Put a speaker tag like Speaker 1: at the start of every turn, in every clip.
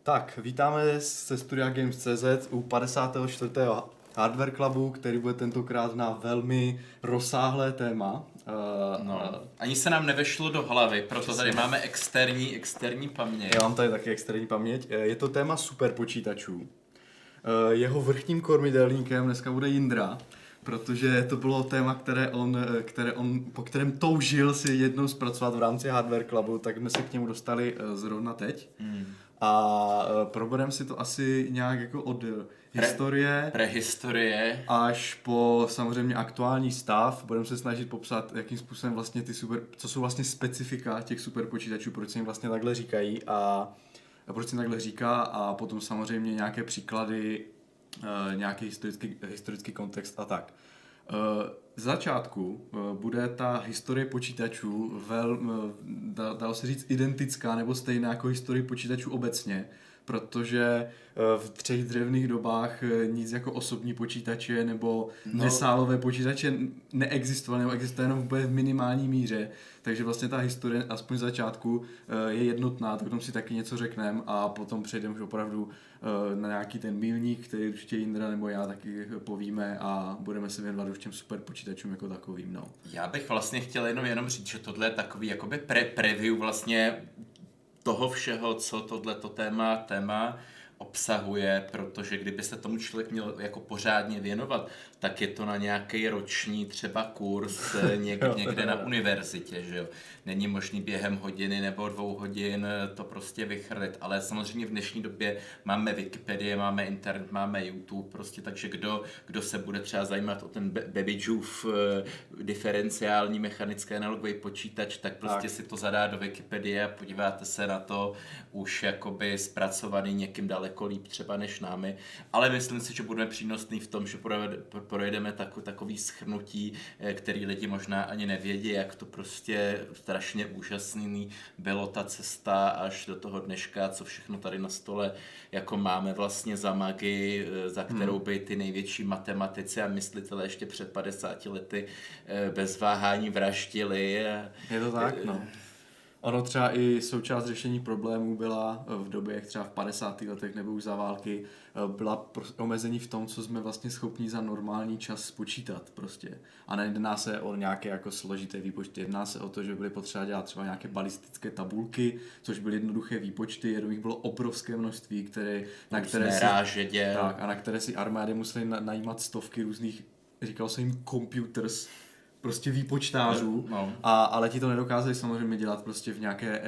Speaker 1: Tak, vítáme ze studia Games.cz u 54. Hardware Clubu, který bude tentokrát na velmi rozsáhlé téma.
Speaker 2: Ani se nám nevešlo do hlavy, proto tady máme externí paměť.
Speaker 1: Já mám tady taky externí paměť. Je to téma superpočítačů. Jeho vrchním kormidelníkem dneska bude Jindra, protože to bylo téma, po kterém toužil si jednou zpracovat v rámci Hardware Clubu, tak jsme se k němu dostali zrovna teď. A probereme si to asi nějak jako od
Speaker 2: prehistorie
Speaker 1: až po samozřejmě aktuální stav. Budeme se snažit popsat, jakým způsobem vlastně co jsou vlastně specifika těch superpočítačů, proč se jim vlastně takhle říkají a proč se jim takhle říká, a potom samozřejmě nějaké příklady, nějaký historický kontext a tak. Z začátku bude ta historie počítačů dalo se říct identická nebo stejná jako historie počítačů obecně, protože v třech dřevných dobách nic jako osobní počítače nebo nesálové počítače neexistovaly, nebo existuje jenom v minimální míře, takže vlastně ta historie aspoň z začátku je jednotná, tak o tom si taky něco řekneme a potom přejdeme už opravdu na nějaký ten milník, který určitě Jindra nebo já taky povíme a budeme se věnovat už těm super počítačům jako takovým. No.
Speaker 2: Já bych vlastně chtěl jenom říct, že tohle je takový jakoby preview vlastně toho všeho, co tohleto téma obsahuje, protože kdyby se tomu člověk měl jako pořádně věnovat, tak je to na nějaký roční třeba kurz někde na univerzitě, že jo. Není možný během hodiny nebo 2 hodin to prostě vychrlit, ale samozřejmě v dnešní době máme Wikipedii, máme internet, máme YouTube, prostě, takže kdo se bude třeba zajímat o ten Babbageův diferenciální mechanický analogový počítač, tak prostě si to zadá do Wikipedie a podíváte se na to už jakoby zpracovaný někým daleko líp třeba než námi, ale myslím si, že budeme přínosný v tom, že projedeme takový shrnutí, který lidi možná ani nevědí, jak to prostě strašně úžasný bylo ta cesta až do toho dneška, co všechno tady na stole jako máme vlastně za magii, za kterou by ty největší matematici a myslitelé ještě před 50 lety bez váhání vraždili.
Speaker 1: Je to tak, no. Ono třeba i součást řešení problémů byla v době, jak třeba v 50. letech nebo už za války, byla omezení v tom, co jsme vlastně schopni za normální čas spočítat prostě. A nejedná se o nějaké jako složité výpočty, jedná se o to, že byly potřeba dělat třeba nějaké balistické tabulky, což byly jednoduché výpočty, jednou jich bylo obrovské množství, na které si armády musely najímat stovky různých, říkalo se jim computers, prostě výpočtářů, ale ti to nedokázali samozřejmě dělat prostě v nějaké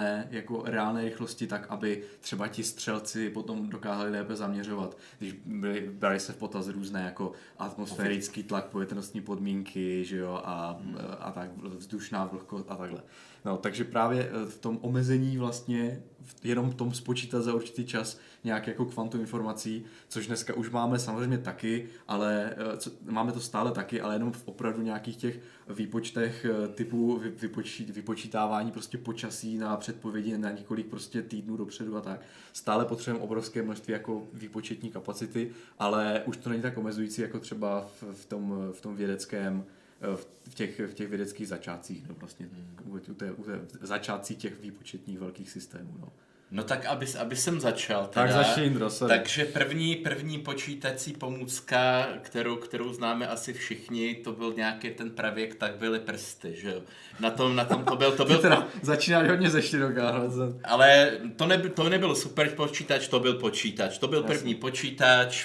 Speaker 1: reálné rychlosti, tak aby třeba ti střelci potom dokázali lépe zaměřovat, když brali se v potaz různé jako atmosférický tlak, povětrnostní podmínky, že jo, a tak vzdušná vlhkost a takhle. No, takže právě v tom omezení vlastně jenom v tom spočítat za určitý čas nějak jako kvantum informací, což dneska už máme samozřejmě taky, ale máme to stále taky, ale jenom v opravdu nějakých těch výpočtech typu vypočítávání prostě počasí na předpovědi na několik prostě týdnů dopředu a tak. Stále potřebujeme obrovské množství jako výpočetní kapacity, ale už to není tak omezující jako třeba v tom vědeckém v těch vědeckých začátcích, no vlastně u začátcích těch výpočetních velkých systémů, no.
Speaker 2: No tak, aby jsem začal teda.
Speaker 1: Tak začni, Indro, sorry.
Speaker 2: Takže první počítací pomůcka, kterou známe asi všichni, to byl nějaký ten pravěk, tak byly prsty, že jo. Na tom to byl...
Speaker 1: Teda, začínáš hodně ze široká.
Speaker 2: Ale to nebyl super počítač, to byl počítač. To byl první počítač,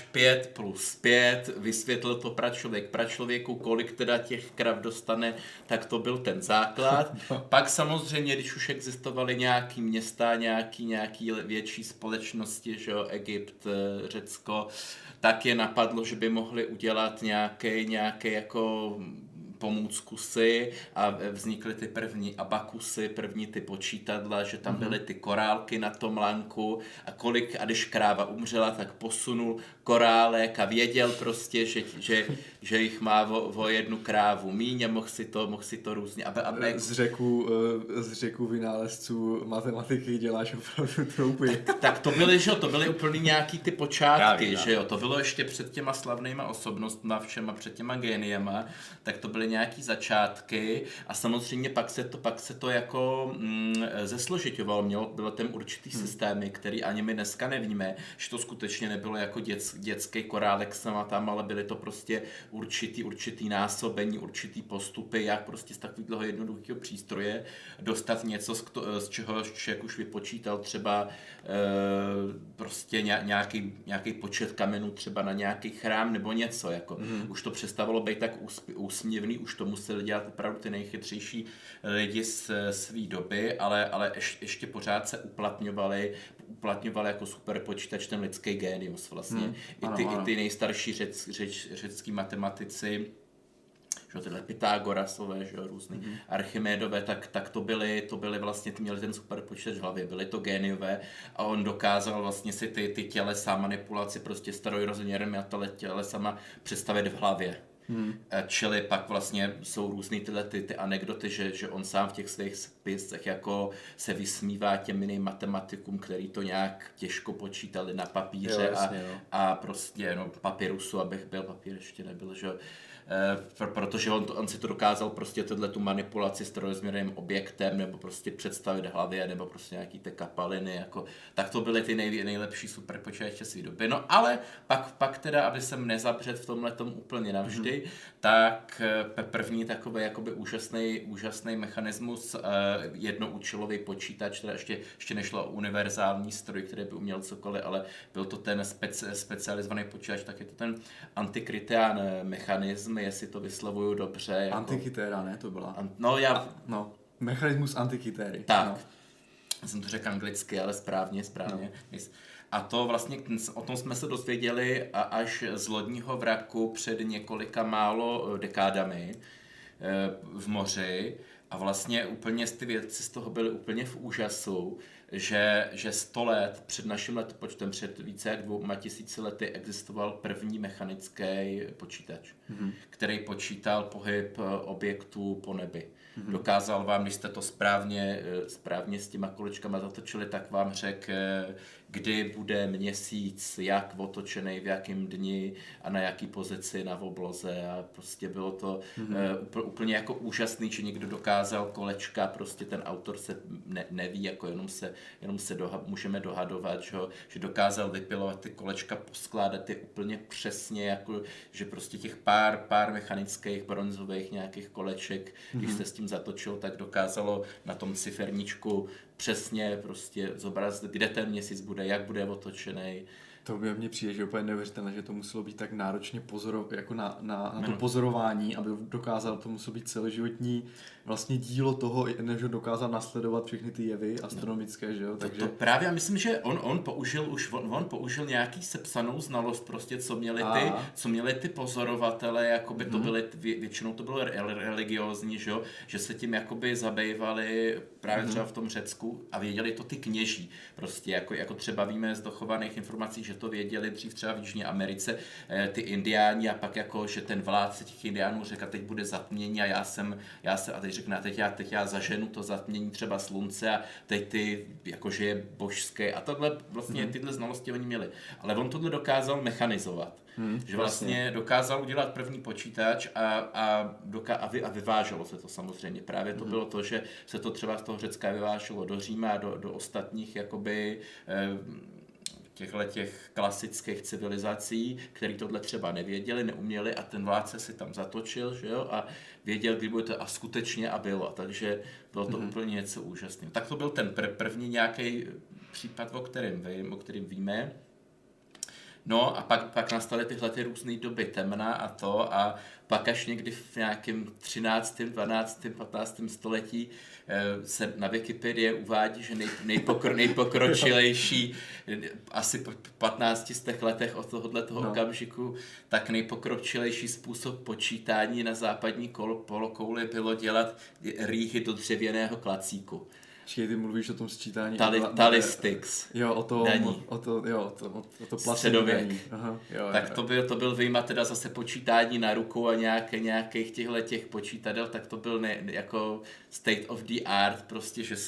Speaker 2: 5+5, vysvětlil to pračlověku, kolik teda těch krav dostane, tak to byl ten základ. Pak samozřejmě, když už existovaly nějaký města, nějaký větší společnosti, že jo, Egypt, Řecko, tak je napadlo, že by mohli udělat nějaké jako pomůckusy a vznikly ty první abakusy, první ty počítadla, že tam byly ty korálky na tom lanku a když kráva umřela, tak posunul korálek a věděl prostě, že jich má o jednu krávu míň a mohl si to různě.
Speaker 1: Z řeku vynálezců matematiky děláš opravdu troupy.
Speaker 2: Tak to byly úplně nějaký ty počátky, že jo, to bylo ještě před těma slavnýma osobnostma všema, před těma géniema, tak to byly nějaký začátky a samozřejmě pak se to jako zesložiťovalo. Bylo tam určitý systémy, který ani my dneska nevíme, že to skutečně nebylo jako dětský korálek sama tam, ale byly to prostě určitý násobení, určitý postupy, jak prostě z takového jednoduchého přístroje dostat něco, z čeho člověk už vypočítal třeba prostě nějaký počet kamenů třeba na nějaký chrám nebo něco. Jako. Už to přestávalo být tak úsměvný, už to museli dělat opravdu ty nejchytřejší lidi z své doby, ale ještě pořád se uplatňovali jako super počítač ten lidský génius vlastně. I ty nejstarší řecký matematici, že tyhle Pythagorasové, že různý Archimédové, tak to byly vlastně, ty měli ten super počítač v hlavě, byly to géniové a on dokázal vlastně si ty tělesa, manipulaci prostě strojrozměrem a tohle tělesama představit v hlavě. Čili pak vlastně jsou různý tyhle ty anekdoty, že on sám v těch svých spisech jako se vysmívá těm jiným matematikům, který to nějak těžko počítali na papíře a prostě papírusu, abych byl, papír ještě nebyl, že protože on si to dokázal prostě tu manipulaci s trojrozměrným objektem nebo prostě představit hlavě nebo prostě nějaký ty kapaliny, jako, tak to byly ty nejlepší superpočítače své doby. No ale pak teda, aby jsem nezabřet v tomhletom úplně navždy, tak první takový jakoby úžasný mechanismus, jednoúčelový počítač, teda ještě nešlo o univerzální stroj, který by uměl cokoliv, ale byl to ten specializovaný počítač, tak je to ten Antikythera mechanism, jestli to vyslovuju dobře. Jako...
Speaker 1: Antikythera, ne? To byla. Mechanismus Antikythery.
Speaker 2: Tak. No. Jsem to řekl anglicky, ale správně. No. A to vlastně, o tom jsme se dozvěděli až z lodního vraku před několika málo dekádami v moři. A vlastně úplně ty vědci z toho byli úplně v úžasu, že 100 let před naším letopočtem, před více jak 2000 lety existoval první mechanický počítač, který počítal pohyb objektů po nebi. Dokázal vám, když jste to správně s těma kolečkama zatočili, tak vám řekl, kdy bude měsíc, jak otočený, v jakém dni a na jaký pozici na obloze a prostě bylo to úplně jako úžasný, že někdo dokázal kolečka, prostě ten autor se neví, jako jenom se můžeme dohadovat, že dokázal vypilovat ty kolečka, poskládat je úplně přesně, jako, že prostě těch pár mechanických bronzových nějakých koleček, když se s tím zatočil, tak dokázalo na tom ciferníčku přesně prostě zobrazit, kde ten měsíc bude, jak bude otočený.
Speaker 1: To by mně přijde, že úplně neuvěřitelné, že to muselo být tak náročně jako na to pozorování, aby dokázal, to muselo být celoživotní vlastně dílo toho, než dokázal nasledovat všechny ty jevy astronomické, že jo? Takže...
Speaker 2: To právě, já myslím, že on použil nějaký sepsanou znalost prostě, co měli ty pozorovatele, jakoby to byly, většinou to bylo religiózní, že se tím jakoby zabývali právě třeba v tom Řecku a věděli to ty kněží, prostě jako třeba víme z dochovaných informací, že to věděli dřív třeba v Jižní Americe ty indiáni a pak jako, že ten vládce těch indiánů řekl, teď bude zatmění a a teď řekne, teď já zaženu to zatmění třeba slunce a teď ty, jakože je božské a tohle vlastně tyhle znalosti oni měli. Ale on tohle dokázal mechanizovat. Že vlastně dokázal udělat první počítač a vyváželo se to samozřejmě. Právě to bylo to, že se to třeba z toho Řecka vyváželo do Říma a do ostatních jakoby těch klasických civilizací, který tohle třeba nevěděli, neuměli a ten vládce si tam zatočil, že jo, a věděl, kdy bude to a skutečně a bylo. Takže bylo to úplně něco úžasného. Tak to byl ten první nějaký případ, o kterém víme. No a pak nastaly tyhle ty různé doby temna a pak až někdy v nějakém 13., 12., 15. století se na Wikipedii uvádí, že nejpokročilejší asi po 15 letech od tohoto okamžiku, tak nejpokročilejší způsob počítání na západní polokouli bylo dělat rýhy do dřevěného klacíku.
Speaker 1: Čiže ty mluvíš o tom sčítání...
Speaker 2: Talistics.
Speaker 1: Jo, o to
Speaker 2: středověk. Tak to byl vyjma teda zase počítání na ruku a nějakých těch počítadel, tak to byl jako state of the art, prostě, že se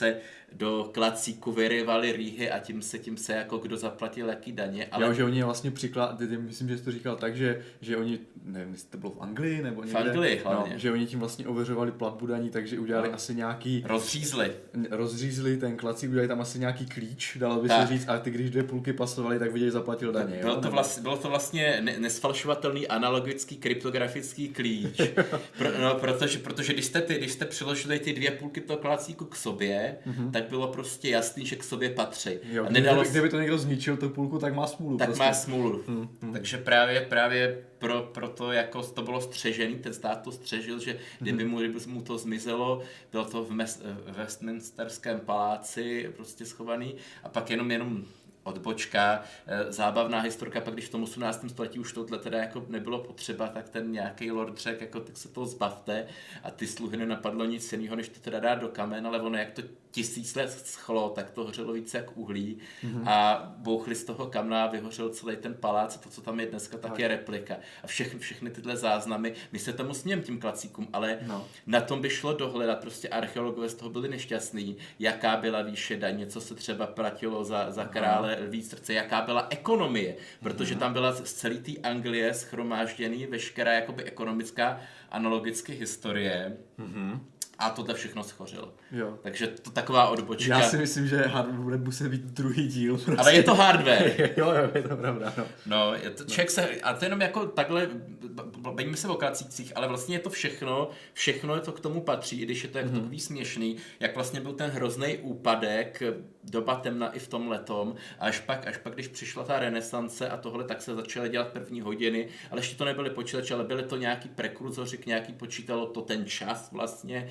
Speaker 2: do klacíku vyrývali rýhy a tím se jako kdo zaplatil jaký daně.
Speaker 1: Ale... Jo, že oni vlastně myslím, že jsi to říkal tak, že oni, nevím, jestli to bylo v Anglii nebo někde.
Speaker 2: V Anglii hlavně.
Speaker 1: No, že oni tím vlastně ověřovali platbu daní, takže udělali asi nějaký... Rozřízli ten klacík, udělali tam asi nějaký klíč, dalo by se říct, a ty když 2 půlky pasovaly, tak viděli, zaplatil daně.
Speaker 2: Bylo to vlastně nesfalšovatelný analogický kryptografický klíč. Protože když jste přiložili ty 2 půlky toho klacíku k sobě, tak bylo prostě jasný, že k sobě patří.
Speaker 1: Jo, kdyby to někdo zničil, tu půlku, tak má smůlu.
Speaker 2: Tak prostě. Má smůlu. Takže právě proto jako to bylo střežený, ten stát to střežil, že kdyby mu to zmizelo, bylo to v Westminsterském paláci prostě schovaný a pak jenom odbočka, zábavná historka, pak když v tom 18. století už tohle teda jako nebylo potřeba, tak ten nějaký lord řekl, jako tak se toho zbavte a ty sluhy nenapadlo nic jiného, než to teda dát do kamen, ale ono jak to 1000 let schlo, tak to hořelo více jak uhlí a bouchli z toho kamna a vyhořel celý ten palác, to, co tam je dneska, tak je replika. A všechny tyhle záznamy, my se tomu smějeme tím klacíkům, ale na tom by šlo dohledat, prostě archeologové z toho byli nešťastní, jaká byla výše daně, co se třeba platilo za krále lví srdce, jaká byla ekonomie, protože tam byla z celé té Anglie schromážděný veškerá jakoby ekonomická analogicky historie. A tohle všechno schořilo. Jo. Takže to taková odbočka.
Speaker 1: Já si myslím, že hardware bude muset být druhý díl. Prostě.
Speaker 2: Ale je to hardware.
Speaker 1: jo, je to pravda.
Speaker 2: No, a to jenom jako takhle, bavíme se o klacících, ale vlastně je to všechno je to k tomu patří, i když je to jako takový směšný, jak vlastně byl ten hrozný úpadek, doba temna i v tom letom, a až pak, když přišla ta renesance a tohle, tak se začaly dělat první hodiny, ale ještě to nebyly počítače, ale byly to nějaký prekurzoři, nějaký počítalo to ten čas vlastně,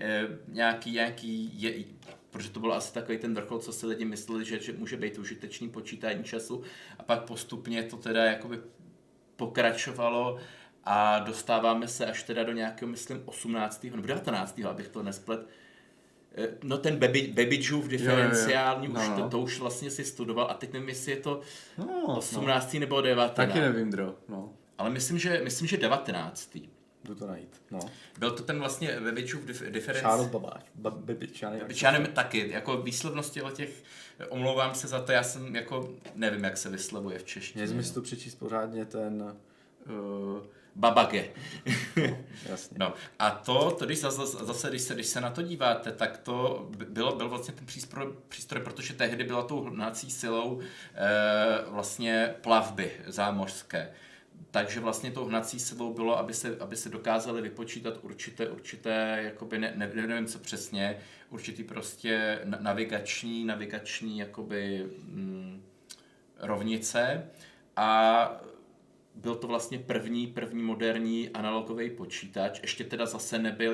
Speaker 2: protože to bylo asi takový ten vrchol, co si lidi mysleli, že může být užitečný počítání času a pak postupně to teda jakoby pokračovalo a dostáváme se až teda do nějakého, myslím, 18. nebo 19. abych to nesplet. No ten Babbageův diferenciální, to už vlastně si studoval a teď nevím, jestli je to 18. nebo 19.
Speaker 1: Taky nevím, no.
Speaker 2: Ale myslím, že 19.
Speaker 1: Jdu to najít, no.
Speaker 2: Byl to ten vlastně Babbageův diferenciální.
Speaker 1: Charles Babbage.
Speaker 2: Já nevím taky, jako výslovnosti o těch, omlouvám se za to, já jsem jako, nevím, jak se vyslovuje v češtině.
Speaker 1: Měl si to přečíst pořádně ten...
Speaker 2: Babage.
Speaker 1: No, jasně.
Speaker 2: No, a to když zase, když se na to díváte, tak to byl vlastně ten přístroj, protože tehdy byla tou hnací silou vlastně plavby zámořské. Takže vlastně tou hnací silou bylo, aby se dokázali vypočítat určité jakoby nevím co přesně, určitý prostě navigační jakoby rovnice a byl to vlastně první moderní analogový počítač, ještě teda zase nebyl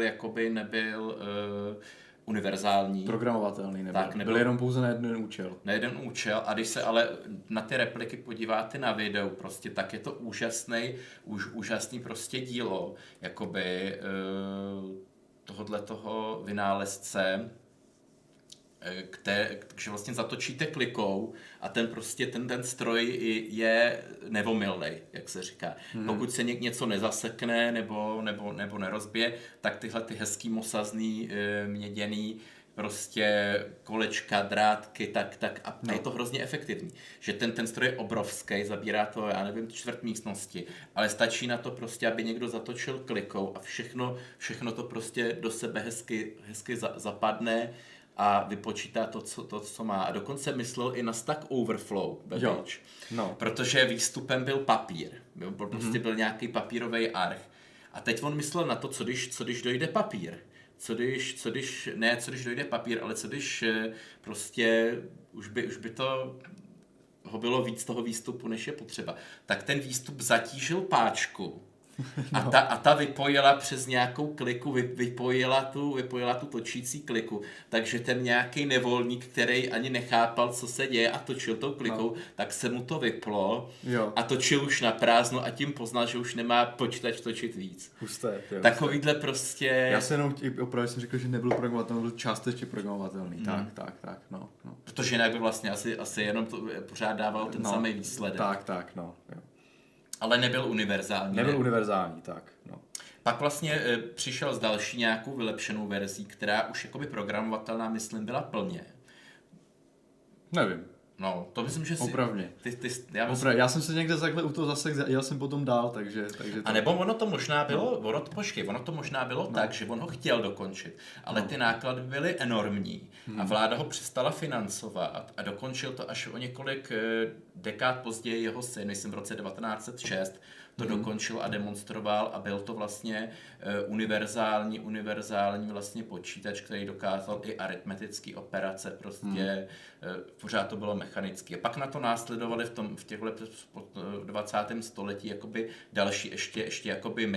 Speaker 2: univerzální.
Speaker 1: Programovatelný nebyl. Tak, byl jenom pouze na jeden účel.
Speaker 2: Na jeden účel a když se ale na ty repliky podíváte na videu, prostě, tak je to úžasný prostě dílo, jakoby tohoto vynálezce, že vlastně zatočíte klikou a ten stroj je nevomylnej, jak se říká. Pokud se něco nezasekne nebo nerozbije, tak tyhle ty hezký mosazný měděný prostě kolečka, drátky, tak a je to hrozně efektivní. Že ten stroj je obrovský, zabírá to, já nevím, 1/4 místnosti, ale stačí na to prostě, aby někdo zatočil klikou a všechno to prostě do sebe hezky zapadne a vypočítá to, co má. A dokonce myslel i na Stack Overflow, Babbage, protože výstupem byl papír. Prostě byl nějaký papírový arch. A teď on myslel na to, co když dojde papír. Co když dojde papír, ale co když prostě už by to ho bylo víc toho výstupu, než je potřeba. Tak ten výstup zatížil páčku. A ta vypojila přes nějakou kliku, vypojila tu točící kliku, takže ten nějaký nevolník, který ani nechápal, co se děje a točil tou klikou, tak se mu to vyplo a točil už na prázdno a tím poznal, že už nemá počítač točit víc.
Speaker 1: Husté.
Speaker 2: Takovýhle prostě...
Speaker 1: Já se jenom opravdu jsem řekl, že nebyl programovatelný, byl částečně programovatelný. Tak, no.
Speaker 2: Protože jinak by vlastně asi jenom to pořád dával ten samý výsledek.
Speaker 1: Tak, jo.
Speaker 2: Ale nebyl univerzální.
Speaker 1: Tak. No.
Speaker 2: Pak vlastně přišel s další nějakou vylepšenou verzí, která už jakoby programovatelná, myslím, byla plně.
Speaker 1: Nevím.
Speaker 2: No, to myslím, že si...
Speaker 1: Opravdu. Já jsem se někde takhle u toho zase, jel jsem potom dál, takže to...
Speaker 2: A nebo ono to možná bylo, ono to možná bylo tak, že on ho chtěl dokončit, ale ty náklady byly enormní a vláda ho přestala financovat a dokončil to až o několik dekád později jeho syn, myslím v roce 1906, to dokončil a demonstroval a byl to vlastně univerzální vlastně počítač, který dokázal i aritmetické operace, prostě pořád to bylo mechanický. A pak na to následovali v těchto 20. století jakoby další ještě jakoby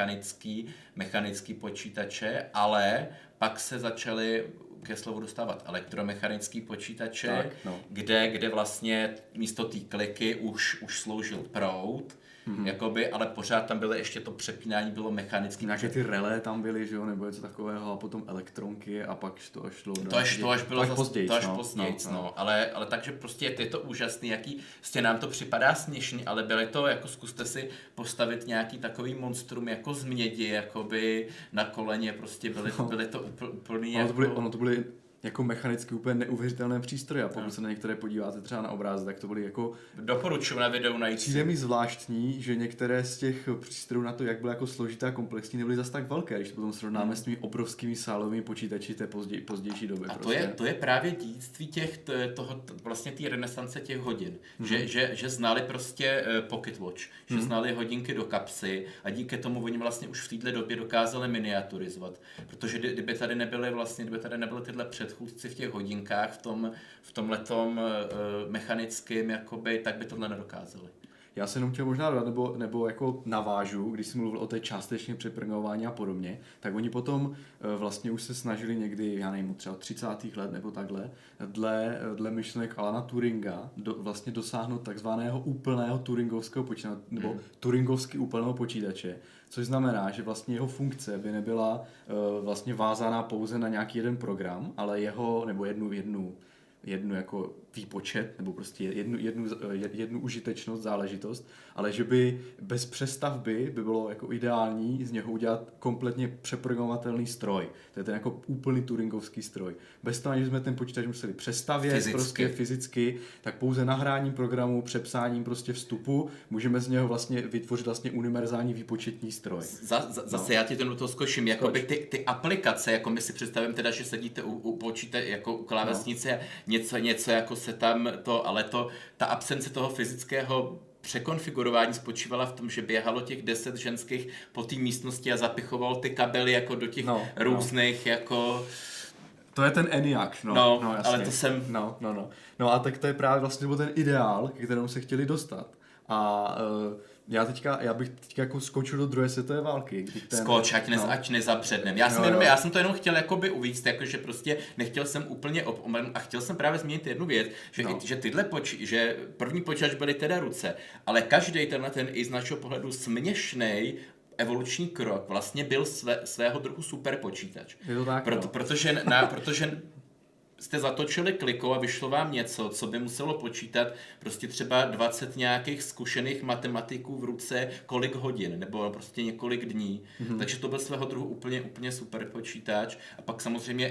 Speaker 2: mechanický počítače, ale pak se začaly ke slovu dostávat elektromechanický počítače, kde vlastně místo té kliky už sloužil proud, jakoby, ale pořád tam bylo ještě to přepínání, bylo mechanické.
Speaker 1: Nějaké ty relé tam byly, že jo, nebo něco takového, a potom elektronky a pak to až šlo.
Speaker 2: To až později, ale takže prostě je to úžasný, jaký, prostě nám to připadá směšný, ale byly to, jako zkuste si postavit nějaký takový monstrum jako z mědi, jakoby na koleně, prostě byly to úplný
Speaker 1: ono to byly jako mechanicky úplně neuvěřitelné přístroje a pokud se na některé podíváte třeba na obrázek, tak to byly jako...
Speaker 2: Doporučuji na videu najít.
Speaker 1: Přijde mi zvláštní, že některé z těch přístrojů na to, jak byly jako složité a komplexní, nebyly zas tak velké, když to potom srovnáme s těmi obrovskými sálovými počítači té pozdější doby.
Speaker 2: A to je právě dědictví vlastně té renesance těch hodin, že znali prostě pocket watch, že znali hodinky do kapsy a díky tomu oni vlastně už v této době dokázali miniaturizovat, protože kdyby tady nebyly tyhle předchůdci v těch hodinkách, v tomhletom mechanickém, jakoby, tak by tohle nedokázali.
Speaker 1: Já se jenom chtěl možná dodat, nebo jako navážu, když jsem mluvil o té částečně přeprogramování a podobně, tak oni potom vlastně už se snažili někdy, já nevím, třeba od 30. let nebo takhle, dle myšlenek Alana Turinga vlastně dosáhnout takzvaného úplného turingovského počítače, nebo turingovsky úplného počítače, což znamená, že vlastně jeho funkce by nebyla vlastně vázána pouze na nějaký jeden program, ale nebo jednu jako výpočet, nebo prostě jednu užitečnost, záležitost, ale že by bez přestavby by bylo jako ideální z něho udělat kompletně přeprogramovatelný stroj. To je ten jako úplný turingovský stroj. Bez toho, že jsme ten počítač museli přestavět fyzicky, tak pouze nahráním programu, přepsáním prostě vstupu můžeme z něho vlastně vytvořit vlastně univerzální výpočetní stroj.
Speaker 2: Zase já ti to do toho zkočím, jako by ty aplikace, jako my si představím teda, že sedíte u počítače jako u klávesnice, něco jako se tam ale ta absence toho fyzického překonfigurování spočívala v tom, že běhalo těch 10 ženských po té místnosti a zapichoval ty kabely jako do těch různých jako...
Speaker 1: To je ten ENIAC, jasně.
Speaker 2: Ale to jsem...
Speaker 1: No a tak to je právě vlastně ten ideál, ke kterému se chtěli dostat. A já bych teďka jako skočil do druhé světové války.
Speaker 2: Skoč, ať nezapřednem. Já jsem to jenom chtěl jakoby uvíct, jakože prostě nechtěl jsem úplně a chtěl jsem právě zmínit jednu věc, že že první počítač byly teda ruce, ale každý ten i z našeho pohledu směšnej evoluční krok vlastně byl svého druhu super počítač.
Speaker 1: Je to tak,
Speaker 2: protože jste zatočili klikou a vyšlo vám něco, co by muselo počítat prostě třeba 20 nějakých zkušených matematiků v ruce kolik hodin, nebo prostě několik dní. Takže to byl svého druhu úplně super počítač. A pak samozřejmě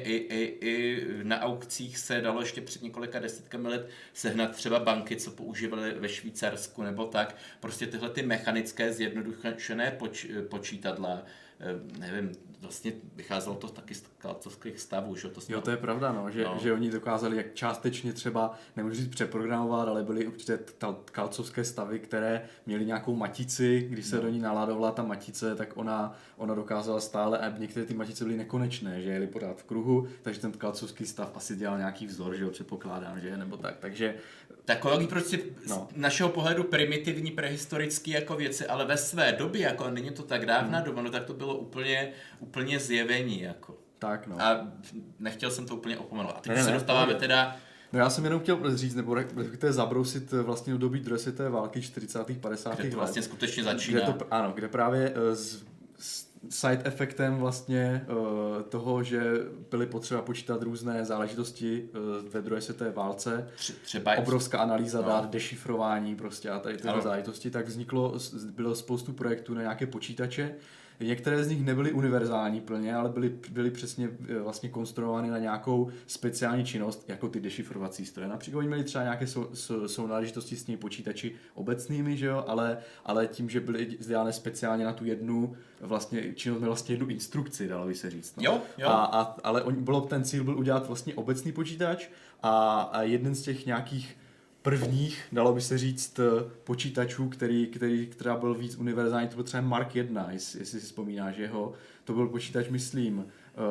Speaker 2: i na aukcích se dalo ještě před několika desítkami let sehnat třeba banky, co používali ve Švýcarsku nebo tak. Prostě tyhle ty mechanické zjednodušené počítadla, nevím, vlastně vycházelo to taky z kalcovských stavů, že?
Speaker 1: To je pravda, že oni dokázali jak částečně třeba, nemůžu říct přeprogramovat, ale byly určitě kalcovské stavy, které měly nějakou matici, když se do ní naládovala ta matice, tak ona dokázala stále, a některé ty matice byly nekonečné, že jeli pořád v kruhu, takže ten kalcovský stav asi dělal nějaký vzor, že ho předpokládám, že nebo tak, takže...
Speaker 2: Takový prostě z našeho pohledu primitivní, prehistorický jako věci, ale ve své době, jako není to tak dávná doba, tak to bylo úplně zjevení, jako.
Speaker 1: Tak,
Speaker 2: A nechtěl jsem to úplně opomenout. A teď se dostáváme teda...
Speaker 1: No já jsem jenom chtěl říct, nebo respektive zabrousit vlastně v době druhé světové války 40. 50. let.
Speaker 2: Kde to vlastně skutečně začíná.
Speaker 1: Kde právě side efektem vlastně toho, že byly potřeba počítat různé záležitosti ve druhé světové válce,
Speaker 2: třeba
Speaker 1: obrovská analýza dat, dešifrování prostě a tady tyhle
Speaker 2: Ano.
Speaker 1: záležitosti, tak bylo spoustu projektů na nějaké počítače. Některé z nich nebyly univerzální plně, ale byly přesně vlastně konstruovány na nějakou speciální činnost, jako ty dešifrovací stroje. Například oni měli třeba nějaké sounáležitosti s těmi počítači obecnými, že jo, ale tím, že byly dělané speciálně na tu jednu vlastně činnost, měl vlastně jednu instrukci, dalo by se říct. No.
Speaker 2: Jo.
Speaker 1: Ale ten cíl byl udělat vlastně obecný počítač a jeden z těch nějakých prvních, dalo by se říct, počítačů, která byl víc univerzální, to byl třeba Mark 1, jestli si vzpomínáš jeho. To byl počítač, myslím,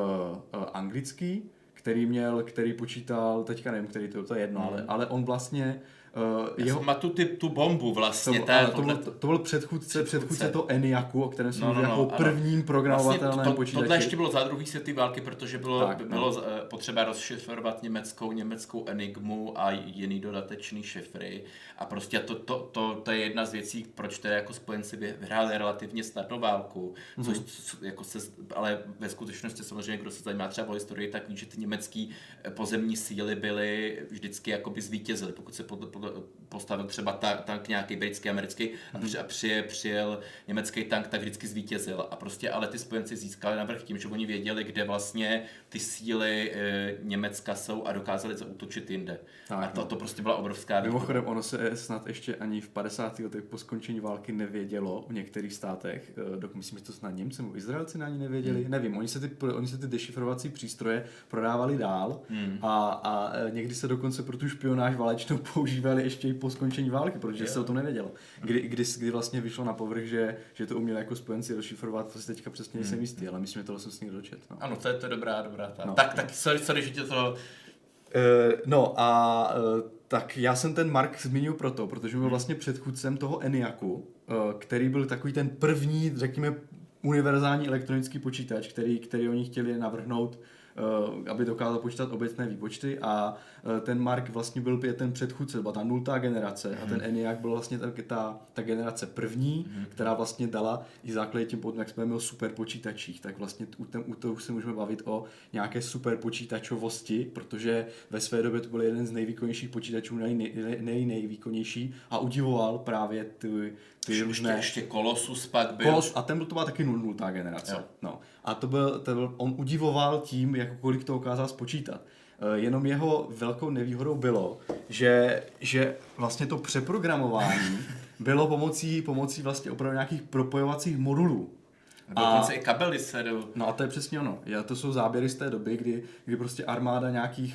Speaker 1: anglický, který počítal, teďka nevím, který to je jedno, ale on vlastně
Speaker 2: má tu bombu vlastně.
Speaker 1: To byl předchůdce toho ENIACu, o kterém jsme mluvili jako prvním programovatelném
Speaker 2: vlastně
Speaker 1: počítači.
Speaker 2: Tohle ještě bylo za druhé světové války, protože bylo potřeba rozšifrovat německou enigmu a jiný dodatečný šifry. A prostě to je jedna z věcí, proč to je jako spojenci vyhráli relativně snadnou válku. Což jako ale ve skutečnosti samozřejmě, kdo se zajímá třeba o historii, tak ví, že ty německé pozemní síly byly vždycky jakoby zvítězily. Pokud se postavil třeba tank nějaký britský, americký a přijel německý tank, tak vždycky zvítězil. A prostě ale ty spojenci získali navrch tím, že oni věděli, kde vlastně ty síly Německa jsou a dokázali zaútočit jinde. Tak, a to prostě byla obrovská výhoda.
Speaker 1: Mimochodem, ono se snad ještě ani v 50. letech po skončení války nevědělo v některých státech, myslím, že to snad Němci nebo Izraelci na ní nevěděli, nevím, oni se ty dešifrovací přístroje prodávali dál a někdy se dokonce pro tu špionáž válečnou používali ještě i po skončení války, protože se o tom nevědělo. Kdy vlastně vyšlo na povrch, že to uměli jako spojenci rozšifrovat, to si teďka přesně nejsem jistý, ale myslím, že tohle jsem s někdo dočet. No.
Speaker 2: Ano, to je dobrá. No. Tak sorry, že tě to...
Speaker 1: Tak já jsem ten Mark zmínil protože byl vlastně předchůdcem toho ENIACu, který byl takový ten první, řekněme, univerzální elektronický počítač, který oni chtěli navrhnout, aby dokázal počítat obecné výpočty a ten Mark vlastně byl ten předchůdce, byla ta 0. generace a ten ENIAC byl vlastně ta generace první, která vlastně dala i základě tím potom, jak jsme měli super počítačích, tak vlastně u toho už se můžeme bavit o nějaké super počítačovosti, protože ve své době to byl jeden z nejvýkonnějších počítačů, nejvýkonnější a udivoval právě ty různé...
Speaker 2: Ještě Colossus pak byl.
Speaker 1: A to byla taky 0. generace. No. A on udivoval tím, jako kolik to dokázal spočítat. Jenom jeho velkou nevýhodou bylo, že vlastně to přeprogramování bylo pomocí vlastně opravdu nějakých propojovacích modulů.
Speaker 2: Dokonce i kabely se jdou.
Speaker 1: No a to je přesně ono. To jsou záběry z té doby, kdy prostě armáda nějakých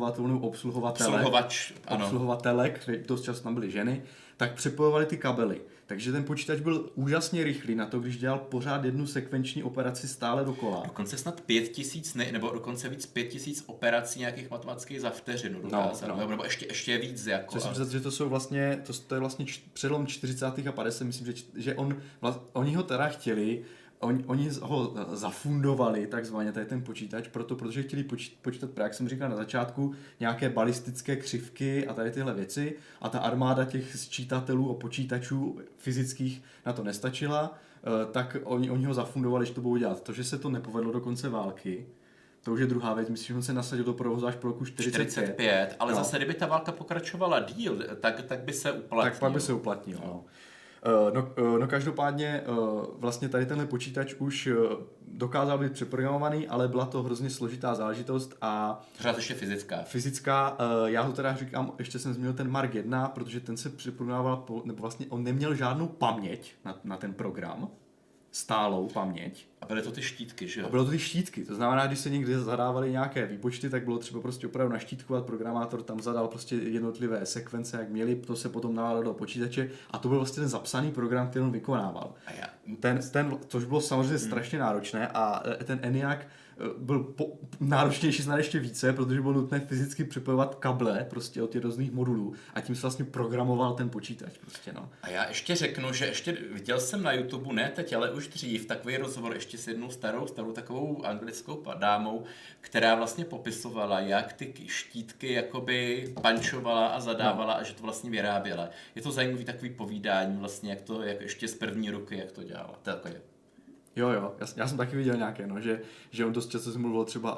Speaker 1: obsluhovatelek, dost často tam byly ženy, tak přepojovali ty kabely. Takže ten počítač byl úžasně rychlý na to, když dělal pořád jednu sekvenční operaci stále dokola.
Speaker 2: Dokonce snad 5000, nebo dokonce víc 5000 operací nějakých matematických za vteřinu dokázal. Nebo ještě víc. Jako.
Speaker 1: Že to jsou vlastně, to je vlastně přelom 40. a 50. Myslím, že oni ho teda chtěli, oni ho zafundovali takzvaně tady ten počítač, protože chtěli počítat, jak jsem říkal na začátku, nějaké balistické křivky a tady tyhle věci a ta armáda těch sčítatelů a počítačů fyzických na to nestačila, tak oni ho zafundovali, že to budou dělat. To, že se to nepovedlo do konce války, to už je druhá věc, myslím, že on se nasadil do provozu až po roku 45.
Speaker 2: Ale zase, kdyby ta válka pokračovala díl, tak by se uplatnil.
Speaker 1: Tak pak by se uplatnil, no. No každopádně vlastně tady tenhle počítač už dokázal být přeprogramovaný, ale byla to hrozně složitá záležitost a...
Speaker 2: Pořád ještě fyzická.
Speaker 1: Já to teda říkám, ještě jsem zmínil ten Mark 1, protože ten se přeprogramoval, nebo vlastně on neměl žádnou paměť na ten program, stálou paměť.
Speaker 2: A byly to ty štítky, že jo?
Speaker 1: A bylo to ty štítky, to znamená, když se někdy zadávaly nějaké výpočty, tak bylo třeba prostě opravdu naštítkovat, programátor tam zadal prostě jednotlivé sekvence, jak měli, to se potom navádalo do počítače a to byl vlastně ten zapsaný program, který on vykonával. Což bylo samozřejmě strašně náročné a ten ENIAC byl náročnější snad ještě více, protože bylo nutné fyzicky připojovat kable prostě od těch různých modulů a tím se vlastně programoval ten počítač prostě, no.
Speaker 2: A já ještě řeknu, že viděl jsem na YouTube, ne teď, ale už dřív, takový rozhovor ještě s jednou starou takovou anglickou dámou, která vlastně popisovala, jak ty štítky jakoby pančovala a zadávala a že to vlastně vyráběla. Je to zajímavý takový povídání vlastně, jak ještě z první ruky, jak to dělala.
Speaker 1: Jo, já jsem taky viděl nějaké, no, že on dost často se mluvil třeba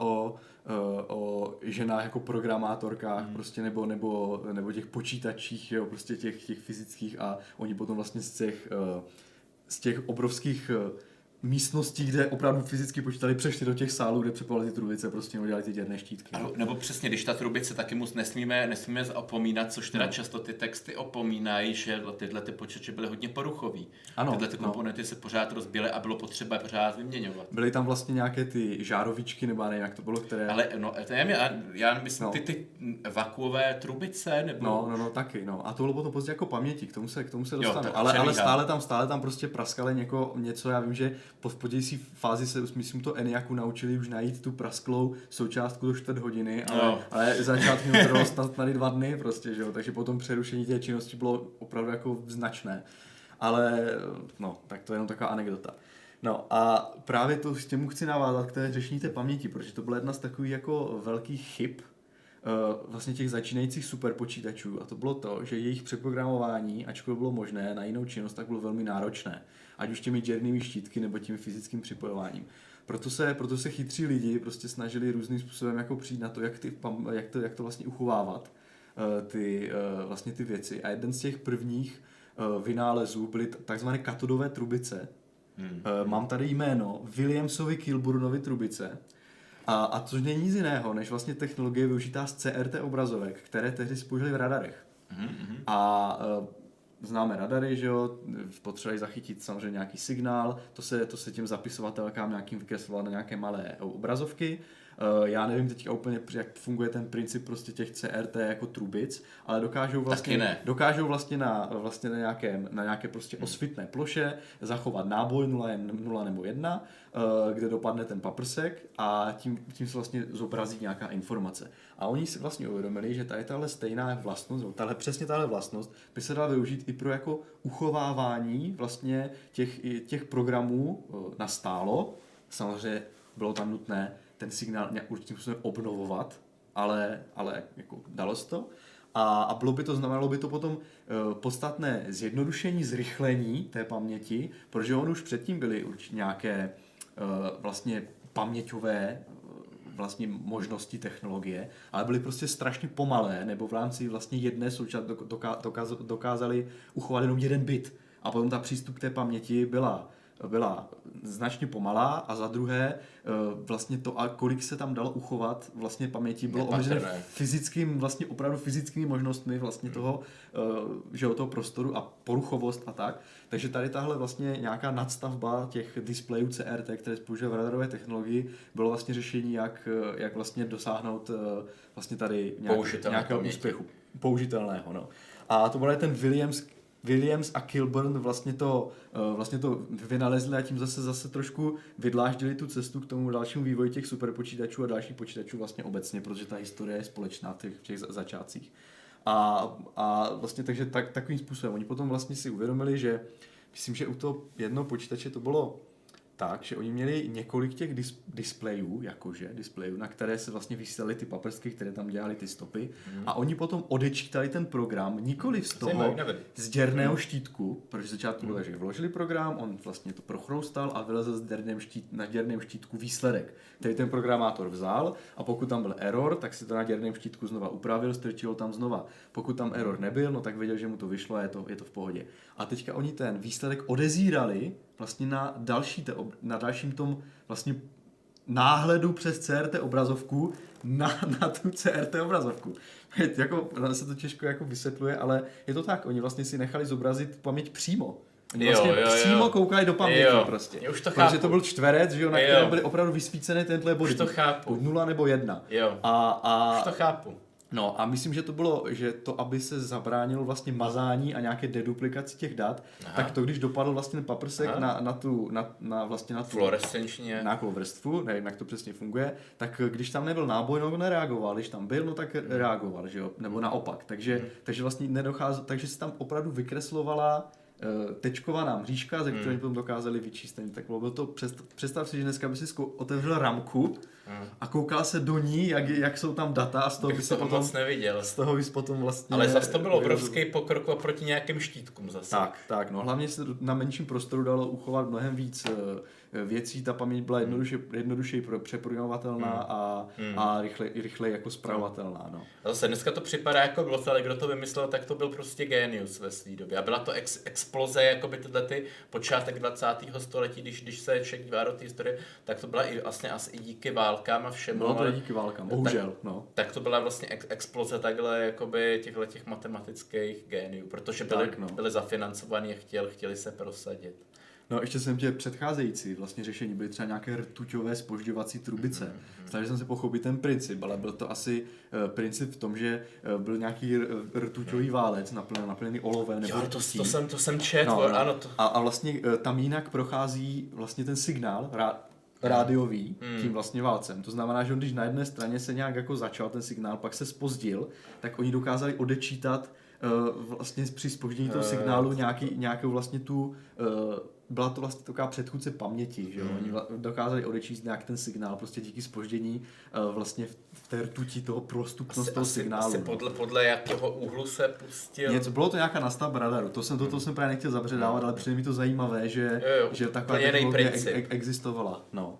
Speaker 1: o ženách jako programátorkách, prostě nebo těch počítačích, jo, prostě těch fyzických a oni potom vlastně z těch obrovských místností, kde opravdu fyzicky počítali, přešli do těch sálů, kde přepolovali ty trubice, prostě udělali ty děrné štítky.
Speaker 2: Nebo přesně, když ta trubice taky moc nesmíme opomínat, což teda často ty texty opomínají, že tyhle ty počítače byly hodně poruchový. Tyhle ty komponenty se pořád rozběly a bylo potřeba pořád vyměňovat.
Speaker 1: Byly tam vlastně nějaké ty žárovičky, nebo nevím, jak to bylo, které...
Speaker 2: Ale no, já myslím, ty vakuové trubice, nebo...
Speaker 1: No, taky, no. A to bylo potom později jako paměti, k tomu se dostane. Ale stále tam prostě praskali něco, já vím, že v pozdější fázi se, myslím, to ENIACu naučili už najít tu prasklou součástku do 4 hodiny, ale začátkem to trvalo snad 2 dny prostě, že jo, takže potom přerušení té činnosti bylo opravdu jako značné. Ale no, tak to je jenom taková anekdota. No a právě to s těmu chci navázat k té řešení té paměti, protože to byla jedna z takových jako velkých chyb vlastně těch začínajících superpočítačů a to bylo to, že jejich přeprogramování, ačkoliv bylo možné na jinou činnost, tak bylo velmi náročné. Ať už těmi děrnými štítky nebo tím fyzickým připojováním. Proto se chytří lidi prostě snažili různým způsobem jako přijít na to, jak to vlastně uchovávat vlastně ty věci. A jeden z těch prvních vynálezů byly takzvané katodové trubice. Mám tady jméno Williamsovy Kilburnovy trubice. A což není nic jiného, než vlastně technologie využitá z CRT obrazovek, které tehdy použili v radarech. A známe radary, že jo, potřebovali zachytit samozřejmě nějaký signál, to se tím zapisovatelkám nějakým vykresloval na nějaké malé obrazovky. Já nevím teďka úplně, jak funguje ten princip prostě těch CRT jako trubic, ale dokážou vlastně na nějaké prostě osvitné ploše zachovat náboj 0 nebo 1, kde dopadne ten paprsek a tím se vlastně zobrazí nějaká informace. A oni si vlastně uvědomili, že tahle stejná vlastnost, přesně tahle vlastnost by se dala využít i pro jako uchovávání vlastně těch programů nastálo. Samozřejmě bylo tam nutné ten signál nějak určitým způsobem obnovovat, ale jako dalo se to. A znamenalo by to potom podstatné zjednodušení, zrychlení té paměti, protože on už předtím byly určitě nějaké vlastně paměťové vlastně možnosti technologie, ale byly prostě strašně pomalé, nebo v rámci vlastně jedné součásti dokázali uchovat jenom 1 bit. A potom ta přístup k té paměti byla značně pomalá a za druhé vlastně to, a kolik se tam dalo uchovat vlastně paměti, bylo omezené opravdu fyzickými možnostmi vlastně toho prostoru a poruchovost a tak. Takže tady tahle vlastně nějaká nadstavba těch displejů CRT, které používají v radarové technologii, bylo vlastně řešení, jak vlastně dosáhnout vlastně tady nějakého úspěchu použitelného. No. A to byl ten Williams a Kilburn vlastně to vynalezli a tím zase trošku vydláždili tu cestu k tomu dalšímu vývoji těch superpočítačů a dalších počítačů vlastně obecně, protože ta historie je společná v těch začátcích. A vlastně takže takovým způsobem. Oni potom vlastně si uvědomili, že myslím, že u toho jednoho počítače to bylo tak, že oni měli několik těch displejů, na které se vlastně vysílaly ty paprsky, které tam dělaly ty stopy a oni potom odečítali ten program nikoli z děrného štítku, protože začátku bylo, že vložili program, on vlastně to prochroustal a vylezl na děrném štítku výsledek, který ten programátor vzal a pokud tam byl error, tak si to na děrném štítku znova upravil, strčil tam znova. Pokud tam error nebyl, no tak věděl, že mu to vyšlo a je to v pohodě. A teďka oni ten výsledek odezírali vlastně na dalším tom vlastně náhledu přes CRT obrazovku na tu CRT obrazovku. Jako, se to těžko jako vysvětluje, ale je to tak. Oni vlastně si nechali zobrazit paměť přímo. Oni vlastně přímo koukali do paměti prostě. Protože to byl čtverec, že jo, na kterém byly opravdu vysvícené tenhle body.
Speaker 2: Už to chápu.
Speaker 1: 0 nebo 1.
Speaker 2: Už to chápu.
Speaker 1: No a myslím, že to bylo, že to, aby se zabránilo vlastně mazání a nějaké deduplikaci těch dat, tak to, když dopadl vlastně ten paprsek na tu
Speaker 2: fluorescenční
Speaker 1: nějakou vrstvu, nevím, jak to přesně funguje, tak když tam nebyl náboj, no nereagoval, když tam byl, no tak reagoval, že jo, nebo naopak. Takže vlastně takže se tam opravdu vykreslovala tečkovaná mřížka, ze které potom dokázali vyčíst. Tak bylo to, představ si, že dneska by si otevřel ramku a koukal se do ní, jak jsou tam data a z toho by se potom
Speaker 2: moc neviděl.
Speaker 1: Z toho bys potom vlastně...
Speaker 2: Ale zase to byl obrovský pokrok oproti nějakým štítkům zase.
Speaker 1: Tak, no hlavně se na menším prostoru dalo uchovat mnohem věcí ta paměť byla jednodušeji přeprogramovatelná a rychle jako spravovatelná. No.
Speaker 2: A zase dneska to připadá jako bylo, ale kdo to vymyslel, tak to byl prostě génius ve své době. A byla to exploze, jakoby tyhle ty počátek 20. století, když se člověk dívá do té historie, tak to byla i vlastně asi i díky válkám a všemu.
Speaker 1: Bylo to díky válkám, bohužel.
Speaker 2: Tak to byla vlastně exploze takhle jakoby těch matematických géniů, protože byli zafinancovaní a chtěli se prosadit.
Speaker 1: No ještě jsem tě předcházející vlastně řešení byly třeba nějaké rtuťové zpožďovací trubice. Snažil jsem se pochopit ten princip, ale byl to asi princip v tom, že byl nějaký rtuťový válec naplněný olovem nebo rtutí.
Speaker 2: To jsem četl, ano. To...
Speaker 1: A vlastně tam jinak prochází vlastně ten signál rádiový tím vlastně válcem. To znamená, že když na jedné straně se nějak jako začal ten signál, pak se zpozdil, tak oni dokázali odečítat vlastně při zpoždění toho signálu nějakou vlastně tu byla to vlastně taková předchůdce paměti, že jo? Oni dokázali odečíst nějak ten signál prostě díky zpoždění vlastně v té rtuti toho prostupnost toho signálu.
Speaker 2: Asi podle jakého úhlu se pustil.
Speaker 1: Bylo to nějaká nastavba radaru, to jsem právě nechtěl zabředávat, ale přijde mi to zajímavé, že taková technologie existovala. No.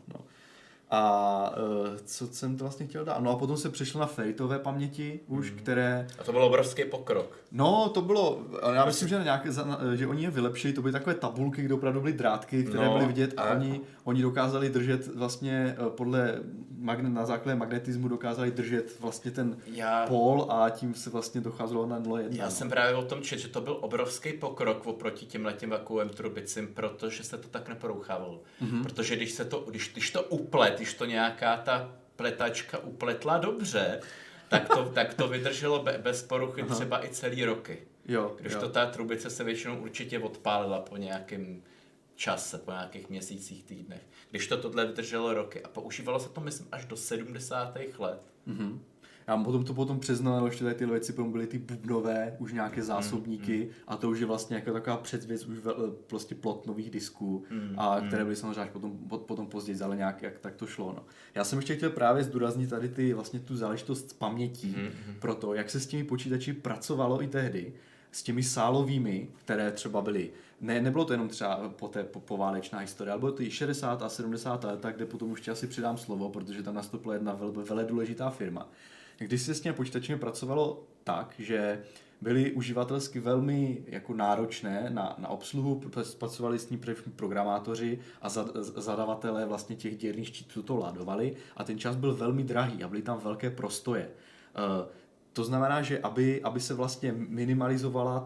Speaker 1: A co jsem to vlastně chtěl dát? No a potom se přešlo na fejtové paměti už, které...
Speaker 2: A to byl obrovský pokrok.
Speaker 1: No, to bylo, já myslím, že oni je vylepšili, to byly takové tabulky, kde opravdu byly drátky, které byly vidět a oni dokázali držet vlastně na základě magnetismu dokázali držet vlastně ten pól a tím se vlastně docházelo na 0,1.
Speaker 2: Já jsem právě o tom četl, že to byl obrovský pokrok oproti těmhletěm vakuovým trubicím, protože se to tak neporouchávalo. Protože když to když to nějaká ta pletačka upletla dobře, tak to vydrželo bez poruchy třeba i celý roky. Když to ta trubice se většinou určitě odpálila po nějakém čase, po nějakých měsících, týdnech. Když tohle vydrželo roky a používalo se to, myslím, až do 70. let.
Speaker 1: A potom přeznamenalo, že ty věci byly ty bubnové, už nějaké zásobníky a to už je vlastně jako taková předvěc už prostě plot nových disků, které byly samozřejmě až potom později, ale nějak jak tak to šlo. No. Já jsem ještě chtěl právě zdůraznit tady vlastně tu záležitost s pamětí, pro to, jak se s těmi počítači pracovalo i tehdy, s těmi sálovými, které třeba byly, nebylo to jenom třeba poválečná historie, ale bylo to i 60 a 70 let, kde potom už asi přidám slovo, protože tam nastoupila jedna velmi důležitá firma. Když se s těmi počítači pracovalo tak, že byly uživatelsky velmi jako náročné na obsluhu, pracovali s ní programátoři a zadavatelé vlastně těch děrných štítů to ladovali a ten čas byl velmi drahý a byly tam velké prostoje. To znamená, že aby se vlastně minimalizovala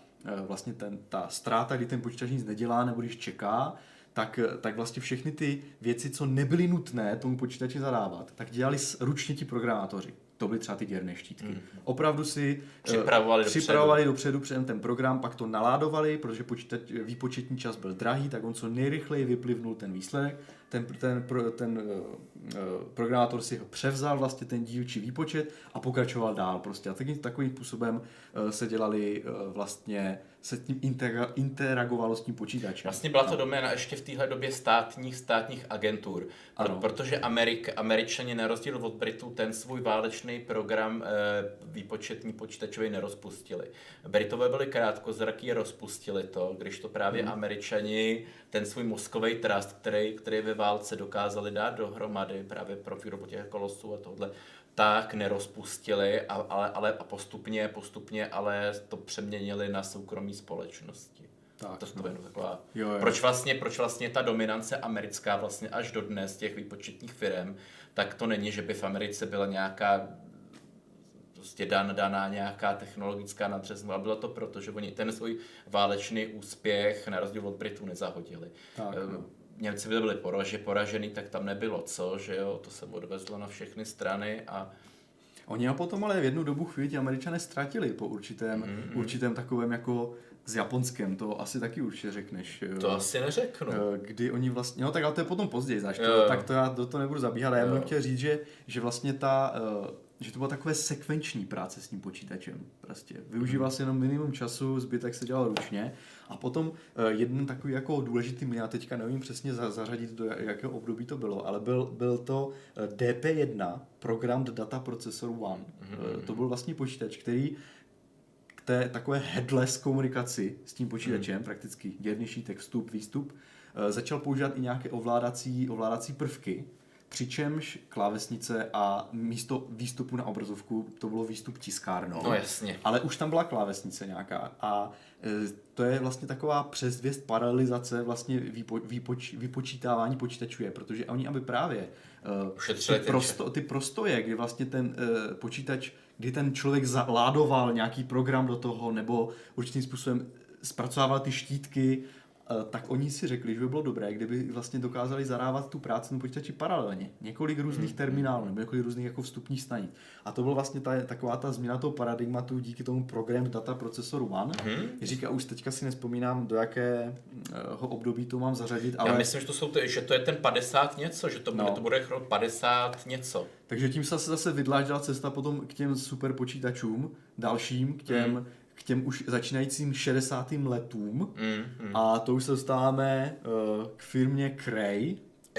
Speaker 1: ta ztráta, kdy ten počítač nic nedělá nebo když čeká, tak vlastně všechny ty věci, co nebyly nutné tomu počítači zadávat, tak dělali ručně ti programátoři. To byly třeba ty děrné štítky. Opravdu si připravovali dopředu předem ten program, pak to naládovali, protože výpočetní čas byl drahý, tak on co nejrychleji vyplivnul ten výsledek. Ten programátor si ho převzal vlastně ten dílčí výpočet a pokračoval dál prostě. A takovým způsobem se dělali vlastně se tím interagovalo s tím počítačem.
Speaker 2: Vlastně byla to doména ještě v téhle době státních agentur, protože Američani na rozdíl od Britů ten svůj válečný program výpočetní počítačový nerozpustili. Britové byli krátkozraký a rozpustili to, když to právě Američani ten svůj mozkový trust, který ve válce dokázali dát dohromady právě pro výrobu těch kolosů a tohle, tak nerozpustili, ale postupně ale to přeměnili na soukromí společnosti. Taková. Proč vlastně ta dominance americká vlastně až dodnes těch výpočetních firm, tak to není, že by v Americe byla nějaká prostě daná nějaká technologická nadřaznost, ale bylo to proto, že oni ten svůj válečný úspěch na rozdíl od Britů nezahodili. Němci byli poražený, tak tam nebylo co, že jo, to se odvezlo na všechny strany a
Speaker 1: oni a potom ale v jednu dobu chvíli ti Američané ztratili po určitém takovém jako s Japonskem, to asi taky určitě řekneš.
Speaker 2: To asi neřeknu.
Speaker 1: Kdy oni vlastně, no tak ale to je potom později, znaš, tak to já do toho nebudu zabíhat, ale já bych chtěl říct, že vlastně že to byla takové sekvenční práce s tím počítačem. Prostě využíval se jenom minimum času, zbytek se dělal ručně a potom jeden takový jako důležitý, já teďka nevím přesně zařadit do jakého období to bylo, ale byl to DP1, Programmed Data Processor One. To byl vlastně počítač, který k té takové headless komunikaci s tím počítačem, prakticky děrný šítek, vstup, výstup, začal používat i nějaké ovládací prvky, přičemž klávesnice a místo výstupu na obrazovku to bylo výstup tiskárnou.
Speaker 2: No jasně.
Speaker 1: Ale už tam byla klávesnice nějaká a to je vlastně taková předzvěst paralelizace vlastně vypočítávání počítačů je, protože oni aby právě ty prostoje, kdy vlastně ten počítač, kdy ten člověk zaládoval nějaký program do toho nebo určitým způsobem zpracovával ty štítky, tak oni si řekli, že by bylo dobré, kdyby vlastně dokázali zadávat tu práci na počítači paralelně. Několik různých terminálů nebo několik různých jako vstupních stanic. A to byla vlastně taková ta změna toho paradigmatu díky tomu Program Data Procesoru One. Říká, už teďka si nespomínám, do jakého období to mám zařadit, ale...
Speaker 2: Já myslím, že to je ten 50 něco, že to bude 50 něco.
Speaker 1: Takže tím se zase vydláždila cesta potom k těm super počítačům, dalším, k těm už začínajícím 60. letům a to už se dostáváme k firmě Cray.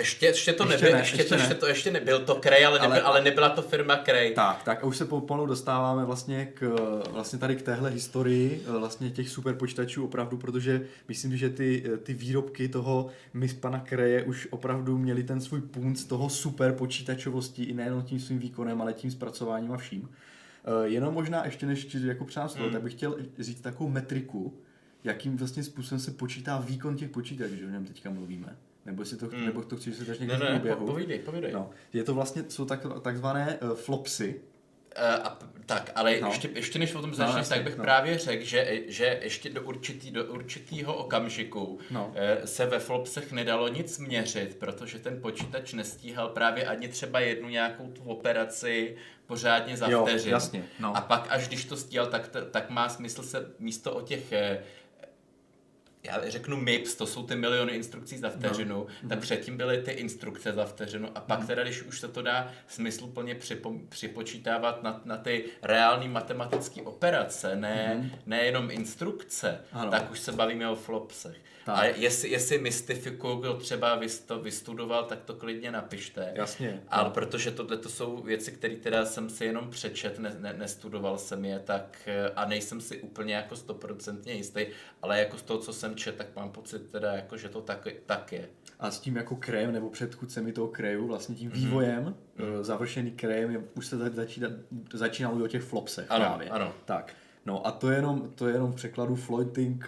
Speaker 2: Ještě nebyl to Cray, ale nebyla to firma Cray.
Speaker 1: Tak a už se pomalu dostáváme vlastně tady k téhle historii vlastně těch super počítačů opravdu, protože myslím, že ty výrobky toho pana Craye už opravdu měli ten svůj punc toho super počítačovosti i nejenom tím svým výkonem, ale tím zpracováním a vším. Jenom možná ještě než jako přánstvo, tak bych chtěl říct takovou metriku, jakým vlastně způsobem se počítá výkon těch počítačů, že o něm teďka mluvíme. Nebo to chceš se někde v průběhu.
Speaker 2: Povídej.
Speaker 1: No, je to vlastně, jsou takzvané flopsy.
Speaker 2: Ale ještě než o tom začneš, tak bych právě řekl, že ještě do určitého okamžiku se ve flopsech nedalo nic měřit, protože ten počítač nestíhal právě ani třeba jednu nějakou tu operaci pořádně za vteřin.
Speaker 1: Jasně, no.
Speaker 2: A pak až když to stíhal, tak má smysl se místo o těch já řeknu MIPS, to jsou ty miliony instrukcí za vteřinu, tak předtím byly ty instrukce za vteřinu a pak teda, když už se to dá smysluplně připočítávat na ty reální matematické operace, ne jenom instrukce, tak už se bavíme o flopsech. Tak. A jestli mystifikuju, kdo třeba vystudoval, tak to klidně napište.
Speaker 1: Jasně.
Speaker 2: Ale protože tohle to jsou věci, které teda jsem si jenom přečet, nestudoval jsem je, tak a nejsem si úplně jako 100% jistý, ale jako z toho, co jsem čet, tak mám pocit teda jako, že to tak je.
Speaker 1: A s tím jako Crayem nebo předchůdcemi toho Crayu, vlastně tím vývojem, završený Crayem, už se začínalo o těch flopsech právě. Ano. Tak. No a to je jenom v překladu floating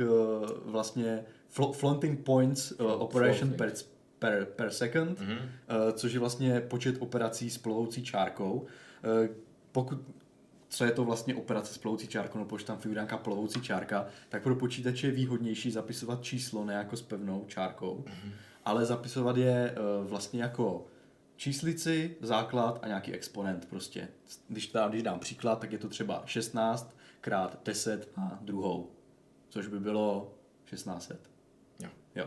Speaker 1: points operation per second, což je vlastně počet operací s plovoucí čárkou. Co je to vlastně operace s plovoucí čárkou, no protože tam figuruje nějaká plovoucí čárka, tak pro počítače je výhodnější zapisovat číslo ne jako s pevnou čárkou, ale zapisovat je vlastně jako číslici, základ a nějaký exponent prostě. Když dám příklad, tak je to třeba 16 krát 10 na druhou, což by bylo 1600. Jo.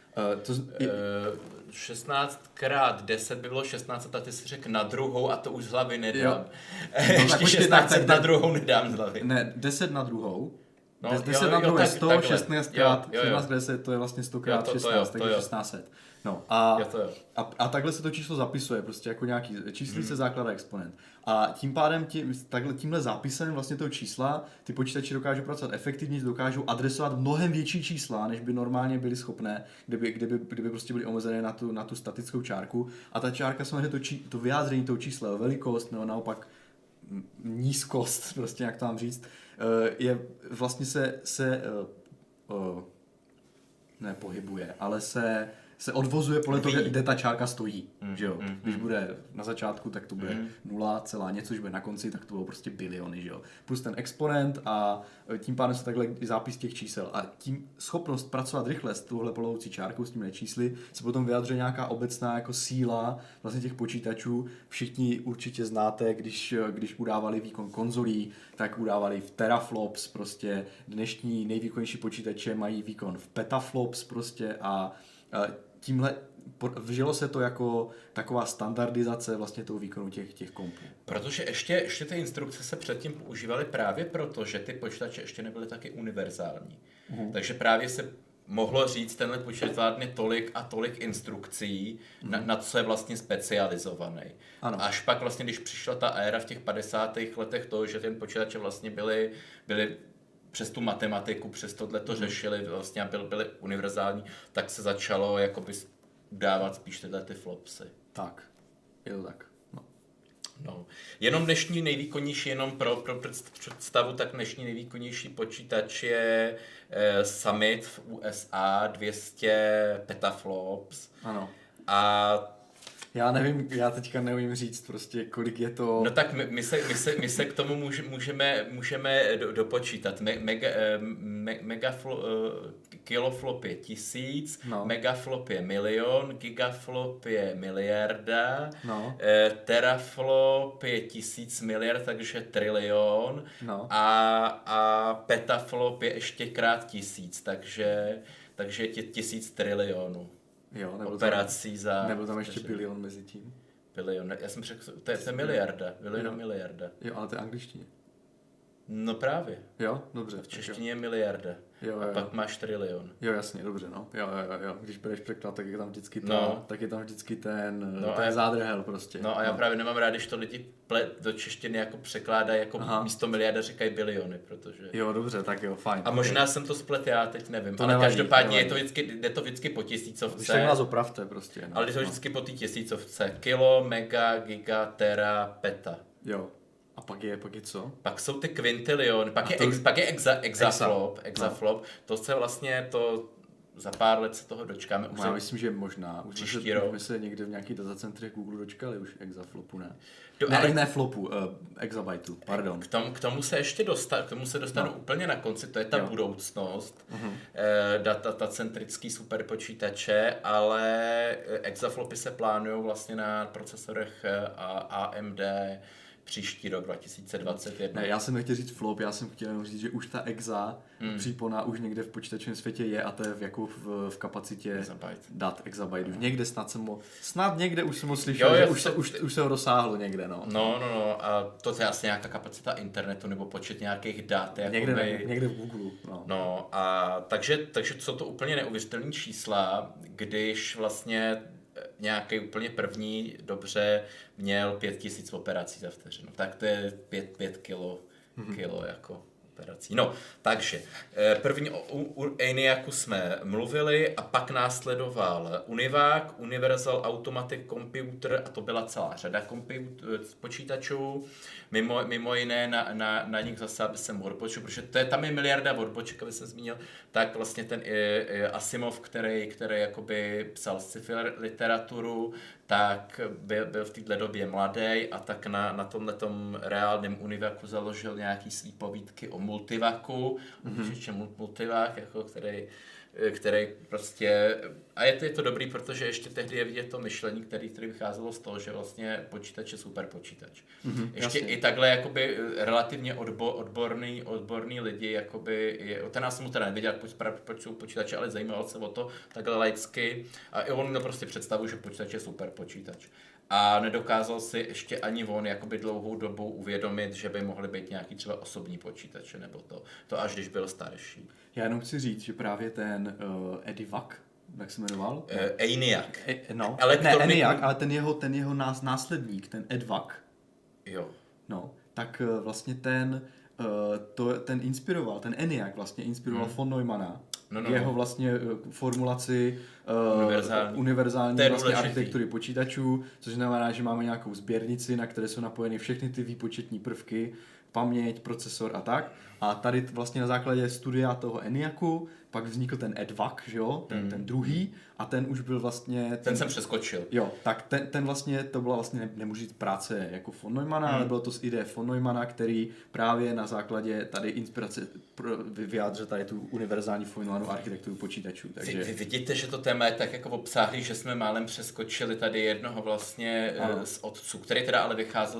Speaker 2: 16 krát 10 by bylo 16 a ty si řekl na druhou a to už z hlavy nedám. Ještě 16 na druhou nedám z hlavy.
Speaker 1: Ne, 10 na druhou. 10 na druhou je 100, 16 krát 10, to je vlastně 100 krát 16, takže 1600. No a takhle se to číslo zapisuje, prostě jako nějaký číslice, základ a exponent. A tím pádem tímhle zápisem vlastně toho čísla ty počítače dokážou pracovat efektivně, dokážou adresovat mnohem větší čísla, než by normálně byly schopné, kdyby prostě byly omezené na tu statickou čárku. A ta čárka samozřejmě to vyjádření toho čísla, velikost nebo naopak nízkost, prostě jak to mám říct, je vlastně se nepohybuje, ale se odvozuje podle toho, kde ta čárka stojí. Že jo? Když bude na začátku, tak to bude 0, něco, když bude na konci, tak to budou prostě biliony. Že jo? Plus ten exponent a tím pádem se takhle zápis těch čísel. A tím schopnost pracovat rychle s touhle plovoucí čárkou, s těmi čísly, se potom vyjadřuje nějaká obecná jako síla vlastně těch počítačů. Všichni určitě znáte, když udávali výkon konzolí, tak udávali v teraflops, prostě dnešní nejvýkonnější počítače mají výkon v petaflops prostě a tímhle vžilo se to jako taková standardizace vlastně toho výkonu těch kompů.
Speaker 2: Protože ještě ty instrukce se předtím používaly právě proto, že ty počítače ještě nebyly taky univerzální. Takže právě se mohlo říct, tenhle počítač zvládne tolik a tolik instrukcí, na co je vlastně specializovaný. Ano. Až pak vlastně, když přišla ta éra v těch 50. letech toho, že ten počítače vlastně byly přes tu matematiku, přes tohle to řešili vlastně a byly univerzální, tak se začalo jakoby dávat spíš tyhle ty flopsy.
Speaker 1: Tak, je to tak.
Speaker 2: No. Jenom dnešní nejvýkonnější, jenom pro představu, tak dnešní nejvýkonnější počítač je Summit v USA, 200 petaflops.
Speaker 1: Ano.
Speaker 2: A
Speaker 1: já nevím, já teďka neumím říct prostě, kolik je to...
Speaker 2: No tak my se k tomu můžeme dopočítat. Kiloflop je 1000, megaflop je 1 000 000, gigaflop je 1 miliarda, teraflop je 1000 miliard, takže trilion, a petaflop je ještě krát 1000, takže je 1000 trilionů.
Speaker 1: Jo, nebo tam ještě bilion mezi tím.
Speaker 2: Bilion, já jsem řekl, to je miliarda, miliarda.
Speaker 1: Jo, ale to je angličtině.
Speaker 2: No právě.
Speaker 1: Jo, dobře.
Speaker 2: V češtině je miliarda.
Speaker 1: Jo.
Speaker 2: A pak máš trilion.
Speaker 1: Jo, jasně, dobře, no. Jo. Když bereš překlad, tak je tam vždycky ten zádrhel prostě.
Speaker 2: No a já právě nemám rád, když to lidi do češtiny jako překládají, jako místo miliarda říkají biliony, protože...
Speaker 1: Jo, dobře, tak jo, fajn.
Speaker 2: A možná jsem to splet, já teď nevím. Ale každopádně jde to vždycky po tisícovce.
Speaker 1: Když tak nás opravte prostě. No.
Speaker 2: Ale jde to vždycky po té tisícovce. Kilo, mega, giga, tera, peta.
Speaker 1: Jo. A pak je co?
Speaker 2: Pak jsou ty kvintiliony, pak je exaflop, to se vlastně za pár let se toho dočkáme.
Speaker 1: Já myslím, že možná. Už jsme se někde v nějakých datacentrech Google dočkali už exaflopu, ne? Ne flopu, exabajtu, pardon.
Speaker 2: K tomu se ještě dostanu úplně na konci, to je ta budoucnost, datacentrický superpočítače, ale exaflopy se plánují vlastně na procesorech AMD příští rok 2021.
Speaker 1: Ne, já jsem nechtěl říct flop, já jsem chtěl říct, že už ta exa přípona už někde v počítačovém světě je a to je jako v kapacitě dat exabajtů. Někde snad někde už jsem ho slyšel, že už se ho dosáhlo někde, no.
Speaker 2: No, a to je asi nějaká kapacita internetu nebo počet nějakých dat.
Speaker 1: Někde v Google, no.
Speaker 2: No, a takže jsou to úplně neuvěřitelné čísla, když vlastně nějaký úplně první dobře měl 5000 operací za vteřinu. Tak to je 5 kilo jako operací. No, takže první o ENIACu jsme mluvili a pak následoval Univac, Universal Automatic Computer, a to byla celá řada počítačů. Mimo jiné na nich zase, aby jsem workbočil, protože tam je miliarda workboček, aby jsem zmínil, tak vlastně ten Asimov, který jakoby psal sci-fi literaturu, tak byl v této době mladý a tak na tomhletom reálném Univacu založil nějaký svý povídky o multivaku, multivak, jako který prostě, a je to dobrý, protože ještě tehdy je vidět to myšlení, který vycházelo z toho, že vlastně počítač je super počítač. Ještě i takhle jakoby relativně odborný lidi, jakoby, ten nás mu teda nevěděl, proč jsou počítače, ale zajímal se o to takhle laicky a i on měl prostě představu, že počítač je super počítač. A nedokázal si ještě ani on jakoby dlouhou dobu uvědomit, že by mohly být nějaký třeba osobní počítače nebo to až když byl starší.
Speaker 1: Já jenom chci říct, že právě ten Edivac, jak se jmenoval?
Speaker 2: ENIAC.
Speaker 1: ENIAC, ale ten jeho následník, ten Edvac.
Speaker 2: Jo.
Speaker 1: No, tak vlastně ten inspiroval, ten ENIAC vlastně inspiroval von Neumanna. Jeho vlastně formulaci univerzální vlastně architektury počítačů, což znamená, že máme nějakou sběrnici, na které jsou napojeny všechny ty výpočetní prvky, paměť, procesor a tak. A tady vlastně na základě studia toho ENIACu pak vznikl ten Edvac, že jo, ten druhý, a ten už byl vlastně...
Speaker 2: Ten jsem přeskočil.
Speaker 1: Jo, tak ten vlastně, to byla vlastně, nemůžu říct práce jako von Neumanna, ale bylo to z ideje von Neumanna, který právě na základě tady inspirace vyjádřil tady tu univerzální von Neumannu architekturu počítačů. Takže...
Speaker 2: Vy vidíte, že to téma je tak jako obsáhlý, že jsme málem přeskočili tady jednoho vlastně z otců, který teda ale vycházel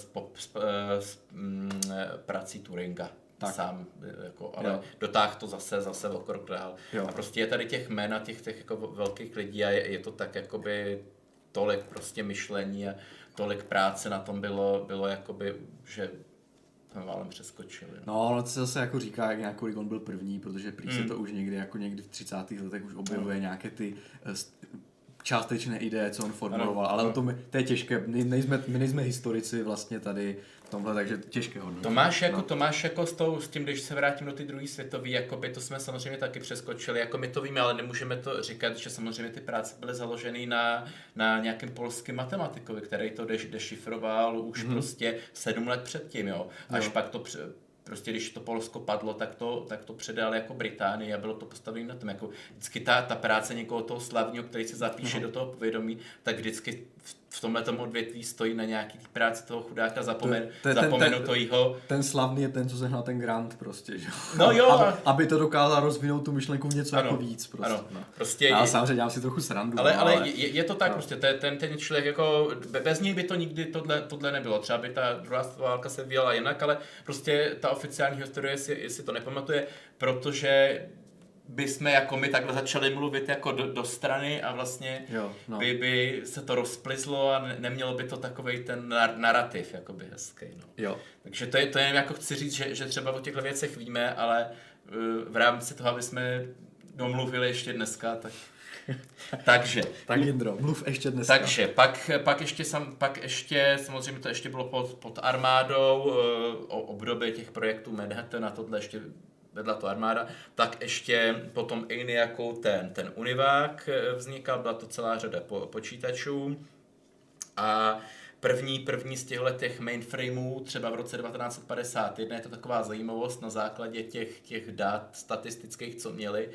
Speaker 2: z prací Turinga. Tak. Sám, jako, ale dotáhl to zase o krok dál. A prostě je tady těch jmen a těch jako velkých lidí a je to tak jakoby tolik prostě myšlení a tolik práce na tom bylo jakoby, že jsme málem přeskočili.
Speaker 1: No, ale to se zase jako říká, jak nějakolik on byl první, protože prý se to už někdy v 30. letech už objevuje nějaké ty částečné ideje, co on formuloval, ale to je těžké, my nejsme historici vlastně tady v tomhle, takže těžké hodnotit.
Speaker 2: To máš jako s tím, když se vrátím do ty druhé světové, jakoby to jsme samozřejmě taky přeskočili, jako my to víme, ale nemůžeme to říkat, že samozřejmě ty práce byly založeny na nějakém polském matematikovi, který to dešifroval už prostě 7 let předtím, jo. Až pak to prostě když to Polsko padlo, tak to předal jako Británii a bylo to postavené na tom. Jako vždycky ta práce někoho toho slavního, který se zapíše do toho povědomí, tak vždycky v tomhletom odvětví stojí na nějaký práci toho chudáka, zapomenu to jeho.
Speaker 1: Ten slavný je ten, co sehnal ten grant prostě, že?
Speaker 2: No jo.
Speaker 1: Aby to dokázal rozvinout tu myšlenku něco jako víc prostě.
Speaker 2: Ano, prostě
Speaker 1: já samozřejmě dělám si trochu srandu.
Speaker 2: Ale je to tak prostě, ten člověk jako, bez něj by to nikdy tohle nebylo. Třeba by ta druhá světová válka se vyjela jinak, ale prostě ta oficiální historie si to nepamatuje, protože bychom jako my takhle začali mluvit jako do strany a vlastně by se to rozplizlo a nemělo by to takovej ten narrativ jakoby hezký. No.
Speaker 1: Jo.
Speaker 2: Takže to je jako chci říct, že třeba o těchto věcech víme, ale v rámci toho, aby jsme domluvili ještě dneska, takže.
Speaker 1: Tak Jindro, mluv ještě dneska.
Speaker 2: Takže, pak ještě samozřejmě to ještě bylo pod armádou, období těch projektů Manhattan a tohle ještě vedla to armáda, tak ještě potom ENIACu ten univák vznikal, byla to celá řada počítačů a první z těch mainframeů, třeba v roce 1951, je to taková zajímavost na základě těch dat statistických, co měli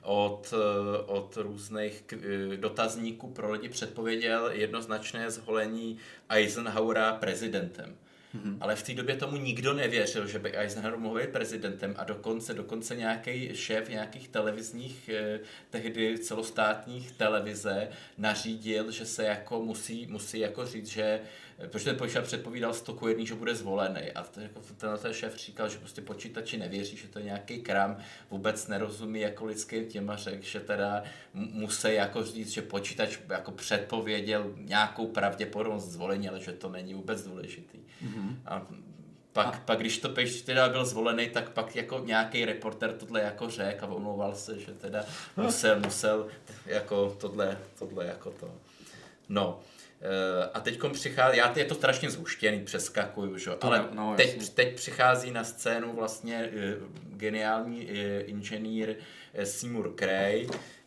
Speaker 2: od různých dotazníků pro lidi, předpověděl jednoznačné zvolení Eisenhowera prezidentem. Ale v té době tomu nikdo nevěřil, že by Eisenhower mohl být prezidentem a dokonce nějaký šéf nějakých televizních, tehdy celostátních televize nařídil, že se jako musí jako říct, že protože ten počítač předpovídal 100:1, že bude zvolený a tenhle šéf říkal, že prostě počítači nevěří, že to je nějaký krám, vůbec nerozumí jako lidským těm a řekl, že teda musí jako říct, že počítač jako předpověděl nějakou pravděpodobnost zvolení, ale že to není vůbec důležitý. A pak když to pejš teda byl zvolený, tak pak jako nějaký reporter tohle jako řekl a omlouval se, že teda musel jako tohle jako to. No. A teďkom přichází, je to strašně zhuštěný, přeskakuju, že? Ale teď přichází na scénu vlastně geniální inženýr Seymour Cray,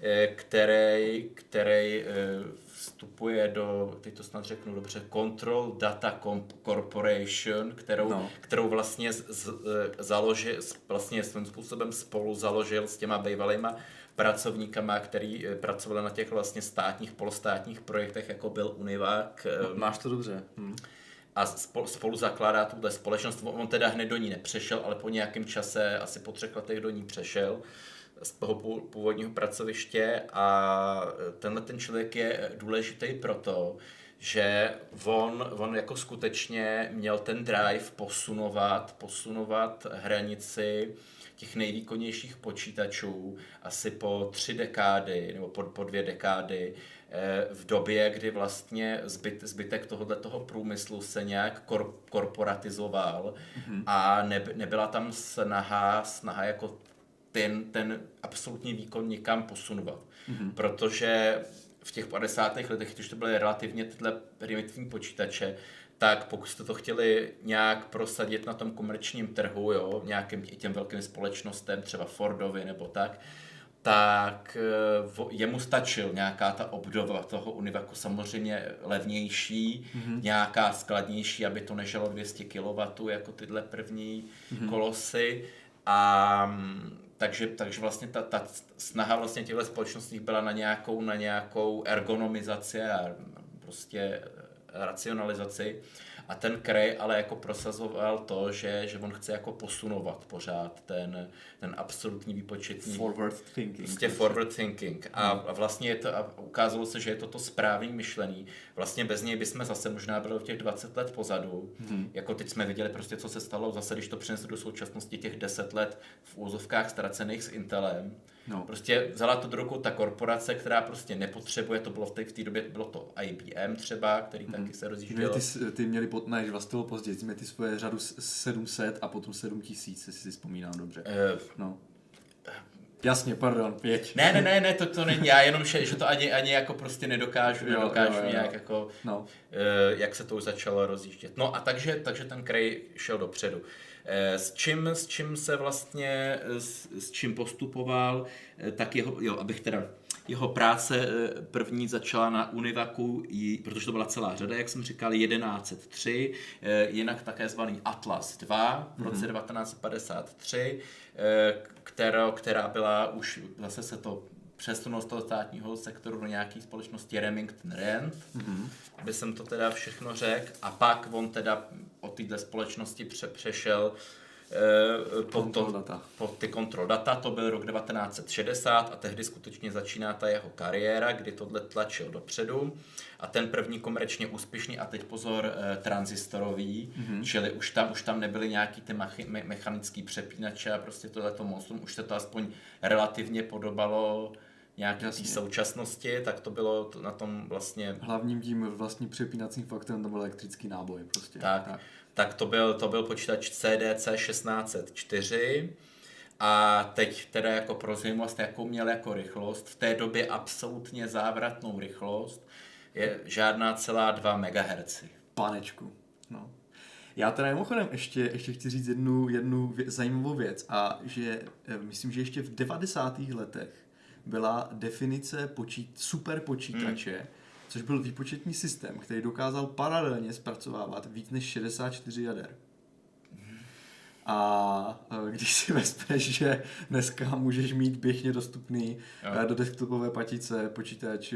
Speaker 2: který vstupuje do, teď to snad řeknu dobře, Control Data Corporation, kterou vlastně vlastně svým způsobem spolu založil s těma bývalýma pracovníkama, který pracovali na těch vlastně státních, polostátních projektech, jako byl Univák.
Speaker 1: Máš to dobře.
Speaker 2: A spolu zakládá tuhle společnost. On teda hned do ní nepřešel, ale po nějakém čase, asi po 3 letech do ní přešel z toho původního pracoviště a ten člověk je důležitý proto, že on jako skutečně měl ten drive posunovat hranici těch nejvýkonnějších počítačů asi po 3 dekády nebo po 2 dekády v době, kdy vlastně zbytek tohoto průmyslu se nějak korporatizoval a nebyla tam snaha jako ten absolutní výkon někam posunovat. Protože v těch 50. letech, když to byly relativně tyhle primitivní počítače, tak pokud jste to chtěli nějak prosadit na tom komerčním trhu, jo, nějakým těm velkým společnostem, třeba Fordovi nebo tak jemu stačil nějaká ta obdoba toho Univacu, samozřejmě levnější, nějaká skladnější, aby to nežalo 200 kW jako tyhle první kolosy. A takže vlastně ta snaha vlastně těchto společností byla na nějakou ergonomizaci a prostě racionalizaci. A ten Cray ale jako prosazoval to, že on chce jako posunovat pořád ten absolutní výpočetní
Speaker 1: forward thinking.
Speaker 2: Prostě forward thinking. A vlastně ukázalo se, že je to správný myšlení. Vlastně bez něj bychom zase možná byli v těch 20 let pozadu. Jako teď jsme viděli prostě, co se stalo zase, když to přinesli do současnosti těch 10 let v úzovkách ztracených s Intelem. Prostě vzala to do rukou ta korporace, která prostě nepotřebuje, to bylo v té době, bylo to IBM třeba, který taky se rozjížděl.
Speaker 1: Ty měli, vlastně bylo později, měli ty svoje řadu 700 a potom 7000, jestli si vzpomínám dobře. Jasně, pardon, jeď.
Speaker 2: Ne, to není já, jenom, že to ani jako prostě nedokážu nějak jako,
Speaker 1: no.
Speaker 2: Jak se to už začalo rozjíždět. No a takže ten kraj šel dopředu. S čím se vlastně, s čím postupoval, tak jeho práce první začala na Univacu, protože to byla celá řada, jak jsem říkal, 1103, jinak také zvaný Atlas 2 v roce 1953, která byla už, zase se to přesunulo z toho státního sektoru do nějaké společnosti Remington Rand, aby jsem to teda všechno řekl, a pak on teda od této společnosti přešel pod ty Control Data, to byl rok 1960 a tehdy skutečně začíná ta jeho kariéra, kdy tohle tlačil dopředu a ten první komerčně úspěšný a teď pozor transistorový, čili už tam nebyly nějaký ty mechanický přepínače a prostě tohleto monstrum, už se to aspoň relativně podobalo nějaký té současnosti, tak to bylo na tom vlastně...
Speaker 1: Hlavním tím vlastním přepínacím faktorem to byl elektrický náboj prostě.
Speaker 2: Tak to byl počítač CDC 1604 a teď teda jako pro zajímavost, jakou měl jako rychlost, v té době absolutně závratnou rychlost, je žádná celá 2 MHz.
Speaker 1: Panečku, no. Já teda mimochodem ještě chci říct jednu zajímavou věc a že myslím, že ještě v 90. letech byla definice super počítače, což byl výpočetní systém, který dokázal paralelně zpracovávat víc než 64 jader. A když si vezmeš, že dneska můžeš mít běžně dostupný do desktopové patice počítač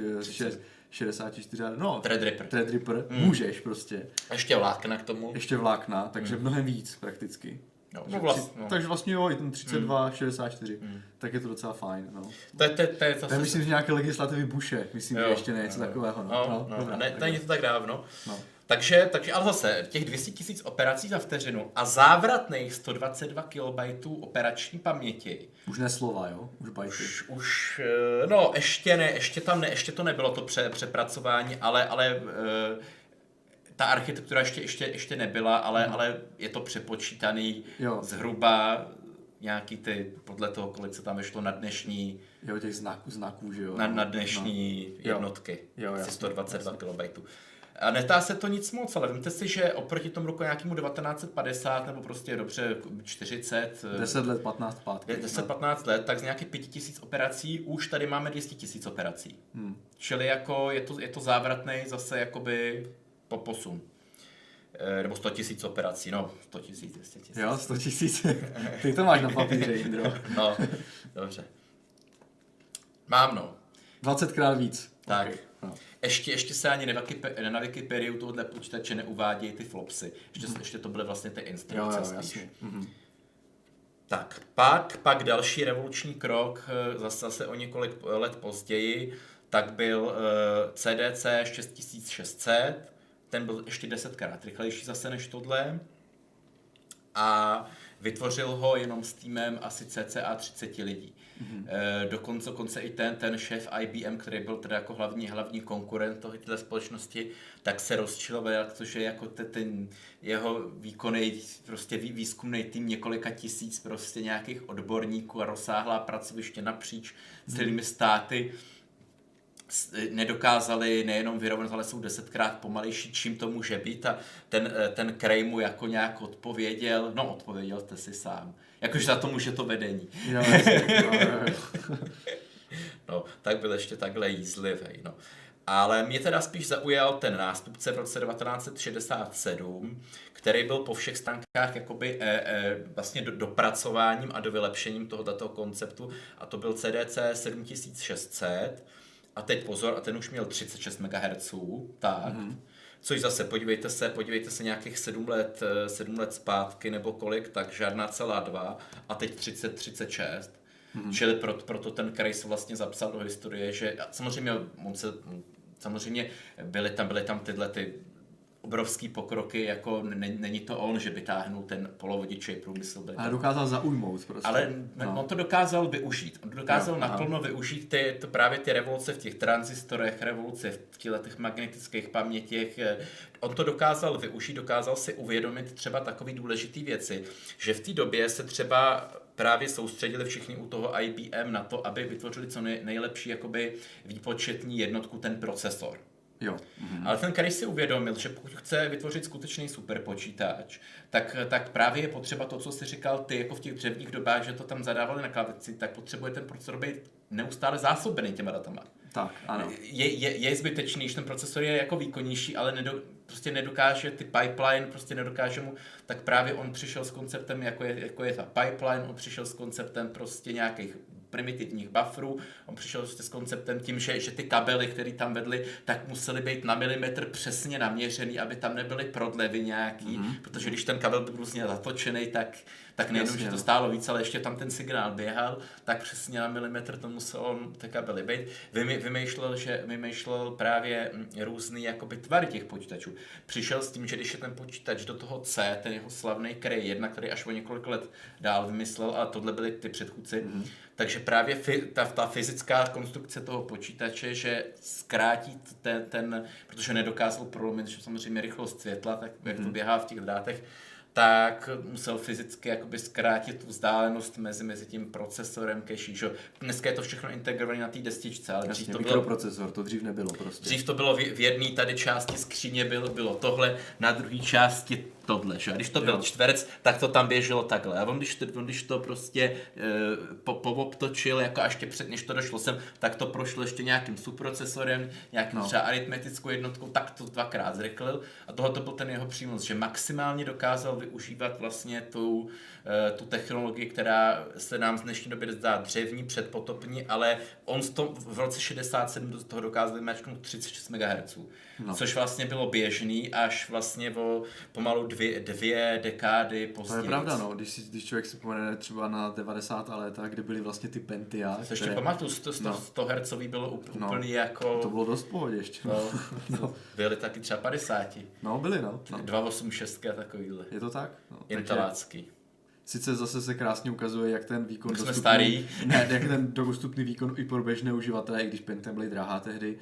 Speaker 1: 64 jader, no, Threadripper, můžeš prostě.
Speaker 2: Ještě vlákna k tomu.
Speaker 1: Ještě vlákna, takže mnohem víc prakticky. Takže vlastně jo, i ten 32, 64, tak je to docela fajn. No. To je myslím, že nějaké legislativy Bushe, myslím, že ještě něco takového.
Speaker 2: Není to tak dávno. No. Takže, ale zase těch 200 000 operací za vteřinu a závratných 122 KB operační paměti.
Speaker 1: Už ne slova, jo? Už bajty.
Speaker 2: No, ještě to nebylo to přepracování, ale ta architektura ještě nebyla, ale je to přepočítaný zhruba nějaký ty, podle toho, kolik se tam vyšlo na dnešní...
Speaker 1: Jo, těch znaků, že jo.
Speaker 2: Na dnešní jednotky. Asi 122 KB. A netá se to nic moc, ale vemte si, že oproti tomu roku nějakému 1950, nebo prostě dobře 40...
Speaker 1: 10 let, 15 zpátky.
Speaker 2: 10-15 let, tak z nějakých 5000 operací už tady máme 200 000 operací. Čili jako je to závratný zase jakoby posun. Nebo 100 000 operací, no 100 000, 200 000.
Speaker 1: Jo, 100 000. Ty to máš na papíře, Jindro.
Speaker 2: No, dobře. Mám, no.
Speaker 1: 20krát víc.
Speaker 2: Tak. Okay. No. Ještě se ani na Wikipedii tohohle počítače neuvádějí ty flopsy. Ještě to byly vlastně ty instrukce spíš. Tak, pak další revoluční krok, zase o několik let později, tak byl CDC 6600, ten byl ještě 10krát rychlejší zase než tohle a vytvořil ho jenom s týmem asi cca 30 lidí. Dokonce i ten šéf IBM, který byl teda jako hlavní konkurent tohoto společnosti, tak se rozčiloval, protože jako ten jeho výkonný prostě výzkumný tým několika tisíc prostě nějakých odborníků a rozsáhlá pracoviště napříč celými státy nedokázali nejenom vyrovnat, ale jsou 10krát pomalejší, čím to může být a ten Cray mu jako nějak odpověděl jste si sám. Jakože za to může to vedení. No, tak byl ještě takhle jízlivý, no. Ale mě teda spíš zaujal ten nástupce v roce 1967, který byl po všech stránkách jakoby vlastně dopracováním a dovylepšením tohoto konceptu a to byl CDC 7600 a teď pozor, a ten už měl 36 MHz, tak. Což zase, podívejte se nějakých 7 let zpátky nebo kolik, tak žádná celá 2 a teď 36. Čili proto ten Cray se vlastně zapsal do historie, že samozřejmě byly tam tyhle ty obrovský pokroky, jako není to on, že by táhnul ten polovodičej průmysl.
Speaker 1: Ale dokázal zaujmout prostě.
Speaker 2: Ale on to dokázal využít. On dokázal naplno využít právě ty revoluce v těch tranzistorech, revoluce v těch magnetických pamětích. On to dokázal využít, dokázal si uvědomit třeba takové důležité věci, že v té době se třeba právě soustředili všichni u toho IBM na to, aby vytvořili co nejlepší jakoby výpočetní jednotku, ten procesor.
Speaker 1: Jo.
Speaker 2: Ale ten Curry si uvědomil, že pokud chce vytvořit skutečný superpočítač, tak právě je potřeba to, co jsi říkal ty, jako v těch dřevních dobách, že to tam zadávali na klávesnici, tak potřebuje ten procesor být neustále zásobený těma datama.
Speaker 1: Tak, ano.
Speaker 2: Je zbytečný, že ten procesor je jako výkonnější, ale prostě nedokáže ty pipeline, prostě nedokáže mu, tak právě on přišel s konceptem, jako je ta pipeline, on přišel s konceptem prostě nějakých primitivních bufferů, on přišel prostě s konceptem tím, že ty kabely, které tam vedly, tak musely být na milimetr přesně naměřený, aby tam nebyly prodlevy nějaký, protože když ten kabel byl různě zatočený, tak nejenom, že to stálo víc, ale ještě tam ten signál běhal, tak přesně na milimetr to muselo ty kabely být. Vymýšlel právě různý jakoby tvary těch počítačů. Přišel s tím, že když je ten počítač do toho C, ten jeho slavný Cray 1, který až o několik let dál vymyslel, a tohle byly ty předchůdci, takže právě ta fyzická konstrukce toho počítače, že zkrátí ten, protože nedokázal prolomit, že samozřejmě rychlost světla, tak jak to běhá v těch drátech, tak musel fyzicky jakoby zkrátit tu vzdálenost mezi tím procesorem, cache, že dneska je to všechno integrované na té destičce, ale
Speaker 1: jasně, mikroprocesor, to dřív nebylo prostě. Dřív
Speaker 2: to bylo v jedné tady části skříně bylo tohle, na druhé části tohle, že? A když to byl čtverec, tak to tam běželo takhle. A on když to prostě poobtočil, jako až před, než to došlo sem, tak to prošlo ještě nějakým subprocesorem, nějakým třeba aritmetickou jednotkou, tak to dvakrát zrychlil. A tohle byl ten jeho přínos, že maximálně dokázal využívat vlastně tu technologii, která se nám v dnešní době zdá dřevní, předpotopní, ale on v roce 67 do toho dokázal vymačknout 36 MHz. Což vlastně bylo běžný až vlastně o pomalu dvě dekády později.
Speaker 1: To je pravda, no. Když člověk si pomene třeba na 90. léta, kdy byly vlastně ty Pentia.
Speaker 2: To ještě pamatuju, 100 Hz bylo úplný jako...
Speaker 1: To bylo dost v pohodě ještě.
Speaker 2: Byly taky třeba 50.
Speaker 1: No, byly, no.
Speaker 2: 286 a takovýhle.
Speaker 1: Je to tak? No,
Speaker 2: Intelácký.
Speaker 1: Sice zase se krásně ukazuje, jak ten výkon
Speaker 2: dostupný... Jsme starý.
Speaker 1: Ne, jak ten dostupný výkon i pro běžné uživatele, i když Pentium byly drahá tehdy.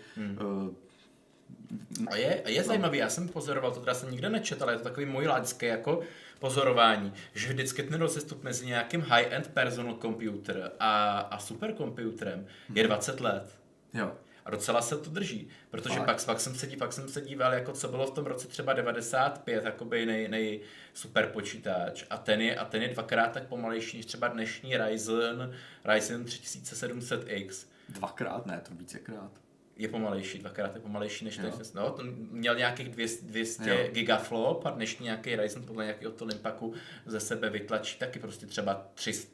Speaker 2: A je zajímavý, já jsem pozoroval, to teda jsem nikde nečetl, ale je to takový můj laické jako pozorování, že vždycky ten rozestup mezi nějakým high-end personal computer a superkomputerem je 20 let.
Speaker 1: Jo.
Speaker 2: A docela se to drží, protože pak jsem se díval, jako co bylo v tom roce třeba 95, jakoby super počítač. A ten je dvakrát tak pomalejší než třeba dnešní Ryzen 3700X.
Speaker 1: Dvakrát? Ne, to vícekrát.
Speaker 2: Je pomalejší, dvakrát je pomalejší než ten. No, to měl nějakých 200 gigaflop a dnešní nějaký Ryzen podle nějakého Tolimpaku ze sebe vytlačí taky prostě třeba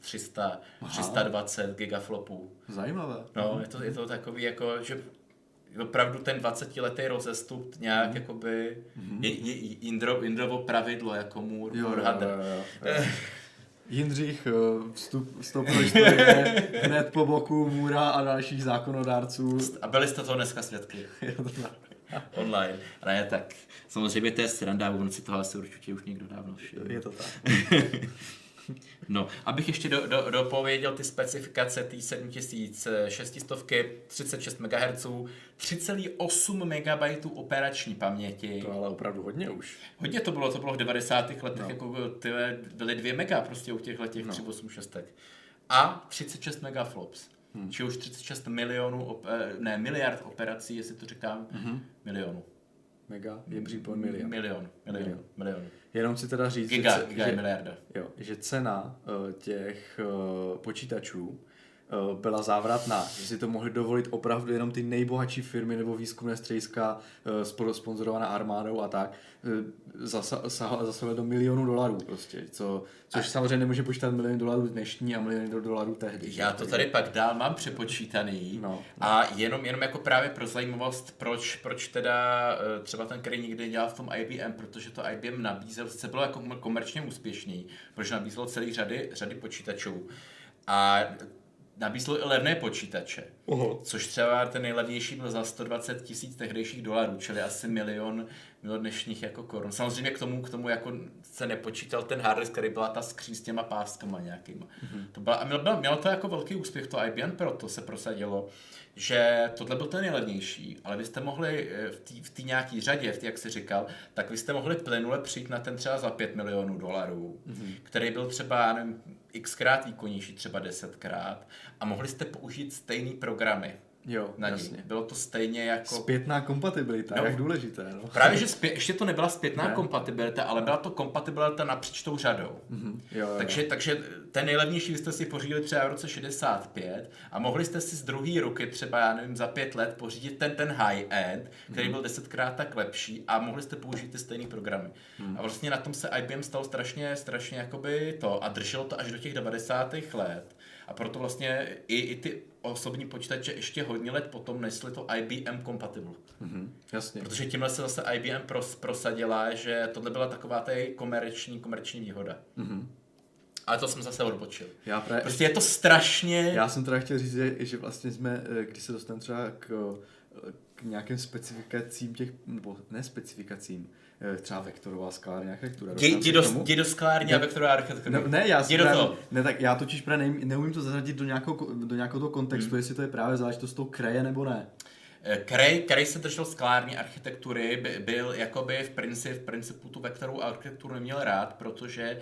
Speaker 2: 320 gigaflopů.
Speaker 1: Zajímavé.
Speaker 2: No, je to takový jako, že opravdu ten 20letý rozestup nějak jakoby Jindrovo pravidlo jako můr hadr.
Speaker 1: Jindřich vstoupil do historie hned po boku Můra a dalších zákonodárců.
Speaker 2: A byli jste toho dneska svědky. Online. A ne, tak samozřejmě to je sranda, on si toho asi určitě už někdo dávno šel.
Speaker 1: Je to tak.
Speaker 2: No, abych ještě dopověděl ty specifikace té 7600, 36 MHz, 3,8 MB operační paměti.
Speaker 1: To ale opravdu hodně už.
Speaker 2: Hodně to bylo v 90. letech, jako byly 2 mega prostě u těchto 386. A 36 megaflops. Či už 36 miliard operací, jestli to říkám, milionů.
Speaker 1: Mega je přípon milion.
Speaker 2: Milion.
Speaker 1: Jenom si teda říct,
Speaker 2: Giga je miliarda.
Speaker 1: Jo, že cena těch počítačů byla závratná, že si to mohli dovolit opravdu jenom ty nejbohatší firmy nebo výzkumné střediska sponzorované armádou a tak, zasahuje do $1 milionu prostě, což samozřejmě nemůže počítat $1 milion dnešní a $1 milion tehdy.
Speaker 2: Já to tady pak dál mám přepočítaný a jenom jako právě pro zajímavost, proč teda třeba ten, který nikdy dělal v tom IBM, protože to IBM nabízel, sice bylo jako komerčně úspěšný, protože nabízelo celý řady počítačů a nabízelo i levné počítače, což třeba ten nejlevnější byl za 120 000 tehdejších dolarů, čili asi milion dnešních jako korun. Samozřejmě k tomu jako se nepočítal ten hard disk, který byla ta skříň s těma páskama nějakýma. To byla, a mělo to jako velký úspěch, to IBM proto se prosadilo, že tohle byl ten nejlevnější, ale vy jste mohli v té nějaký řadě, jak jsi říkal, tak vy jste mohli plynule přijít na ten třeba za $5 milionů, který byl třeba, nevím, xkrát výkonnější, třeba 10krát a mohli jste použít stejný programy.
Speaker 1: Jo,
Speaker 2: na ní.
Speaker 1: jasně.
Speaker 2: Bylo to stejně jako...
Speaker 1: Zpětná kompatibilita, jak důležité. No.
Speaker 2: Právě, že ještě to nebyla zpětná kompatibilita, ale byla to kompatibilita napříč tou řadou.
Speaker 1: Jo.
Speaker 2: Takže ten nejlevnější jste si pořídili třeba v roce 65 a mohli jste si z druhé ruky třeba, já nevím, za 5 let pořídit ten high-end, který byl 10krát tak lepší a mohli jste použít ty stejné programy. A vlastně na tom se IBM stalo strašně jakoby to a drželo to až do těch 90. let. A proto vlastně i ty osobní počítače ještě hodně let potom nesly to IBM compatible.
Speaker 1: Jasně.
Speaker 2: Protože tímhle se zase IBM prosadila, že tohle byla taková ta komerční výhoda. Ale to jsem zase odbočil. Prostě je to strašně...
Speaker 1: Já jsem teda chtěl říct, že vlastně jsme, když se dostaneme třeba k nějakým specifikacím těch, nebo ne specifikacím, třeba vektorová skalární architektura.
Speaker 2: Jdi do skalární a vektorová architektura.
Speaker 1: Tak já totiž neumím to zařadit do nějakého toho kontextu, jestli to je právě záležitost toho kraje nebo ne.
Speaker 2: Cray se držel skalární architektury, byl jakoby v principu tu vektorovou architekturu neměl rád, protože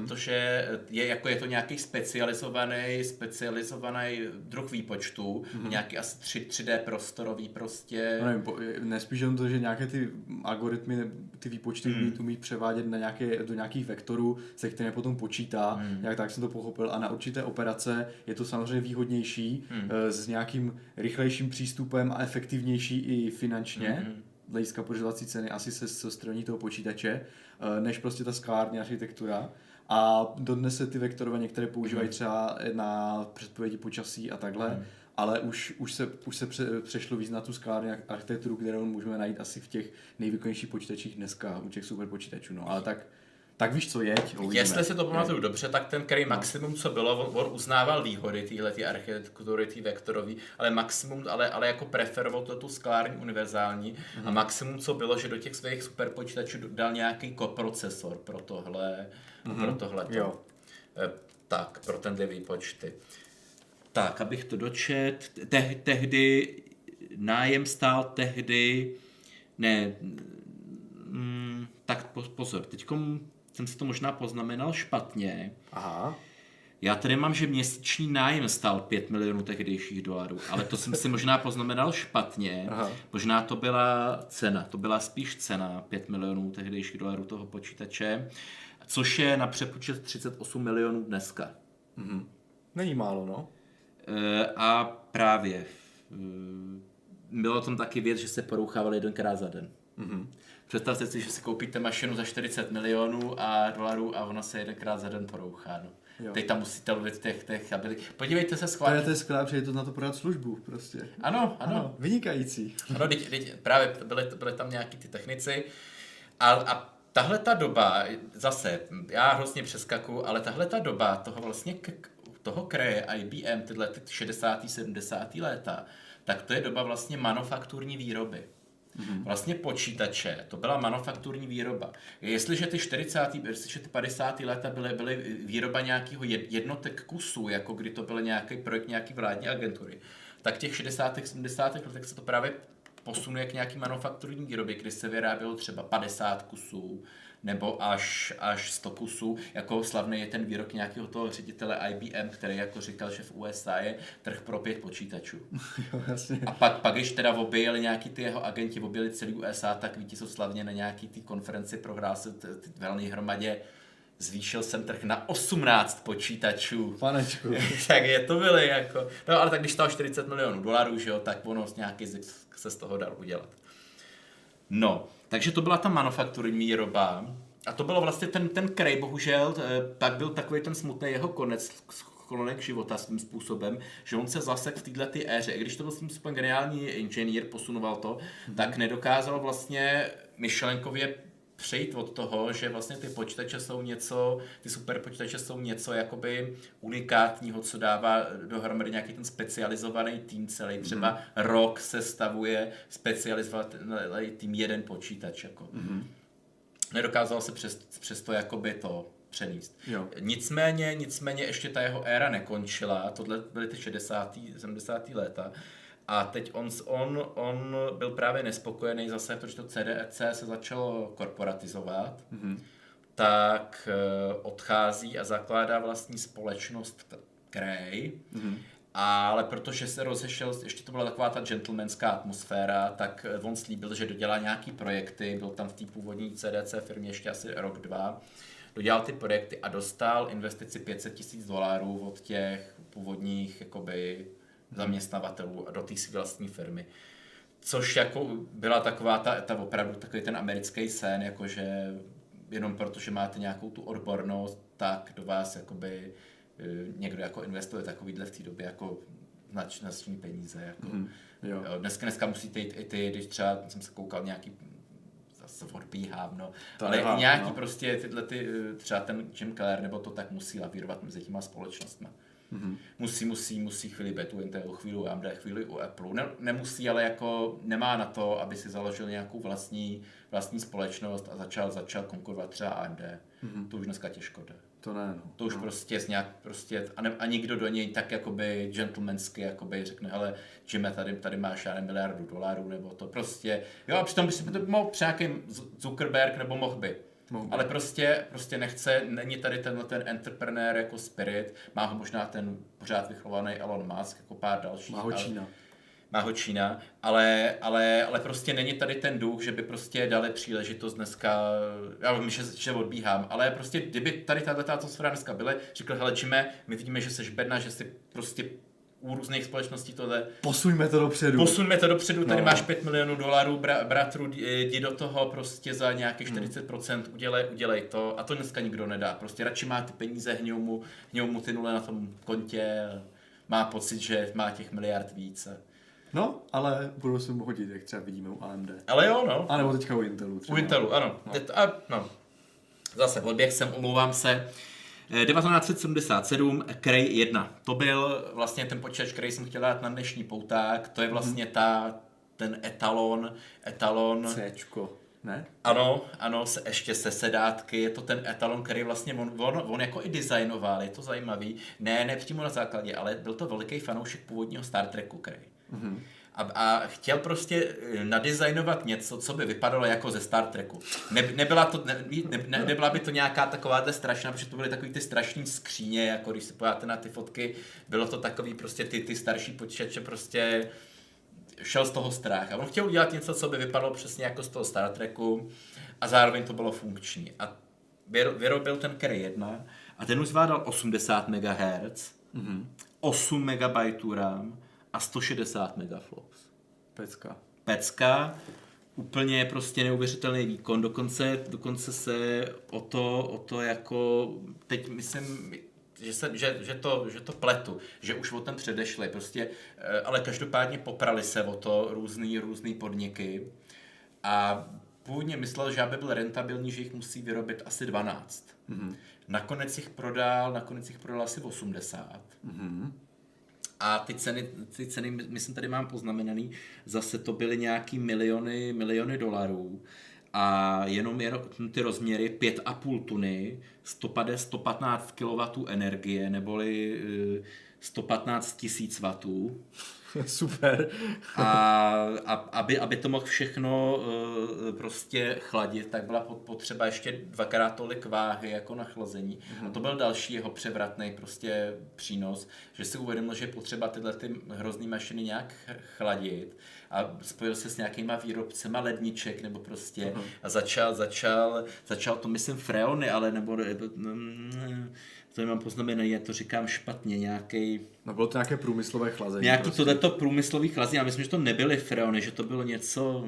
Speaker 2: je to nějaký specializovaný druh výpočtu, nějaký asi 3D prostorový prostě.
Speaker 1: No nevím, nespíš jenom to, že nějaké ty algoritmy, ty výpočty umí převádět do nějakých vektorů, se kterými potom počítá, jak tak jsem to pochopil, a na určité operace je to samozřejmě výhodnější s nějakým rychlejším přístupem a efektivnější i finančně, hlediska pořizovací ceny, asi se stroní toho počítače, než prostě ta skalární architektura. A dodnes se ty vektorové některé používají třeba na předpovědi počasí a takhle, ale už se přešlo víc na tu skalární architekturu, kterou můžeme najít asi v těch nejvýkonnějších počítačích dneska, u těch superpočítačů. No, ale tak víš co, jeď.
Speaker 2: Jestli si to pamatuju dobře, tak ten, který maximum, co bylo, on uznával výhody téhleté architektury, té vektorové, ale maximum, ale jako preferoval tu skalární univerzální a maximum, co bylo, že do těch svých superpočítačů dal nějaký koprocesor pro tohle.
Speaker 1: Jo.
Speaker 2: Tak, pro tenhle výpočty. Tak, abych to dočet, tehdy nájem stál tak pozor, teďkom jsem si to možná poznamenal špatně.
Speaker 1: Aha.
Speaker 2: Já tady mám, že měsíční nájem stál 5 milionů tehdejších dolarů, ale to jsem si možná poznamenal špatně. Aha. Možná to byla cena, to byla spíš cena 5 milionů tehdejších dolarů toho počítače, což je na přepočet 38 milionů dneska.
Speaker 1: Není málo, no.
Speaker 2: A právě bylo tam taky věc, že se porouchával 1krát za den. Představte si, že si koupíte mašinu za 40 milionů a dolarů a ona se 1krát za den porouchá. No. Teď tam musíte lovit těch kabelí. Podívejte se schválně.
Speaker 1: To je skvělé, protože je to na to podat službu prostě.
Speaker 2: Ano.
Speaker 1: Vynikající.
Speaker 2: Ano, právě byly tam nějaký ty technici a tahle ta doba, zase, já hrozně přeskakuju, ale tahle ta doba toho vlastně toho kraje IBM, tyhle 60. 70. léta, tak to je doba vlastně manufakturní výroby. Vlastně počítače, to byla manufakturní výroba. Jestliže ty 50. léta byly výroba nějakého jednotek kusů, jako kdy to byl nějaký projekt nějaký vládní agentury, tak těch 60. 70. letech se to právě posunuje k nějaký manufakturní výrobě, kdy se vyrábělo třeba 50 kusů, nebo až 100 kusů. Jako slavný je ten výrok nějakého toho ředitele IBM, který jako říkal, že v USA je trh pro 5 počítačů.
Speaker 1: Jo, jasně.
Speaker 2: A pak když teda objeli nějaký ty jeho agenti, objeli celý USA, tak vítězoslavně na nějaký ty konferenci prohrál se velmi hromadě. Zvýšil jsem trh na 18 počítačů.
Speaker 1: Panečku.
Speaker 2: Tak je to byly jako... No ale tak když stál 40 milionů dolarů, že jo, tak ono nějaký zisk se z toho dal udělat. No, takže to byla ta manufakturní výroba. A to bylo vlastně ten Cray, bohužel, pak byl takový ten smutný jeho konec, sklonek života svým způsobem, že on se zasek v této éře. I když to byl svým způsobem geniální inženýr, posunoval to, tak nedokázal vlastně myšlenkově přejít od toho, že vlastně ty počítače jsou něco, ty superpočítače jsou něco jakoby unikátního, co dává dohromady nějaký ten specializovaný tým celý. Třeba rok sestavuje specializovaný tým jeden počítač. Jako. Nedokázal se přes to jakoby to přenést.
Speaker 1: Jo.
Speaker 2: Nicméně ještě ta jeho éra nekončila, tohle byly ty 60. 70. léta. A teď on byl právě nespokojený zase, protože to CDEC se začalo korporatizovat. tak odchází a zakládá vlastní společnost Cray. Ale protože se rozešel, ještě to byla taková ta gentlemanská atmosféra, tak on slíbil, že dodělá nějaký projekty, byl tam v té původní CDC firmě ještě asi rok, dva, dodělal ty projekty a dostal investici $500,000 od těch původních jakoby zaměstnavatelů do té své vlastní firmy. Což jako byla taková ta opravdu takový ten americký sen, jakože jenom protože máte nějakou tu odbornost, tak do vás jakoby někdo jako investuje takovýhle v té době jako značný peníze. Jako.
Speaker 1: Jo.
Speaker 2: Dneska musíte jít i ty, když třeba jsem se koukal nějaký, zase odbíhám, no,
Speaker 1: To
Speaker 2: ale
Speaker 1: nevám,
Speaker 2: nějaký
Speaker 1: no.
Speaker 2: prostě tyhle ty, třeba ten Jim Keller nebo to tak musí lavírovat mezi těma společnostmi. Musí chvíli být u Intelu, chvíli u AMD, chvíli u Apple. Nemusí, ale jako nemá na to, aby si založil nějakou vlastní společnost a začal konkurovat třeba AMD. To už dneska těžko jde.
Speaker 1: To ne, no.
Speaker 2: To už prostě z nějak a nikdo do něj tak jakoby gentlemansky jakoby řekne, hele, Jimmy, tady máš $1 miliardu, nebo to prostě, jo, a přitom by si to mohl třeba nějaký Zuckerberg nebo mohl by. Ale prostě nechce, není tady ten entrepreneur jako spirit, má ho možná ten pořád vychlovaný Elon Musk, jako pár dalších. Má ho Čína, ale prostě není tady ten duch, že by prostě dali příležitost dneska, já vím, že odbíhám, ale prostě kdyby tady tato atmosféra dneska byla, řekl, hele Jimmy, my vidíme, že jsi bedna, že si prostě u různých společností tohle.
Speaker 1: Posuňme to dopředu,
Speaker 2: tady máš $5 milionů, bratru, jdi do toho prostě za nějakých 40%, udělej to a to dneska nikdo nedá. Prostě radši má ty peníze, hňou mu ty nule na tom kontě, má pocit, že má těch miliard více.
Speaker 1: No, ale budou se mu hodit, jak třeba vidíme u AMD.
Speaker 2: Ale jo, no.
Speaker 1: A nebo teďka u Intelu třeba.
Speaker 2: U Intelu, ano. No. Zase odběh jsem, omlouvám se. 1977, Cray 1. To byl vlastně ten počítač, který jsem chtěl dát na dnešní pouták. To je vlastně ten etalon.
Speaker 1: Cčko, ne?
Speaker 2: Ano, ještě se sedátky. Je to ten etalon, který vlastně on jako i designoval, je to zajímavý. Ne přímo na základě, ale byl to veliký fanoušek původního Star Treku, Cray. A chtěl prostě nadizajnovat něco, co by vypadalo jako ze Star Treku. Nebyla by to nějaká takováhle strašná, protože to byly takový ty strašný skříně, jako když se podíváte na ty fotky, bylo to takový prostě ty starší počítače, prostě šel z toho strach. A on chtěl udělat něco, co by vypadalo přesně jako z toho Star Treku a zároveň to bylo funkční. A vyrobil ten Cray 1 a ten už zvládal 80 MHz, 8 MB RAM a 160 megaflops. Pecka, úplně prostě neuvěřitelný výkon, dokonce se o to jako, teď myslím, že to pletu, že už o tom předešli, prostě, ale každopádně poprali se o to různý podniky a původně myslel, že aby byl rentabilní, že jich musí vyrobit asi 12. Nakonec jich prodal asi 80. A ty ceny, myslím, tady mám poznamenaný, zase to byly nějaký miliony dolarů a jenom ty rozměry 5,5 tuny, 115 kW energie, neboli 115 000 W.
Speaker 1: Super.
Speaker 2: Aby to mohl všechno prostě chladit, tak byla potřeba ještě 2x tolik váhy jako na chlazení. A to byl další jeho převratný prostě přínos, že si uvědomil, že je potřeba tyhle ty hrozný mašiny nějak chladit a spojil se s nějakýma výrobcema ledniček nebo prostě a začal to myslím freony, ale nebo to nemám poznamenané, já to říkám špatně, nějaký.
Speaker 1: No bylo to nějaké průmyslové chlazení.
Speaker 2: Nějaký
Speaker 1: prostě.
Speaker 2: tohleto průmyslový chlazení, já myslím, že to nebyly freony, že to bylo něco,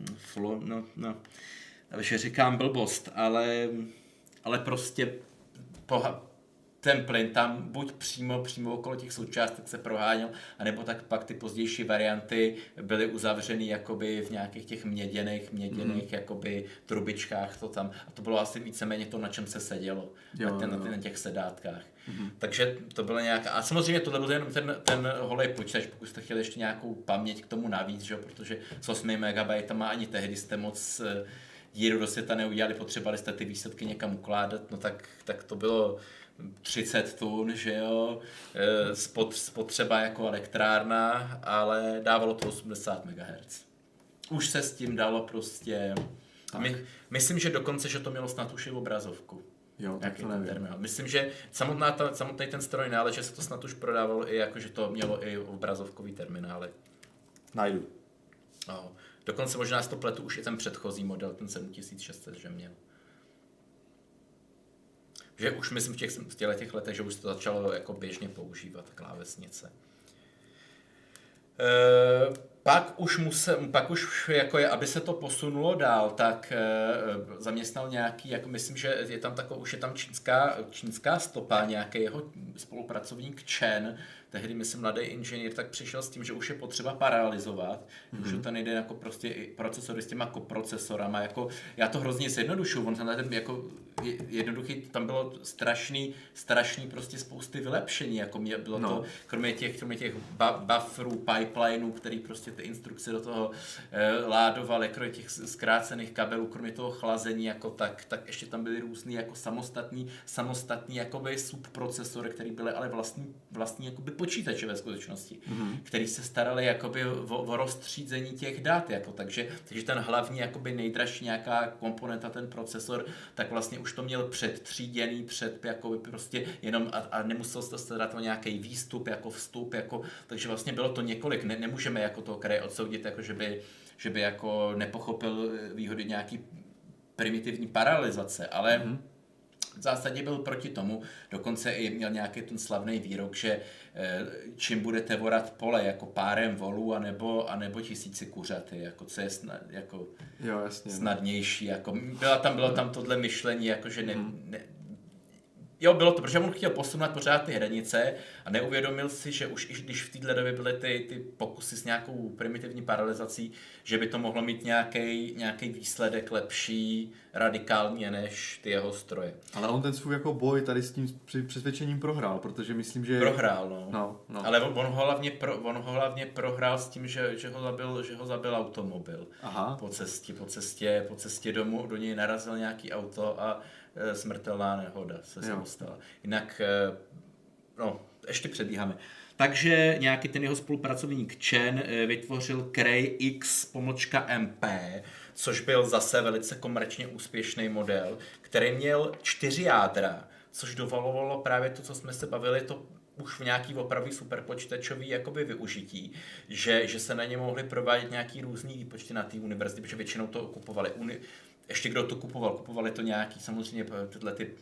Speaker 2: že říkám blbost, ale prostě ten plyn tam buď přímo okolo těch součástek se proháněl, anebo tak pak ty pozdější varianty byly uzavřeny jakoby v nějakých těch měděných jakoby trubičkách to tam. A to bylo asi víceméně to, na čem se sedělo, na těch sedátkách. Takže to bylo nějaká. A samozřejmě tohle byl jenom ten holej počítač, pokud jste chtěli ještě nějakou paměť k tomu navíc, že? Protože s 8 MB ani tehdy jste moc díru do světa neudělali, potřebovali jste ty výsledky někam ukládat, no tak to bylo 30 tun, že jo, spotřeba jako elektrárna, ale dávalo to 80 MHz. Už se s tím dalo prostě Myslím, že dokonce, že to mělo snad už i obrazovku.
Speaker 1: Jo, tak to nevím.
Speaker 2: Terminál. Myslím, že samotný ten stroj ne, ale že se to snad už prodávalo i jako, že to mělo i obrazovkový terminály.
Speaker 1: Najdu.
Speaker 2: No. Dokonce možná z to pletu už i ten předchozí model, ten 7600, že měl. Že už myslím v těch letech, že už to začalo jako běžně používat klávesnice. Pak už jako je, aby se to posunulo dál, tak zaměstnal nějaký, jako myslím, že je tam už je tam čínská stopa, nějaký jeho spolupracovník Chen, tehdy myslím mladý inženýr, tak přišel s tím, že už je potřeba paralelizovat, už to nejde jako prostě procesory s těma koprocesorama, jako já to hrozně zjednodušuju, on ten jako jednoduchý, tam bylo strašný prostě spousty vylepšení, jako bylo to, kromě těch bufferů, pipelineů, který prostě ty instrukce do toho ládovaly, kromě těch zkrácených kabelů, kromě toho chlazení, jako tak ještě tam byly různý jako samostatný jakoby subprocesory, který byly ale vlastní jakoby počítače ve skutečnosti, který se starali jakoby o rozstřízení těch dat, jako, takže ten hlavní jakoby nejdražší nějaká komponenta, ten procesor, tak vlastně už to měl předtříděný, jakoby prostě jenom a nemusel se to starat o nějaký výstup, jako vstup, jako, takže vlastně bylo to několik, nemůžeme jako toho kraje odsoudit, jako že by jako nepochopil výhody nějaký primitivní paralelizace, ale v zásadě byl proti tomu, dokonce i měl nějaký ten slavný výrok, že čím budete vorat pole, jako párem volů, anebo tisíci kuřaty, jako co je snadnější. Jako, bylo tam tohle myšlení, jako, že bylo to, protože on chtěl posunout pořád ty hranice a neuvědomil si, že už i když v této době byly ty pokusy s nějakou primitivní paralelizací, že by to mohlo mít nějaký výsledek lepší, radikálně než ty jeho stroje.
Speaker 1: Ale on ten svůj jako boj tady s tím přesvědčením prohrál, protože myslím, že...
Speaker 2: Prohrál, no. Ale on ho hlavně prohrál s tím, že ho zabil automobil.
Speaker 1: Aha.
Speaker 2: Po cestě domů do něj narazil nějaký auto a smrtelná nehoda se stala. Jinak, ještě předbíháme. Takže nějaký ten jeho spolupracovník Chen vytvořil Cray X-MP, což byl zase velice komerčně úspěšný model, který měl 4 jádra, což dovolovalo právě to, co jsme se bavili, to už v nějaký opravdu superpočítačový jakoby využití, že se na ně mohly provádět nějaký různý výpočty na té univerzitě, protože většinou to kupovali ještě kdo to kupovali to nějaký, samozřejmě tyhle ty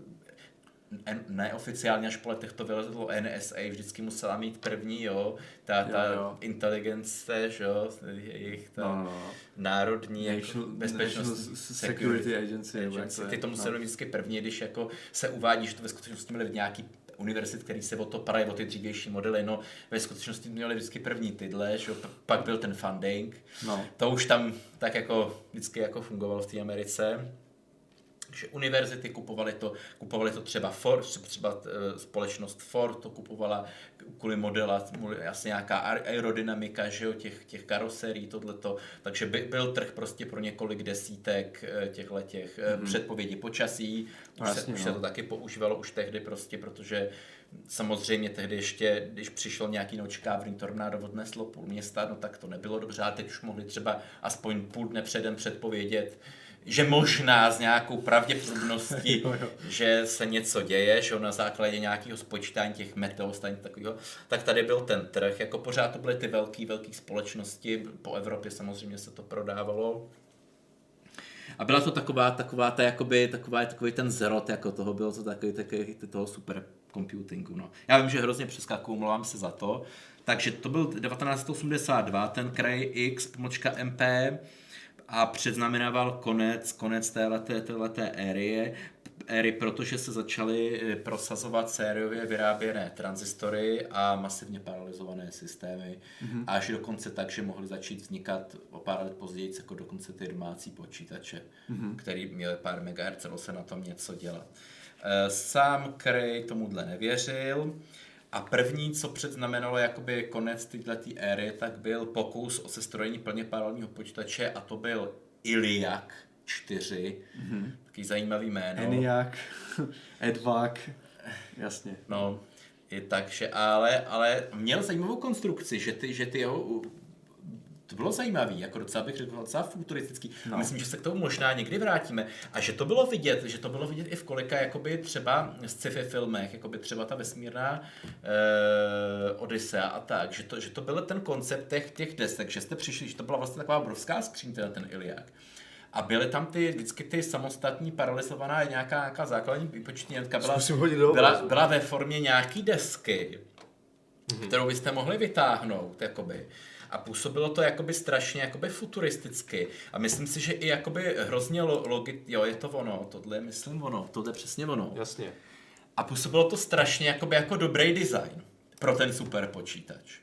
Speaker 2: neoficiálně, až po letech to vylezlo NSA, vždycky musela mít první, ta inteligence, jejich národní
Speaker 1: bezpečnost Security Agency.
Speaker 2: Ty to museli vždycky první, když jako se uvádí, že to ve skutečnosti měli nějaký univerzit, který se o to parají, o ty dřívější modely, ve skutečnosti měli vždycky první tyhle, že pak byl ten funding. To už tam tak jako vždycky jako fungovalo v té Americe. že univerzity kupovali to třeba Ford, třeba společnost Ford to kupovala kvůli modela, asi nějaká aerodynamika, že jo, těch karoserií, tohleto, takže byl trh prostě pro několik desítek těch předpovědí počasí, už se to taky používalo už tehdy prostě, protože samozřejmě tehdy ještě, když přišel nějaký neočekávaný tornádo, odneslo půl města, no tak to nebylo dobře, a teď už mohli třeba aspoň půl dne předem předpovědět, že možná s nějakou pravděpodobností, že se něco děje, že na základě nějakého spočítání těch meteostání takového, tak tady byl ten trh, jako pořád to byly ty velké velké společnosti, po Evropě samozřejmě se to prodávalo. A byla to takový ten zrod, jako toho bylo to takový toho supercomputingu, no. Já vím, že hrozně přeskakuju, mluvám se za to. Takže to byl 1982, ten Cray X-MP a předznamenával konec téhleté éry, protože se začaly prosazovat sériově vyráběné tranzistory a masivně paralelizované systémy, až dokonce tak, že mohly začít vznikat o pár let později jako dokonce ty domácí počítače, který měly pár megahertz, dalo se na tom něco dělat. Sám Cray tomuhle nevěřil a první, co předznamenalo jakoby konec této éry, tak byl pokus o sestrojení plně paralelního počítače a to byl ELIAC 4, takový zajímavý jméno.
Speaker 1: ENIAC, EDVAC, jasně.
Speaker 2: No, i takže, ale měl zajímavou konstrukci, že ty jeho To bylo zajímavý, jako docela bych řekl, docela futuristický.
Speaker 1: No.
Speaker 2: Myslím, že se k tomu možná někdy vrátíme. A že to bylo vidět i v kolika jakoby třeba sci-fi filmech, jakoby třeba ta vesmírná Odyssea a tak, že to byl ten koncept těch desek, že jste přišli, že to byla vlastně taková obrovská skříň, ten Iliák. A byly tam vždycky ty samostatní paralizovaná nějaká základní výpočetní jednotka byla ve formě nějaký desky, kterou byste mohli vytáhnout, jakoby. A působilo to jakoby strašně jakoby futuristicky. A myslím si, že i jakoby hrozně jo, je to ono, tohle je myslím ono, tohle je přesně ono.
Speaker 3: Jasně.
Speaker 2: A působilo to strašně jakoby jako dobrý design pro ten super počítač.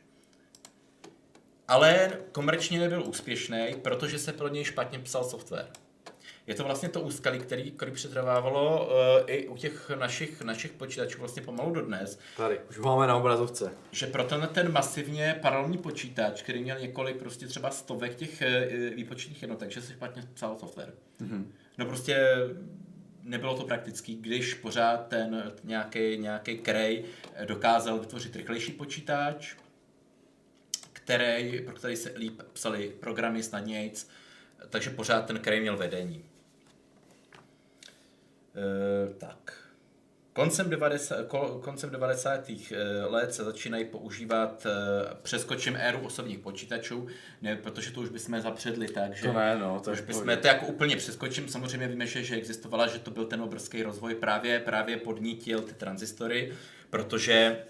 Speaker 2: Ale komerčně nebyl úspěšný, protože se pro něj špatně psal software. Je to vlastně to úskalí, který přetrvávalo i u těch našich počítačů vlastně pomalu dodnes.
Speaker 3: Tady, už máme na obrazovce.
Speaker 2: Že pro ten masivně paralelní počítač, který měl několik prostě třeba stovek těch výpočetních jednotek, že se špatně psal software. Mm-hmm. No prostě nebylo to praktický, když pořád ten nějaký krej dokázal vytvořit rychlejší počítač, pro který se líp psali programy snadnějc, takže pořád ten krej měl vedení. Tak. Koncem 90. let se začínají používat, přeskočím éru osobních počítačů, ne, protože to už bychom zapředli, takže
Speaker 1: to ne, no,
Speaker 2: to už bychom to jako úplně přeskočím. Samozřejmě víme, že existovala, že to byl ten obrovský rozvoj, právě podnítil ty transistory, protože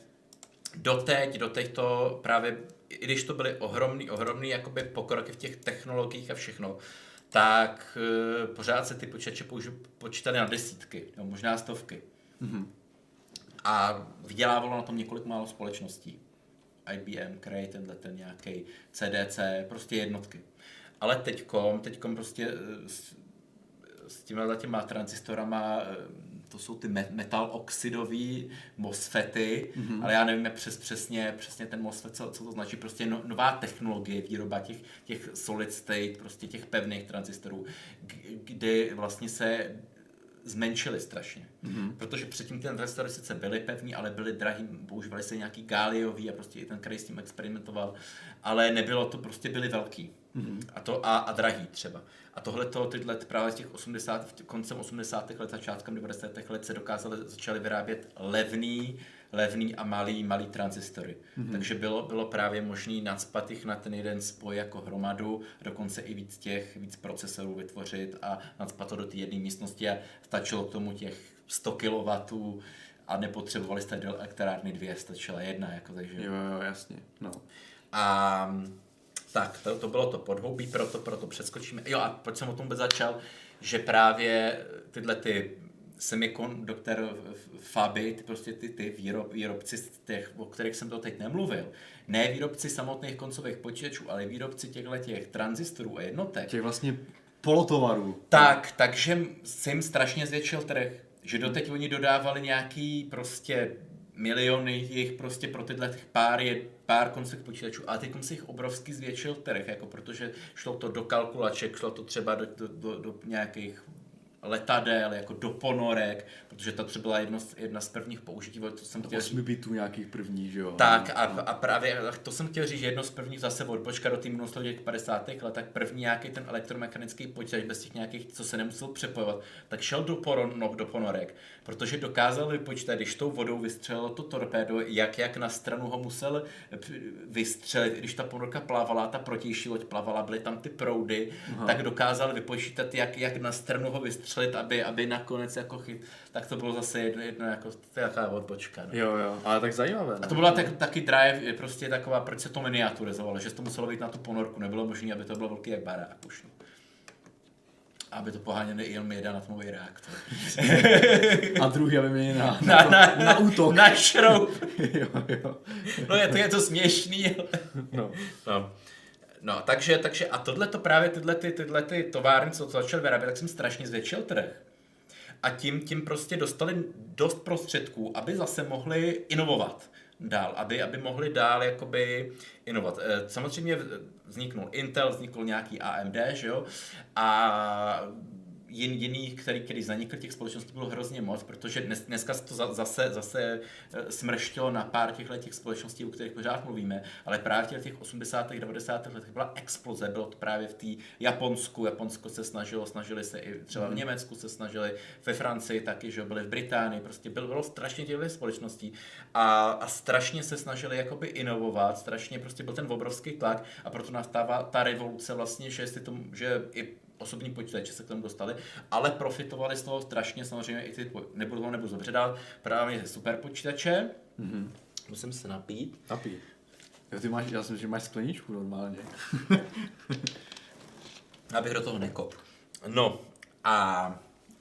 Speaker 2: doteď to právě, i když to byly ohromný jakoby pokroky v těch technologiích a všechno, tak pořád se ty počítače počítaly na desítky, no, možná stovky. Mm-hmm. A vydělávalo na tom několik málo společností. IBM, Cray, ten nějaký CDC, prostě jednotky. Ale teďkom prostě s těma transistorama, to jsou ty metal oxidový MOSFETy, ale já nevím přesně ten MOSFET, co to značí, prostě nová technologie, výroba těch solid state, prostě těch pevných transistorů, kdy vlastně se zmenšily strašně. Protože předtím ty transistory sice byly pevný, ale byly drahý, používali se nějaký gáliový a prostě i ten Cray s tím experimentoval, ale nebylo to, prostě byly velký. A drahý třeba. A tyhle právě z těch koncem 80. let, začátkem 90. let se začaly vyrábět levný a malý transistory. Takže bylo právě možné nacpat jich na ten jeden spoj jako hromadu, dokonce i víc procesorů vytvořit a nacpat to do té jedné místnosti a stačilo k tomu těch 100 kW a nepotřebovali jste do elektrárny 2, stačila jedna. Jako, takže...
Speaker 1: Jo, jasně. No.
Speaker 2: A tak, to bylo to podhoubí, proto přeskočíme. Jo, a proč jsem o tom začal, že právě tyhle ty semiconductor faby, prostě ty výrobci z těch, o kterých jsem to teď nemluvil, ne výrobci samotných koncových počítačů, ale výrobci těch tranzistorů a jednotek.
Speaker 1: Těch vlastně polotovarů.
Speaker 2: Takže se jim strašně zvětšil trh, že doteď oni dodávali nějaký prostě miliony jich prostě pro tyhle pár koncových počítačů a teď se jich obrovsky zvětšil trh, jako protože šlo to do kalkulaček, šlo to třeba do nějakých letadel, jako do ponorek, protože to třeba byla jedna z prvních použití, to jsem chtěl říct.
Speaker 1: 8 bitů nějakých prvních, že jo?
Speaker 2: Tak a právě to jsem chtěl říct, že jedno z prvních zase odbočka do té minulosti těch 50. let, tak první nějaký ten elektromechanický počítač bez těch nějakých, co se nemusel přepojovat, tak šel do ponorek, protože dokázal vypočítat, když tou vodou vystřelilo to torpédo, jak na stranu ho musel vystřelit, když ta ponorka plavala, ta protější loď plavala, byly tam ty proudy, tak dokázal vypočítat, jak na stranu ho vystřelit, aby nakonec jako tak to bylo zase jedno jako taková odbočka. No.
Speaker 1: Jo, ale tak zajímavé.
Speaker 2: A to byla taky drive, prostě taková, proč se to miniaturizovalo, že to muselo být na tu ponorku, nebylo možné, aby to bylo velký jak barák už. No. Aby to poháněli jenom jeden atomový reaktor.
Speaker 1: A druhý, aby měli na útok.
Speaker 2: Na šroub.
Speaker 1: jo.
Speaker 2: No je to směšný. No, takže a tohleto právě tyhle ty továrny, co to začaly vyrábět, tak jsem strašně zvětšil trh. A tím prostě dostali dost prostředků, aby zase mohli inovovat dál, aby mohli dál jakoby inovovat. Samozřejmě vzniknul Intel, vznikl nějaký AMD, že jo? A jiných, který zanikl, těch společností bylo hrozně moc, protože dneska se to zase smrštilo na pár těch společností, o kterých pořád mluvíme, ale právě v těch 80. 90. letech byla exploze, bylo to právě v té Japonsko se snažili se i třeba v Německu se snažili, ve Francii taky, že byli v Británii, prostě bylo strašně těch společností a strašně se snažili jakoby inovovat, strašně prostě byl ten obrovský tlak a proto nastává ta revoluce vlastně, že i osobní počítače se k tomu dostali, ale profitovali z toho strašně samozřejmě i ty, nebudu dobře dát, právě super počítače. Musím se napít.
Speaker 1: Napít. Jo, já myslím, že máš skleničku normálně.
Speaker 2: Abych do toho nekop. No a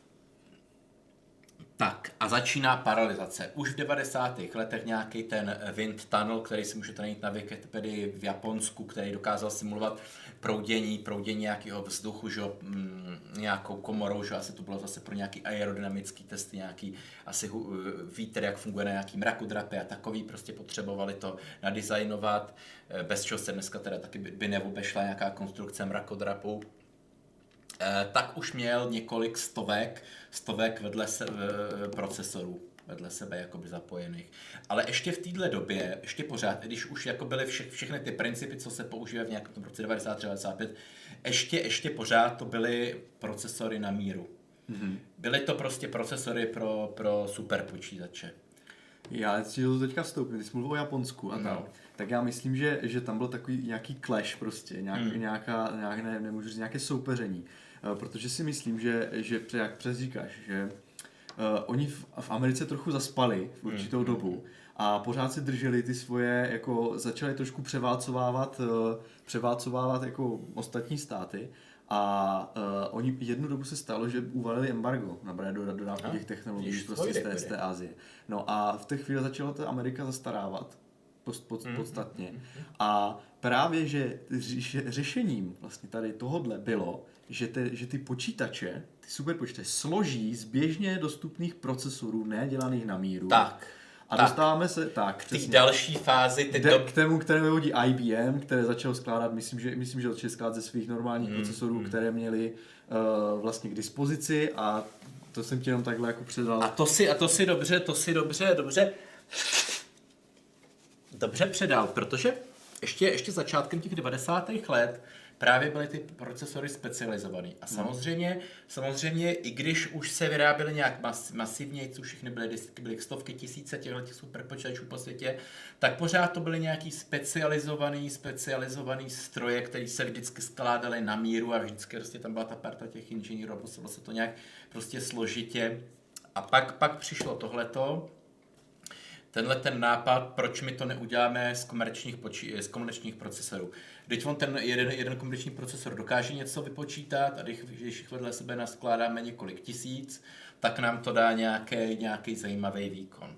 Speaker 2: tak a začíná paralizace. Už v 90. letech nějaký ten wind tunnel, který si můžete najít na Wikipedii v Japonsku, který dokázal simulovat proudění nějakého vzduchu, že, nějakou komorou, že asi to bylo zase pro nějaký aerodynamický testy, nějaký asi vítr, jak funguje na nějaký mrakodrapy a takový, prostě potřebovali to nadizajnovat, bez čeho se dneska teda taky by neobešla nějaká konstrukce mrakodrapu. Tak už měl několik stovek procesorů vedle sebe jakoby zapojených. Ale ještě v téhle době, ještě pořád, když už jako byly všechny ty principy, co se používají v nějakém roce 93-95, ještě pořád to byly procesory na míru. Byly to prostě procesory pro super počítače.
Speaker 1: Já si to teďka vstoupím, když jsi mluvil o Japonsku a tak já myslím, že tam byl takový nějaký clash prostě, nemůžu říct, nějaké soupeření. Protože si myslím, že jak přes říkáš, že oni v Americe trochu zaspali v určitou dobu a pořád si drželi ty svoje, jako začali trošku převálcovávat jako ostatní státy a oni jednu dobu se stalo, že uvalili embargo na dodávku těch technologií prostě z té Asie. No a v té chvíli začala ta Amerika zastarávat podstatně. A právě, že řešením vlastně tady tohodle bylo, že ty počítače, ty superpočítače složí z běžně dostupných procesorů, nedělaných na míru.
Speaker 2: Tak.
Speaker 1: A dostáváme se
Speaker 2: k té další fázi.
Speaker 1: K tému, které vyhodí IBM, které začalo skládat, myslím, že začali skládat ze svých normálních procesorů, které měli vlastně k dispozici a to jsem ti jenom takhle jako předal.
Speaker 2: A to si dobře předal, protože ještě začátkem těch 90. let právě byly ty procesory specializovaný. A samozřejmě, i když už se vyráběly nějak masivně, co všechny byly disky, byly stovky tisíce těchto superpočítačů po světě, tak pořád to byly nějaký specializovaný stroje, které se vždycky skládaly na míru a vždycky prostě tam byla ta parta těch inženýrů a muselo se to nějak prostě složitě. A pak přišlo tohleto, ten nápad, proč my to neuděláme z komerčních procesorů. Když on ten jeden komerční procesor dokáže něco vypočítat a když jich vedle sebe naskládáme několik tisíc, tak nám to dá nějaký zajímavý výkon.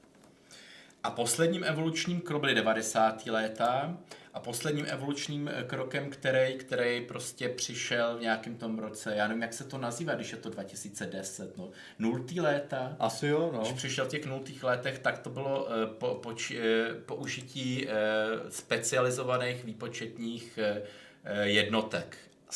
Speaker 2: A posledním evolučním krokem byly 90. léta a posledním evolučním krokem, který prostě přišel v nějakém tom roce, já nevím, jak se to nazývá, když je to 2010, no, 0. léta.
Speaker 1: Asi jo, no.
Speaker 2: Když přišel v těch 0. letech, tak to bylo použití specializovaných výpočetních jednotek,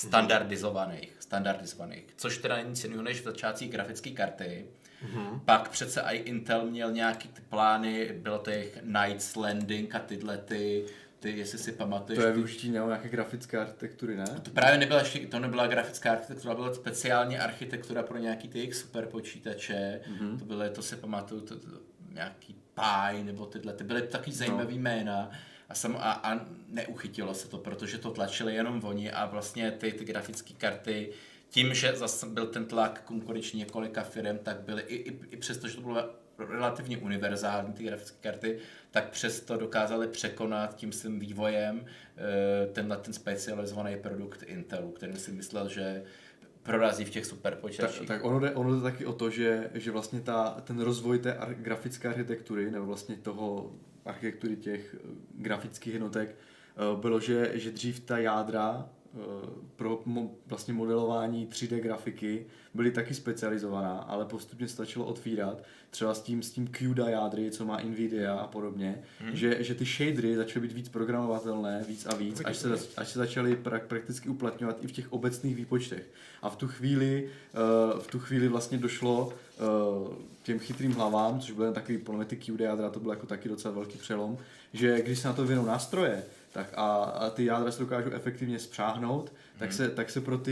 Speaker 2: standardizovaných, což teda není nic jiného než v začátcích grafické karty. Pak přece i Intel měl nějaký ty plány, bylo to jejich Knights Landing a tyhle ty, jestli si pamatuješ.
Speaker 1: To je využití nějaké grafické architektury, ne?
Speaker 2: To právě nebyla grafická architektura, byla speciální architektura pro nějaký ty jejich super počítače. To si pamatuju, nějaký Pi nebo tyhle, ty byly takový zajímavý jména. A neuchytilo se to, protože to tlačili jenom oni a vlastně ty grafické karty, tím, že zase byl ten tlak konkurenční několika firm, tak byly i přesto, že to bylo relativně univerzální, ty grafické karty, tak přesto dokázali překonat tím svým vývojem ten specializovaný produkt Intelu, který si myslel, že prorazí v těch superpočítačích.
Speaker 1: Tak ono jde taky o to, že vlastně ten rozvoj té grafické architektury, nebo vlastně toho architektury těch grafických jednotek, bylo, že dřív ta jádra vlastně modelování 3D grafiky byly taky specializovaná, ale postupně se začalo otvírat, třeba s tím CUDA jádry, co má Nvidia a podobně, že ty shadery začaly být víc programovatelné, víc a víc, až se začaly prakticky uplatňovat i v těch obecných výpočtech. A v tu chvíli vlastně došlo těm chytrým hlavám, což byly takový podle ty CUDA jádra, to byl jako taky docela velký přelom, že když se na to věnou nástroje, tak a ty jádra se dokážou efektivně spřáhnout, tak se pro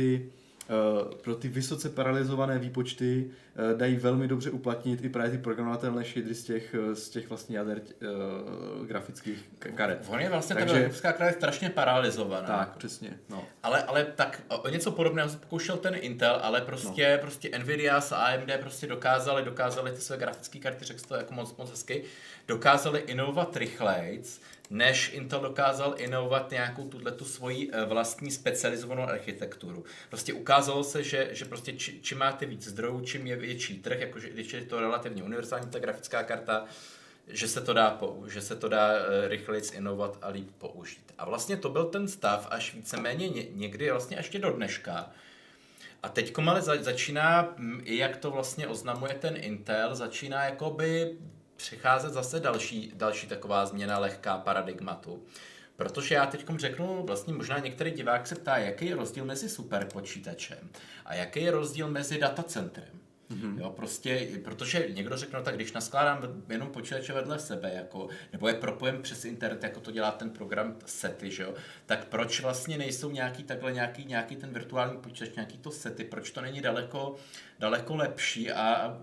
Speaker 1: ty vysoce paralelizované výpočty dají velmi dobře uplatnit i právě ty programovatelné shadery z těch vlastně jader grafických karet.
Speaker 2: On je vlastně ta grafická karta je strašně paralizovaná.
Speaker 1: Tak, přesně. No.
Speaker 2: Ale tak o něco podobného se pokoušel ten Intel, ale prostě Nvidia s AMD prostě dokázali ty své grafické karty, řekl to jako moc hezky, dokázali inovovat rychlejc, než Intel dokázal inovovat nějakou tu svoji vlastní specializovanou architekturu. Prostě ukázalo se, že prostě čím máte víc zdrojů, čím je větší trh, jakože když je to relativně univerzální ta grafická karta, že se to dá rychleji inovovat a líp použít. A vlastně to byl ten stav až víceméně někdy vlastně ještě do dneška. A teď ale začíná, i jak to vlastně oznamuje ten Intel, začíná jakoby přicházet zase další taková změna lehká paradigmatu. Protože já teď řeknu, vlastně možná některý divák se ptá, jaký je rozdíl mezi superpočítačem a jaký je rozdíl mezi datacentrem. Jo, prostě, protože někdo řekne, no tak když naskládám jenom počítače vedle sebe, jako, nebo je propojen přes internet, jako to dělá ten program SETI, že jo, tak proč vlastně nejsou nějaký ten virtuální počítač, nějaký to SETI, proč to není daleko lepší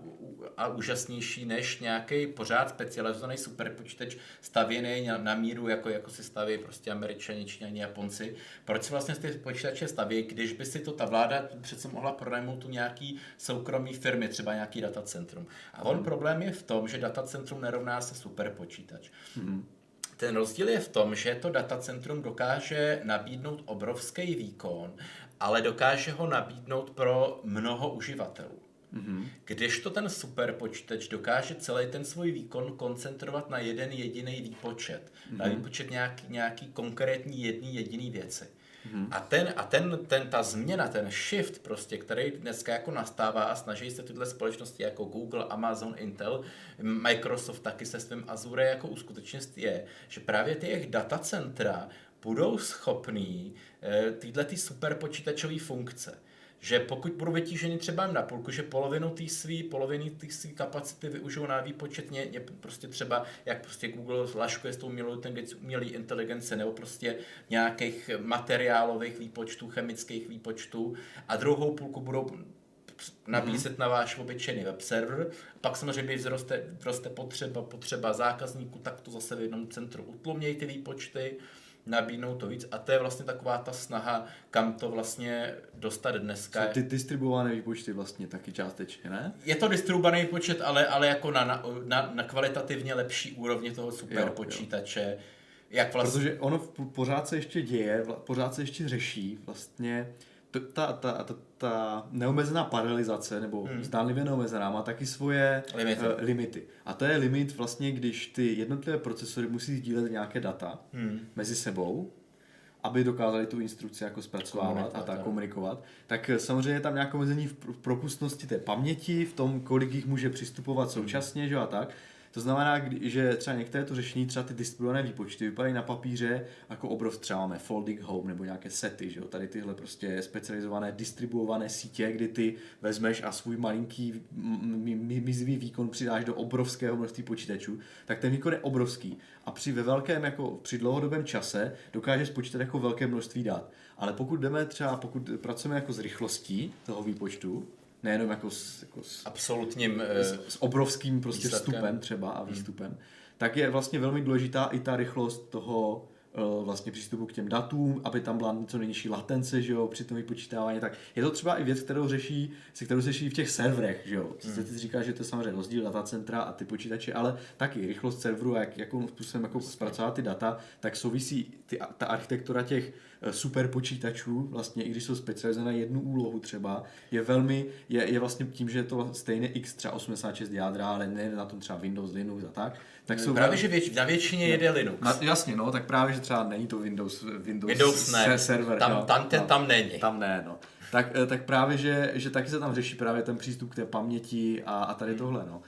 Speaker 2: a úžasnější než nějaký pořád specializovaný superpočítač stavěný na míru, jako si staví prostě Američani, Číňani, Japonci. Proč se vlastně ty počítače staví, když by si to ta vláda přece mohla pronajmout tu nějaký soukromý firmy, třeba nějaký datacentrum. A problém je v tom, že datacentrum nerovná se superpočítač. Ten rozdíl je v tom, že to datacentrum dokáže nabídnout obrovský výkon, ale dokáže ho nabídnout pro mnoho uživatelů. Kdežto ten superpočítač dokáže celý ten svůj výkon koncentrovat na jeden jediný výpočet. Na výpočet nějaký konkrétní jediný věci. A ta změna, ten shift prostě, který dneska jako nastává a snaží se tyhle společnosti jako Google, Amazon, Intel, Microsoft taky se svým Azure jako uskutečnit je, že právě ty datacentra budou schopný tyhle superpočítačové funkce. Že pokud budou vytíženi třeba na půlku, že polovinu té své kapacity využijou na výpočet prostě třeba, jak prostě Google laškuje s tou umělé inteligence nebo prostě nějakých materiálových výpočtů, chemických výpočtů a druhou půlku budou nabízet na váš obyčejný web server. Pak samozřejmě vzroste potřeba zákazníků, tak to zase v jednom centru utlumnějí ty výpočty, nabídnou to víc a to je vlastně taková ta snaha, kam to vlastně dostat dneska.
Speaker 1: Jsou ty distribuované výpočty vlastně taky částečně, ne?
Speaker 2: Je to distribuovaný výpočet, ale jako na kvalitativně lepší úrovni toho superpočítače. Jak vlastně...
Speaker 1: Protože ono pořád se ještě děje, pořád se ještě řeší vlastně ta neomezená paralelizace, nebo zdánlivě neomezená, má taky svoje limity. A to je limit vlastně, když ty jednotlivé procesory musí sdílet nějaké data mezi sebou, aby dokázali tu instrukci jako zpracovávat a tak komunikovat, tak samozřejmě je tam nějaké omezení v propustnosti té paměti, v tom, kolik jich může přistupovat současně, že a tak. To znamená, že třeba některé to řešení, třeba ty distribuované výpočty, vypadají na papíře jako obrovské, třeba máme Folding Home nebo nějaké sety, že jo? Tady tyhle prostě specializované distribuované sítě, kdy ty vezmeš a svůj malinký mizivý výkon přidáš do obrovského množství počítačů, tak ten výkon je obrovský a při dlouhodobém čase dokáže spočítat jako velké množství dat. Ale pokud pracujeme jako s rychlostí toho výpočtu, nejenom jako s
Speaker 2: absolutním
Speaker 1: s obrovským prostě vstupem třeba a výstupem, tak je vlastně velmi důležitá i ta rychlost toho vlastně přístupu k těm datům, aby tam byla co nejnižší latence, že jo, při tom vypočítávání, tak je to třeba i věc, kterou řeší v těch serverech, že jo. Ty říkáš, že to je samozřejmě rozdíl datacentra a ty počítače, ale taky rychlost serveru a jakým způsobem jako zpracovat ty data, tak souvisí ta architektura těch super počítačů, vlastně i když jsou specializované na jednu úlohu třeba, je vlastně tím, že je to stejné X třeba 86 jádra, ale ne na tom třeba Windows, Linux a tak jsou
Speaker 2: právě, že na většině jede Linux.
Speaker 1: Jasně, no, tak právě, že třeba není to Windows
Speaker 2: ne.
Speaker 1: server.
Speaker 2: Tam není.
Speaker 1: Tam ne, no. Tak právě, že taky se tam řeší právě ten přístup k té paměti a tady tohle, no.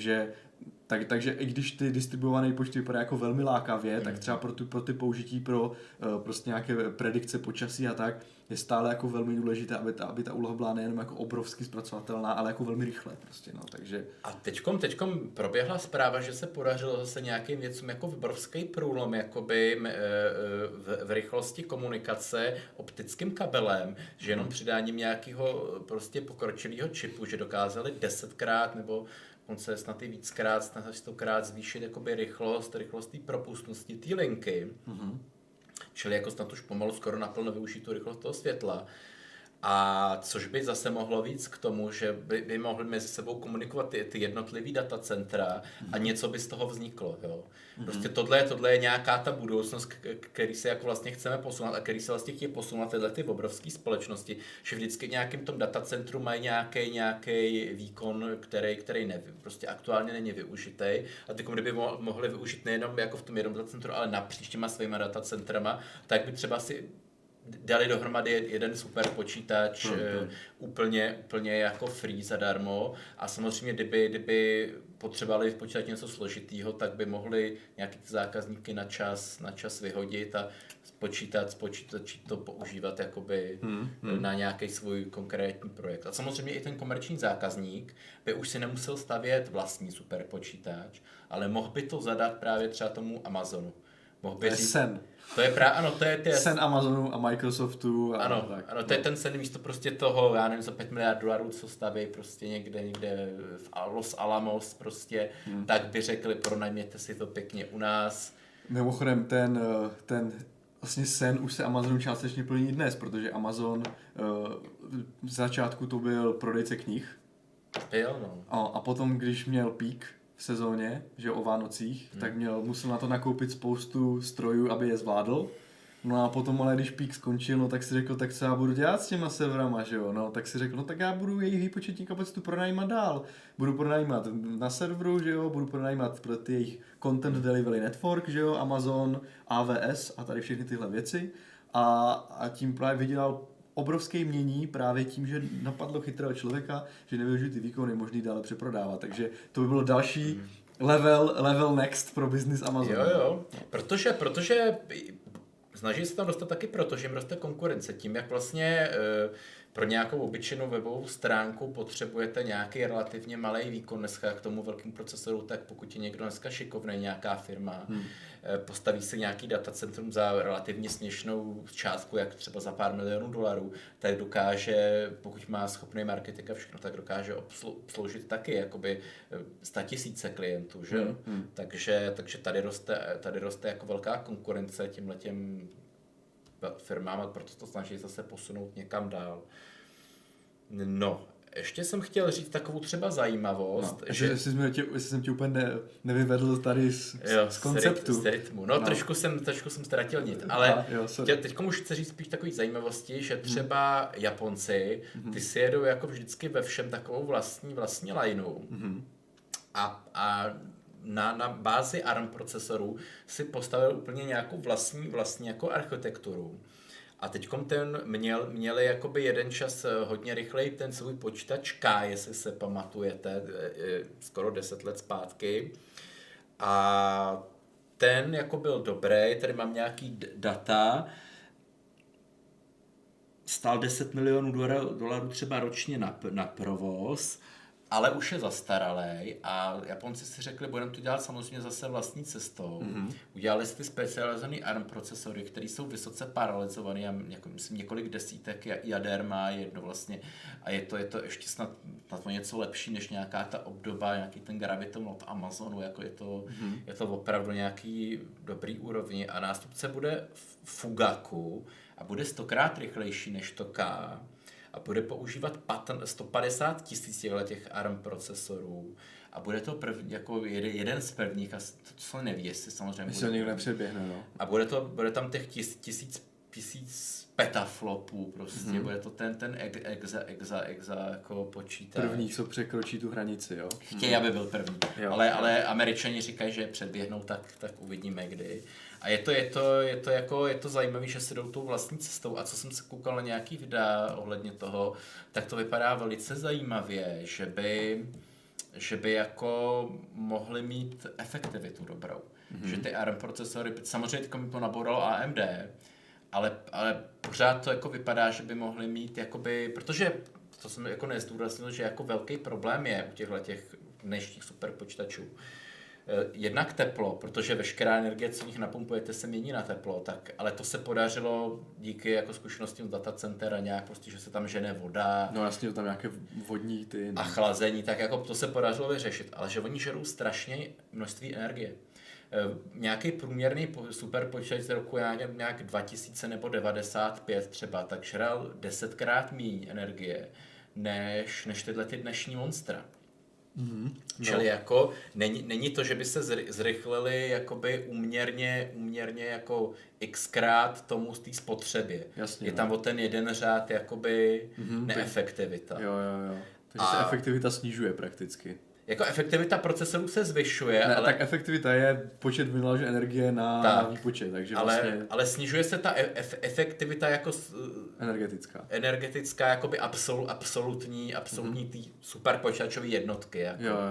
Speaker 1: Takže i když ty distribuované počty vypadají jako velmi lákavě, tak třeba pro ty použití pro prostě nějaké predikce počasí a tak je stále jako velmi důležité, aby ta úloha byla nejenom jako obrovsky zpracovatelná, ale jako velmi rychle prostě, no, takže...
Speaker 2: A teďkom proběhla zpráva, že se podařilo zase nějakým věcům jako obrovský průlom jakoby v rychlosti komunikace optickým kabelem, že jenom přidáním nějakého prostě pokročilého čipu, že dokázali 10krát nebo konce snad i víckrát, snad až 100krát zvýšit jakoby rychlost té propustnosti té linky. Čili jako snad už pomalu skoro naplno využít tu rychlost toho světla. A což by zase mohlo víc k tomu, že by mohli mezi sebou komunikovat ty jednotlivý datacentra a něco by z toho vzniklo. Jo. Prostě tohle je nějaká ta budoucnost, který se jako vlastně chceme posunout a který se vlastně chtějí posunout tyhle ty obrovské společnosti, že vždycky nějakým tom datacentru mají nějaký výkon, který prostě aktuálně není využitý. A ty kdyby mohli využít nejenom jako v tom jednom datacentru, ale napříč těma svýma datacentrama, tak by třeba si dali dohromady jeden super počítač úplně jako free zadarmo a samozřejmě kdyby potřebovali počítat něco složitýho, tak by mohli nějaký ty zákazníky na čas vyhodit a spočítat to používat jakoby na nějaký svůj konkrétní projekt. A samozřejmě i ten komerční zákazník by už si nemusel stavět vlastní super počítač, ale mohl by to zadat právě třeba tomu Amazonu.
Speaker 1: To je sen.
Speaker 2: To je právě, ano, to je
Speaker 1: sen Amazonu a Microsoftu.
Speaker 2: Ano, to je ten sen místo prostě toho, já nevím, za $5 miliard, co staví prostě někde v Los Alamos prostě, tak by řekli, pronajměte si to pěkně u nás.
Speaker 1: Mimochodem, ten vlastně sen už se Amazonu částečně plní dnes, protože Amazon v začátku to byl prodejce knih.
Speaker 2: Byl, no.
Speaker 1: A potom, když měl pík v sezóně, že o Vánocích, tak musel na to nakoupit spoustu strojů, aby je zvládl. No a potom, ale když pík skončil, no tak si řekl, tak co já budu dělat s těma serverama, že jo? No tak si řekl, no tak já budu jejich výpočetní kapacitu pronajímat dál. Budu pronajímat na serveru, že jo? Budu pronajímat pro ty jejich Content Delivery Network, že jo? Amazon, AWS a tady všechny tyhle věci. A tím právě vydělal obrovské mění právě tím, že napadlo chytrého člověka, že nevyužil ty výkony možný dále přeprodávat. Takže to by bylo další level next pro business Amazon.
Speaker 2: Jo, protože snaží se tam dostat taky proto, že jim roste konkurence. Tím, jak vlastně pro nějakou obyčejnou webovou stránku potřebujete nějaký relativně malý výkon dneska k tomu velkému procesoru, tak pokud je někdo dneska šikovný, nějaká firma, postaví si nějaký datacentrum za relativně směšnou částku, jak třeba za pár milionů dolarů, tak dokáže, pokud má schopný marketing a všechno, tak dokáže obsloužit taky jakoby 100 000 klientů, že? Takže tady roste jako velká konkurence tímhletěm firmám a proto to snaží zase posunout někam dál. No, ještě jsem chtěl říct takovou třeba zajímavost.
Speaker 1: No, že jestli jsem tě úplně nevyvedl tady z konceptu.
Speaker 2: Z rytmu. No. Trošku jsem ztratil nit, ale teď už chci říct spíš takový zajímavosti, že třeba Japonci, ty si jedou jako vždycky ve všem takovou vlastní lineu. A na bázi ARM procesorů si postavil úplně nějakou vlastní jako architekturu. A teďkom měli jakoby jeden čas hodně rychleji ten svůj počítač K, jestli se pamatujete, skoro 10 let zpátky. A ten jako byl dobrý, tady mám nějaký data, stál $10 milionů třeba ročně na provoz, ale už je zastaralej a Japonci si řekli, budeme to dělat samozřejmě zase vlastní cestou. Udělali si ty specializované ARM procesory, které jsou vysoce paralelizované a myslím několik desítek jader má jedno vlastně a je to ještě snad něco lepší než nějaká ta obdoba, nějaký ten Graviton od Amazonu, jako je to opravdu nějaký dobrý úrovni a nástupce bude Fugaku a bude 100krát rychlejší než to K. A bude používat 150 000 těch ARM procesorů a bude to jako jeden z prvních, a to se neví, jestli samozřejmě
Speaker 1: bude. Někdo nepředběhne, no.
Speaker 2: A bude tam těch 1000 petaflopů prostě, bude to ten exa jako počítač.
Speaker 1: První, co překročí tu hranici, jo?
Speaker 2: Chtějí, aby byl první,
Speaker 1: Jo.
Speaker 2: ale Američani říkají, že předběhnou, tak uvidíme kdy. A je to zajímavé, že se jdou tou vlastní cestou a co jsem se koukal na nějaký videa ohledně toho, tak to vypadá velice zajímavě, že by jako mohli mít efektivitu dobrou. Že ty ARM procesory, samozřejmě mi to nabouralo AMD, ale pořád to jako vypadá, že by mohli mít jakoby, protože to jsem jako nezdůraznil, že jako velký problém je u těch dnešních superpočítačů. Jednak teplo, protože veškerá energie, co v nich napumpujete, se mění na teplo, tak, ale to se podařilo díky jako zkušenostím z datacentera nějak prostě, že se tam žene voda.
Speaker 1: No jasně, tam nějaké vodní ty...
Speaker 2: A chlazení, tak jako to se podařilo vyřešit, ale že oni žerou strašně množství energie. Nějaký průměrný superpočítač z roku nějak 2000 nebo 95 třeba, tak žral 10krát méně energie než tyhle ty dnešní monstra. Čili jako není to, že by se zrychlili jakoby úměrně jako xkrát tomu z té spotřebě.
Speaker 1: Jasně,
Speaker 2: je tam o ten jeden řád jakoby neefektivita.
Speaker 1: Jo. Takže se efektivita snižuje prakticky.
Speaker 2: Jako efektivita procesorů se zvyšuje,
Speaker 1: ne,
Speaker 2: ale...
Speaker 1: Tak efektivita je počet vynaložené energie na výpočet, takže vlastně...
Speaker 2: Ale snižuje se ta efektivita jako... Energetická jakoby absolutní tý superpočítačové jednotky. Jako.
Speaker 1: Jo.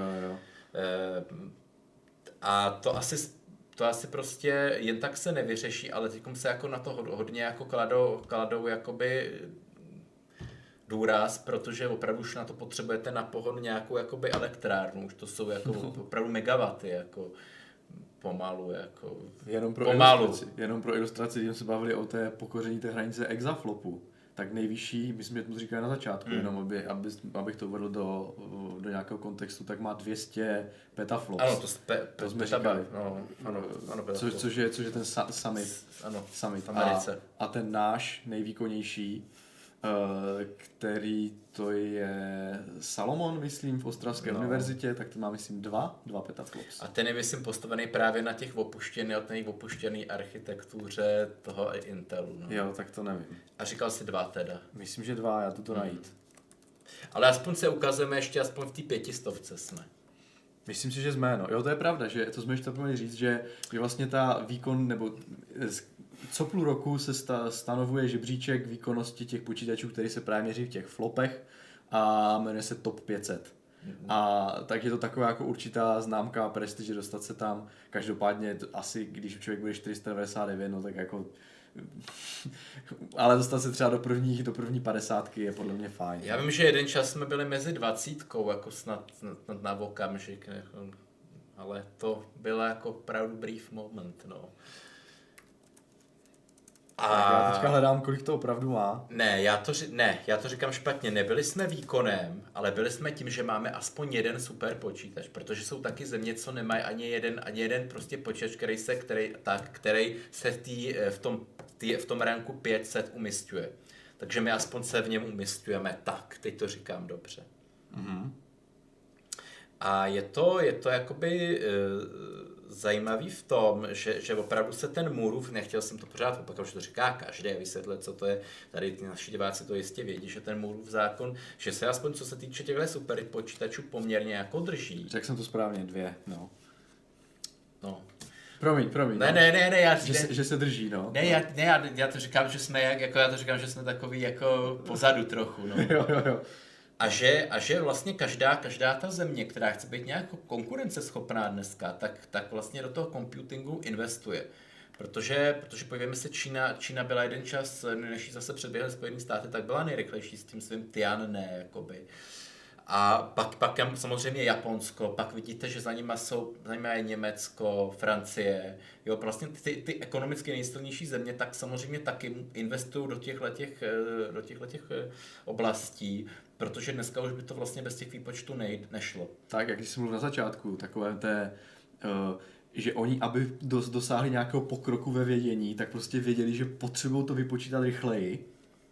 Speaker 2: A to asi prostě jen tak se nevyřeší, ale teď se jako na to hodně jako kladou jakoby důraz, protože opravdu už na to potřebujete na pohon nějakou jakoby elektrárnu, už to jsou jako opravdu megawaty, jako pomalu, jako
Speaker 1: Jenom pro ilustraci, když jsme se bavili o té pokoření té hranice exaflopu, tak nejvyšší, my jsme to říkali na začátku, jenom abych to uvedl do nějakého kontextu, tak má 200 petaflops.
Speaker 2: Ano,
Speaker 1: to jsme říkali.
Speaker 2: Ano,
Speaker 1: což je ten summit. A ten náš nejvýkonnější, který to je Salomon, myslím, v Ostravské univerzitě, tak to má, myslím, dva petaflops.
Speaker 2: A ten je, myslím, postavený právě na těch opuštěný architektuře toho Intelu. No.
Speaker 1: Jo, tak to nevím.
Speaker 2: A říkal jsi 2 teda.
Speaker 1: Myslím, že 2, já to najít.
Speaker 2: Ale aspoň se ukazujeme ještě, aspoň v té 500 jsme.
Speaker 1: Myslím si, že jsme, no. Jo, to je pravda, že to jsme ještě měli říct, že vlastně ta výkon, nebo co půl roku se stanovuje žebříček výkonnosti těch počítačů, který se právě měří v těch flopech a jmenuje se Top 500. A tak je to taková jako určitá známka prestiže dostat se tam. Každopádně asi, když člověk bude 499, no tak jako... ale dostat se třeba do první 50 je podle mě fajn.
Speaker 2: Já vím, že jeden čas jsme byli mezi 20, jako snad na okamžik, ale to bylo jako opravdu brief moment, no.
Speaker 1: A já teďka hledám, kolik to opravdu má.
Speaker 2: Ne, já to říkám špatně. Nebyli jsme výkonem, ale byli jsme tím, že máme aspoň jeden super počítač, protože jsou taky země, co nemají ani jeden prostě počítač, který se v tom ranku 500 umísťuje. Takže my aspoň se v něm umísťujeme tak, teď to říkám dobře. A je to jakoby zajímavý v tom, že opravdu se ten Moorův, nechtěl jsem to pořád opakovat, že to říká každý, vysvětlit, co to je, tady ty naši diváci to jistě vědí, že ten Moorův zákon, že se aspoň co se týče těchto super počítačů poměrně jako drží.
Speaker 1: Řekl jsem to správně, 2, no.
Speaker 2: No.
Speaker 1: Promiň.
Speaker 2: Ne,
Speaker 1: že se drží, no.
Speaker 2: Já to říkám, že jsme že jsme takový jako pozadu trochu, no.
Speaker 1: Jo.
Speaker 2: A že vlastně každá ta země, která chce být nějak konkurenceschopná dneska, tak vlastně do toho computingu investuje. Protože podívejme se, Čína byla jeden čas, než zase předběhly Spojené státy, tak byla nejrychlejší s tím svým Tianne, jakoby. A pak samozřejmě Japonsko, pak vidíte, že za nimi je Německo, Francie, jo, vlastně ty ekonomicky nejsilnější země, tak samozřejmě taky investují do těchto oblastí, protože dneska už by to vlastně bez těch výpočtů nešlo.
Speaker 1: Tak, jak jsem mluvil na začátku, takové té, že oni, aby dosáhli nějakého pokroku ve vědění, tak prostě věděli, že potřebují to vypočítat rychleji.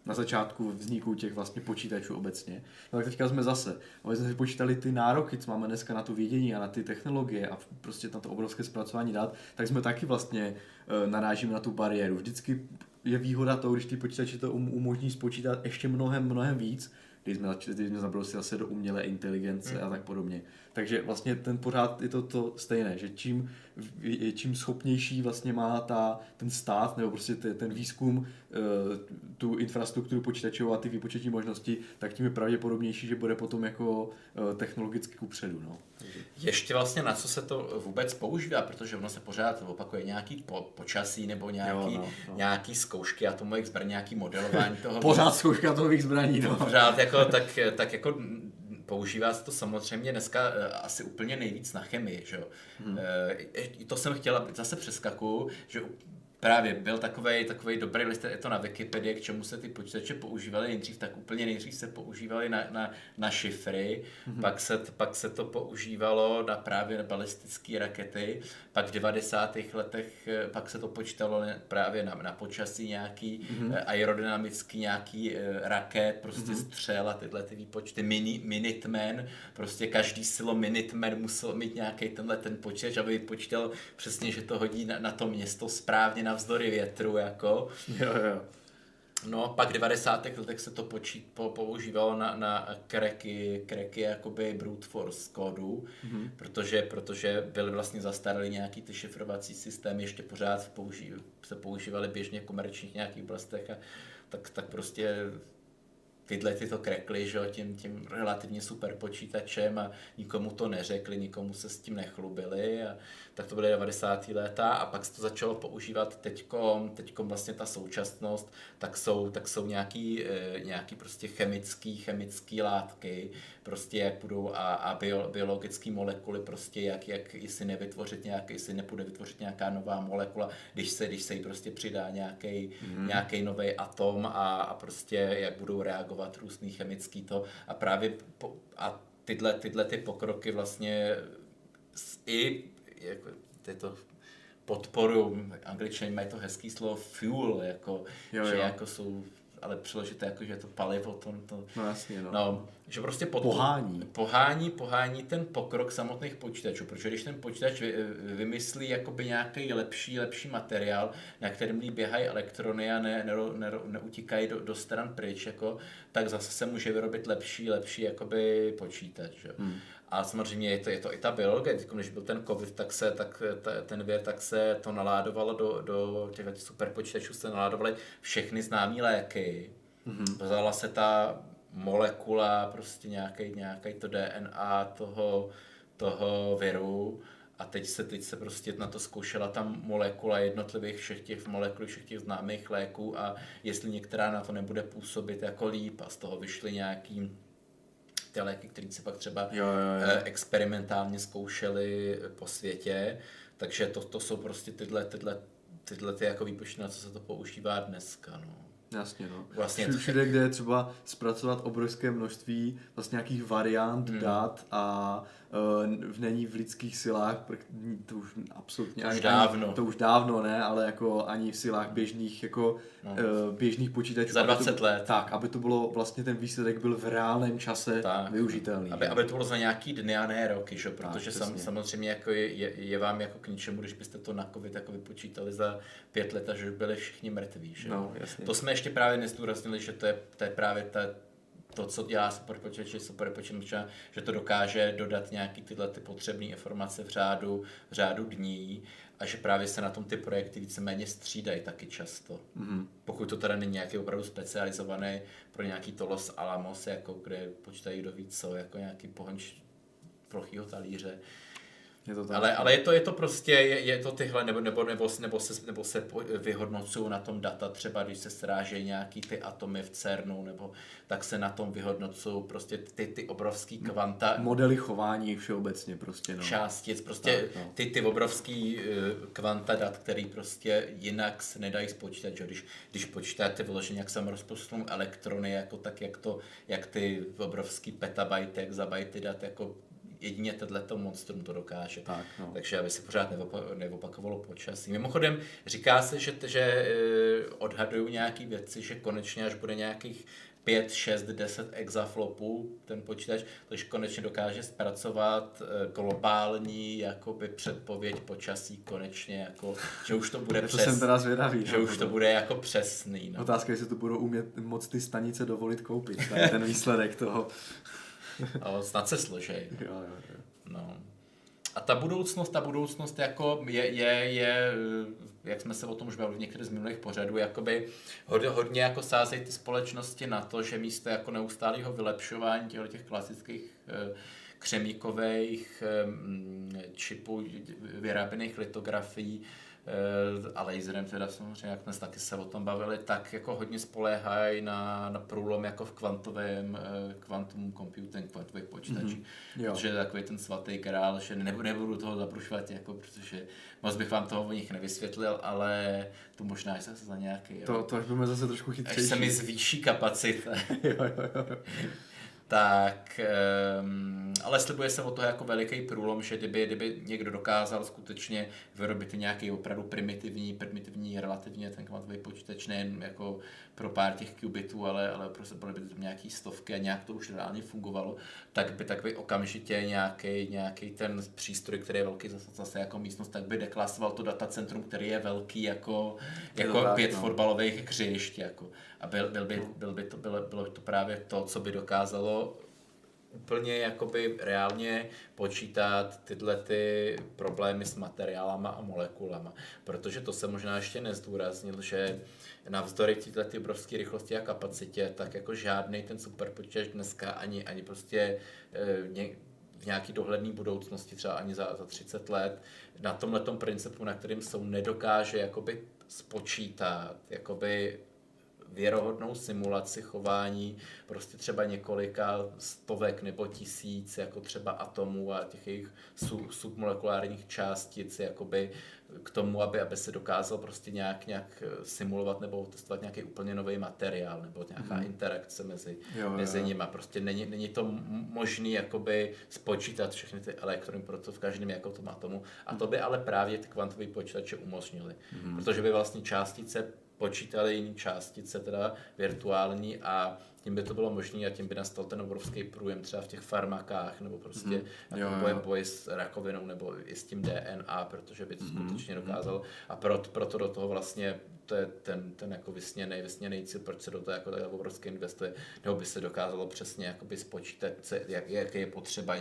Speaker 1: na začátku vzniku těch vlastně počítačů obecně. No tak teďka jsme zase, aby jsme si počítali ty nároky, co máme dneska na to vědění a na ty technologie a prostě na to obrovské zpracování dat, tak jsme taky vlastně narážíme na tu bariéru. Vždycky je výhoda toho, když ty počítače to umožní spočítat ještě mnohem víc, když jsme zabrousili zase do umělé inteligence a tak podobně. Takže vlastně ten pořád je to stejné, že čím schopnější vlastně má ten stát nebo prostě ten výzkum, tu infrastrukturu počítačovou a ty výpočetní možnosti, tak tím je pravděpodobnější, že bude potom jako technologicky kupředu. No.
Speaker 2: Ještě vlastně na co se to vůbec používá, protože ono se pořád opakuje nějaký počasí nebo nějaký zkoušky atomových zbraní, nějaký modelování toho.
Speaker 1: Pořád zkoušky atomových zbraní, no.
Speaker 2: Pořád jako, tak jako používá se to samozřejmě dneska asi úplně nejvíc na chemii, že jo. To jsem chtěla, zase přeskaku, že právě byl takovej dobrý list, je to na Wikipedii, k čemu se ty počítače používaly nejdřív, tak úplně nejdřív se používaly na šifry, pak se to používalo na právě balistické rakety, pak v 90. letech pak se to počítalo právě na počasí nějaký aerodynamický nějaký raket, prostě střel a tyhle ty výpočty, Minuteman, prostě každý silo Minuteman musel mít nějaký ten počítač, aby vypočítal přesně, že to hodí na to město správně navzdory větru, jako.
Speaker 1: Jo.
Speaker 2: No, pak v 90. letech se to používalo na cracky jakoby brute force kódu, protože byly vlastně zastaralý nějaký ty šifrovací systémy, ještě pořád se používaly běžně v komerčních nějakých oblastech a tak prostě tyhle ty to crackly, že, tím relativně super počítačem a nikomu to neřekli, nikomu se s tím nechlubili a tak to byly 90. léta a pak se to začalo používat teďkom vlastně ta současnost, tak jsou nějaký prostě chemický látky, prostě jak budou a biologické molekuly, prostě jak jestli nepůjde vytvořit nějaká nová molekula, když se jí prostě přidá nějaký nový atom a prostě jak budou reagovat různý chemický to a právě tyhle ty pokroky vlastně i jako tyto podporu, Angličani mají to hezký slovo fuel, jako, že jako jsou, ale přeložité jako, že je to palivo, to
Speaker 1: no jasně, no.
Speaker 2: No, že prostě pohání ten pokrok samotných počítačů, protože když ten počítač vymyslí jakoby nějaký lepší materiál, na kterém běhají elektrony a neutíkají do stran pryč, jako, tak zase se může vyrobit lepší jakoby počítač. Že? A samozřejmě je to i ta biologie, když byl ten covid, tak se to naládovalo do těch superpočítačů, se naládovaly všechny známé léky. Vzala se ta molekula, prostě nějaký to DNA toho viru a teď se prostě na to zkoušela ta molekula jednotlivých všech těch známých léků a jestli některá na to nebude působit jako líp a z toho vyšly nějaký ty léky, které se pak třeba experimentálně zkoušely po světě, takže to jsou prostě tyhle ty jako výpočty, na co se to používá dneska, no.
Speaker 1: Jasně, no.
Speaker 2: Vlastně
Speaker 1: všude, kde je třeba zpracovat obrovské množství vlastně nějakých variant dat a není v lidských silách, to už absolutně
Speaker 2: to
Speaker 1: už dávno ne, ale jako ani v silách běžných jako běžných počítačů.
Speaker 2: Za 20 let.
Speaker 1: Tak, aby to bylo vlastně ten výsledek byl v reálném čase využitelný.
Speaker 2: Aby to bylo za nějaký dny a ne roky, že? Protože samozřejmě jako je vám jako k ničemu, když byste to na COVID jako vypočítali za 5 let a že byli všichni mrtví, že?
Speaker 1: No, jasně.
Speaker 2: To jsme ještě právě nezdůraznili, že to je právě to, co dělá superpočítač, že to dokáže dodat nějaký tyhle ty potřebné informace v řádu dní a že právě se na tom ty projekty víceméně střídají taky často. Pokud to teda není nějaký opravdu specializovaný pro nějaký to Los Alamos, jako kde počítají kdo ví co, jako nějaký pohonč plochýho talíře. Ale je to prostě, je to tyhle, nebo se vyhodnocují na tom data, třeba když se srážejí nějaký ty atomy v CERNu, nebo tak se na tom vyhodnocují prostě ty obrovský kvanta.
Speaker 1: Modely chování všeobecně prostě, no.
Speaker 2: Částic, prostě tak, no. ty obrovský kvanta dat, který prostě jinak se nedají spočítat, že když počítáte vyloženě, jak se rozpočtou elektrony, jako tak jak ty obrovský petabajty, exabajty dat, jako jedině tohleto monstrum to dokáže.
Speaker 1: Tak, no.
Speaker 2: Takže aby se pořád neopakovalo počasí. Mimochodem, říká se, že odhadují nějaký věci, že konečně až bude nějakých 5, 6, 10 exaflopů ten počítač, takže konečně dokáže zpracovat globální jakoby předpověď počasí konečně, jako, že už to bude
Speaker 1: To jsem teda zvědavý.
Speaker 2: že už to bude jako přesný. No.
Speaker 1: Otázka, jestli to budou moc ty stanice dovolit koupit, tady ten výsledek toho.
Speaker 2: Ale snad se složej.
Speaker 1: Jo.
Speaker 2: No. A ta budoucnost jako je, jak jsme se o tom už bavili v některých z minulých pořadů, jakoby hodně jako sázejí ty společnosti na to, že místo jako neustálého vylepšování těch klasických křemíkových čipů vyráběných litografií a laserem teda samozřejmě, jak jsme taky se o tom bavili, tak jako hodně spoléhají na průlom jako v quantum computing, kvantových počítačích. Protože je takový ten svatý král, že nebudu toho zabrušovat, jako, protože moc bych vám toho o nich nevysvětlil, ale tu možná až zase za nějaký...
Speaker 1: To až budeme zase trošku chytřejší.
Speaker 2: Až se mi zvýší kapacita.
Speaker 1: jo.
Speaker 2: Tak, ale slibuje se o to jako veliký průlom, že kdyby někdo dokázal skutečně vyrobit nějaký opravdu primitivní relativně ten kvantový počítač, nejen jako pro pár těch qubitů, ale prostě byly by to nějaký stovky a nějak to už reálně fungovalo, tak by okamžitě nějaký ten přístroj, který je velký zase jako místnost, tak by deklasoval to datacentrum, který je velký jako 5 fotbalových hřišť. Jako. A bylo by to právě to, co by dokázalo úplně jakoby reálně počítat tyhle ty problémy s materiálama a molekulama. Protože to se možná ještě nezdůraznil, že navzdory této obrovské rychlosti a kapacitě, tak jako žádný ten superpočítač dneska ani prostě v nějaký dohledné budoucnosti, třeba ani za 30 let, na tomhletom principu, na kterým jsou, nedokáže jakoby spočítat jakoby věrohodnou simulaci chování prostě třeba několika stovek nebo tisíc jako třeba atomů a těch jejich submolekulárních částic jakoby k tomu, aby se dokázal prostě nějak simulovat nebo testovat nějaký úplně nový materiál nebo nějaká interakce mezi nimi. Prostě není to možný jakoby spočítat všechny ty elektrony proto v každém jako tom atomu. A to by ale právě ty kvantové počítače umožnily. Protože by vlastně částice počítali jiné částice, teda virtuální, a tím by to bylo možné a tím by nastal ten obrovský průjem třeba v těch farmakách nebo prostě boj s rakovinou nebo i s tím DNA, protože by to skutečně dokázalo. A proto do toho vlastně to je ten jako vysněnej cíl, proč se do toho jako tak obrovsky investuje, nebo by se dokázalo přesně jakoby spočítat, jaký je potřeba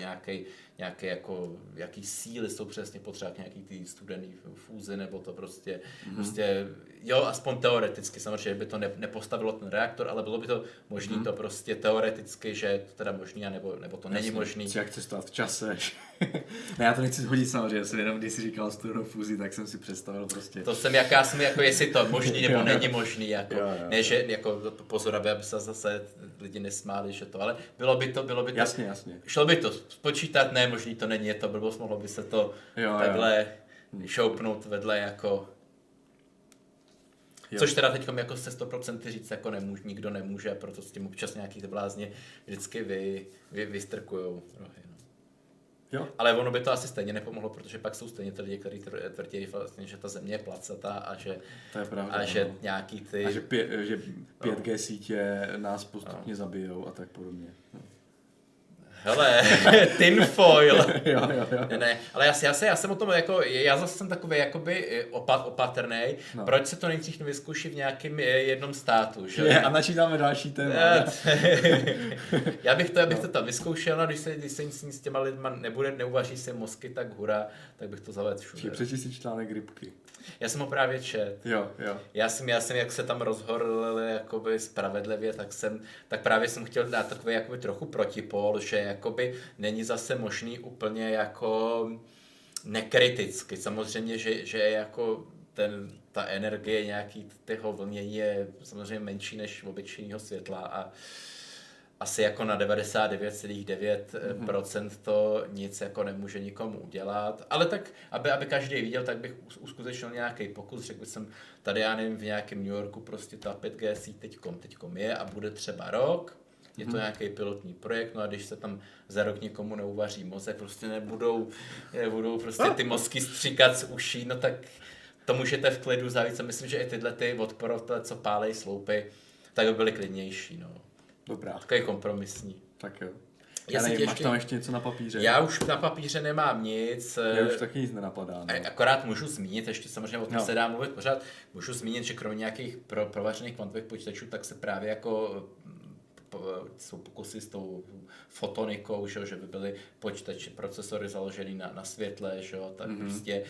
Speaker 2: jaký síly jsou přesně potřeba, nějaký ty studený fúzy, nebo to prostě jo, aspoň teoreticky, samozřejmě by to nepostavilo ten reaktor, ale bylo by to možné to prostě teoreticky, že je to teda možný, nebo to není možný.
Speaker 1: Jak cestovat v čase. Ne, já to nechci hodit samozřejmě, já jsem jenom, když jsi říkal studenou fúzi, tak jsem si představil prostě.
Speaker 2: To jsem jako jestli to možný nebo není možný, jako, ne, že jako pozor, aby se zase lidi nesmáli, že to, ale bylo by to.
Speaker 1: Jasně.
Speaker 2: Šlo by to spočítat, ne, možný to není, je to blbost, mohlo by se to takhle šoupnout vedle jako. Což teda teďkom jako se 100% říct jako nikdo nemůže, proto s tím občas nějaký blázně vždycky vystrkujou rohy. No.
Speaker 1: Jo.
Speaker 2: Ale ono by to asi stejně nepomohlo, protože pak jsou stejně lidi, kteří tvrdí vlastně, že ta země je placatá a že,
Speaker 1: to je pravda,
Speaker 2: a že nějaký ty...
Speaker 1: A že 5G sítě nás postupně zabijou a tak podobně. No.
Speaker 2: Hele, tinfoil.
Speaker 1: jo.
Speaker 2: Ne, ale já jsem o tom jako, já zase jsem takový jakoby opatrnej, proč se to nejdřív nevyzkouší v nějakém jednom státu, že?
Speaker 1: A načítáme další téma.
Speaker 2: Já bych to tam vyzkoušel, a když se nic s těma lidma neuvaří se mozky tak hura, tak bych to zavedl všude.
Speaker 1: Přečti si článek Rybky.
Speaker 2: Já jsem ho právě čet.
Speaker 1: Jo.
Speaker 2: Já jsem, jak se tam rozhorlili jakoby spravedlivě, tak právě jsem chtěl dát takový jakoby trochu protipol, že jakoby není zase možný úplně jako nekriticky. Samozřejmě, že jako ta energie nějaký toho vlnění je samozřejmě menší než obyčejného světla a asi jako na 99,9% to nic jako nemůže nikomu udělat, ale tak, aby každý viděl, tak bych uskutečnil nějaký pokus, řekl jsem, tady já nevím, v nějakém New Yorku prostě ta 5G síť teďkom je a bude třeba rok, Je to nějaký pilotní projekt, no a když se tam za rok někomu neuvaří mozek, prostě nebudou prostě ty mozky stříkat z uší, no tak to můžete v klidu zavít. A myslím, že i tyhle ty odporovatele, co pálej sloupy, tak by byly klidnější, no.
Speaker 1: Dobrá.
Speaker 2: Takový kompromisní.
Speaker 1: Tak jo.
Speaker 2: Já
Speaker 1: Nevím, máš tam ještě něco na papíře?
Speaker 2: Já už na papíře nemám nic.
Speaker 1: Já už taky nic nenapadá. No.
Speaker 2: Akorát můžu zmínit, ještě samozřejmě o tom se dá mluvit pořád, můžu zmínit, že kromě nějakých provařených kvantových počítačů, tak se právě jako jsou pokusy s tou fotonikou, že by byly počítače, procesory založený na světle, že jo, tak prostě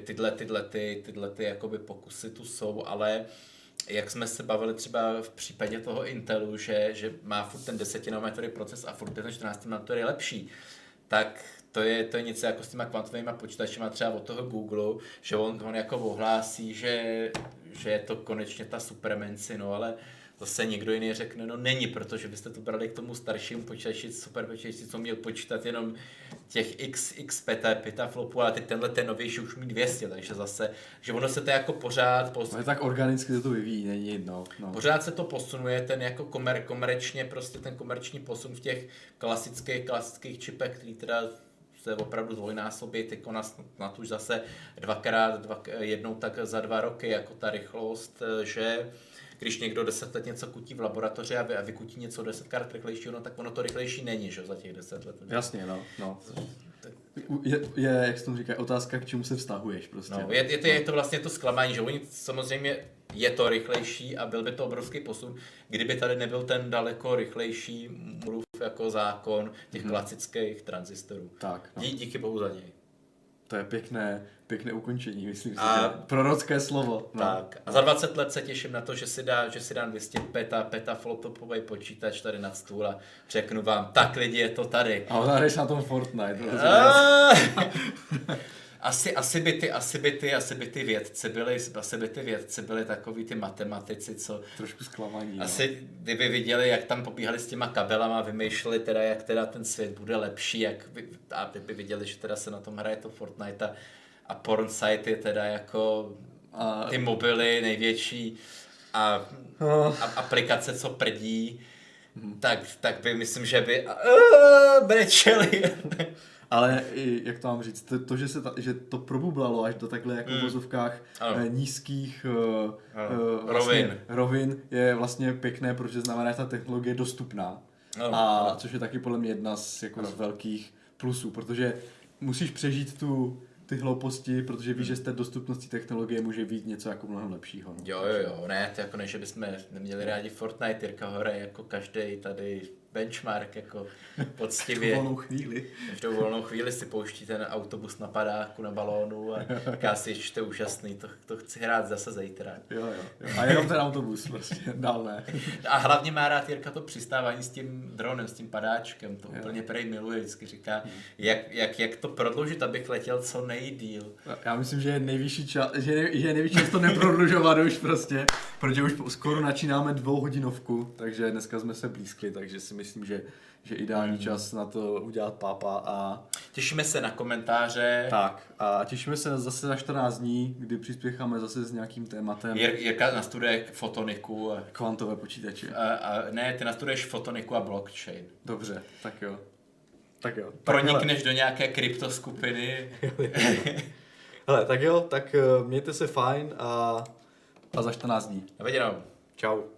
Speaker 2: tyhle jakoby pokusy tu jsou, ale jak jsme se bavili třeba v případě toho Intelu, že má furt ten 10nanometrový proces a furt ten 14 nanometrový je lepší, tak to je něco jako s těma kvantovými počítačima třeba od toho Google, že on jako ohlásí, že je to konečně ta supermenci, no ale zase někdo jiný řekne, no není, protože byste to brali k tomu staršímu počítači, super počítači, co měl počítat jenom těch x petaflopů, ale teď tenhle ten novější už mít 200, takže zase, že ono se to jako pořád...
Speaker 1: Ale tak organicky se to vyvíjí, není jedno. No.
Speaker 2: Pořád se to posunuje, ten jako komerčně, prostě ten komerční posun v těch klasických čipech, který teda se opravdu dvojnásobí, teď na už zase jednou tak za 2 roky, jako ta rychlost, že když někdo 10 let něco kutí v laboratoři a vykutí něco 10krát rychlejšího, no tak ono to rychlejší není, že za těch 10 let.
Speaker 1: Jasně, no. Je, jak se tomu říká, otázka, k čemu se vztahuješ prostě.
Speaker 2: No, je to vlastně to zklamání, že oni samozřejmě je to rychlejší a byl by to obrovský posun, kdyby tady nebyl ten daleko rychlejší mluv jako zákon těch klasických tranzistorů.
Speaker 1: Tak, no.
Speaker 2: Díky bohu za něj.
Speaker 1: To je pěkné ukončení, myslím si, že prorocké slovo. No.
Speaker 2: Tak. A za 20 let se těším na to, že si dám 200 petaflopový počítač tady nad stůl a řeknu vám, tak lidi, je to tady.
Speaker 1: A zahraješ na tom Fortnite.
Speaker 2: Asi by ty vědci byli takový ty matematici, co...
Speaker 1: Trošku zklamaní.
Speaker 2: Asi kdyby viděli, jak tam pobíhali s těma kabelama, vymýšleli teda, jak teda ten svět bude lepší, a kdyby viděli, že teda se na tom hraje to Fortnite a porn site je teda jako ty mobily největší a aplikace, co prdí, tak by myslím, že by brečeli.
Speaker 1: Ale jak to mám říct, že to probublalo až do takhle jako v vozovkách nízkých rovin je vlastně pěkné, protože znamená, že ta technologie je dostupná. Což je taky podle mě jedna z velkých plusů, protože musíš přežít ty hlouposti, protože víš, že z té dostupnosti technologie může být něco jako mnohem lepšího. No.
Speaker 2: Jo, ne, to jako ne, že bychom neměli rádi Fortnite, Jirka hore jako každý tady benchmark, jako poctivě. Každou volnou chvíli si pouští ten autobus na padáku, na balónu a říká si, že to je úžasný, to chci hrát zase zítra.
Speaker 1: Jo. A jenom ten autobus prostě, dál ne.
Speaker 2: A hlavně má rád Jirka to přistávání s tím dronem, s tím padáčkem, to úplně prej miluje, vždycky říká, jak to prodloužit, abych letěl co nejdýl.
Speaker 1: Já myslím, že je nejvyšší čas, to neprodlužovat už prostě, protože už skoro načínáme 2hodinovku, takže dneska jsme se blízkli, takže si myslím, že ideální čas na to udělat pápa a...
Speaker 2: Těšíme se na komentáře.
Speaker 1: Tak a těšíme se zase za 14 dní, kdy přispěcháme zase s nějakým tématem.
Speaker 2: Jirka nastuduje fotoniku.
Speaker 1: Kvantové počítače.
Speaker 2: Ne, ty nastuduješ fotoniku a blockchain.
Speaker 1: Dobře, tak jo.
Speaker 2: Pronikneš do nějaké kryptoskupiny.
Speaker 3: Hele, tak jo, tak mějte se fajn a
Speaker 1: za 14 dní.
Speaker 2: Na viděnou.
Speaker 3: Čau.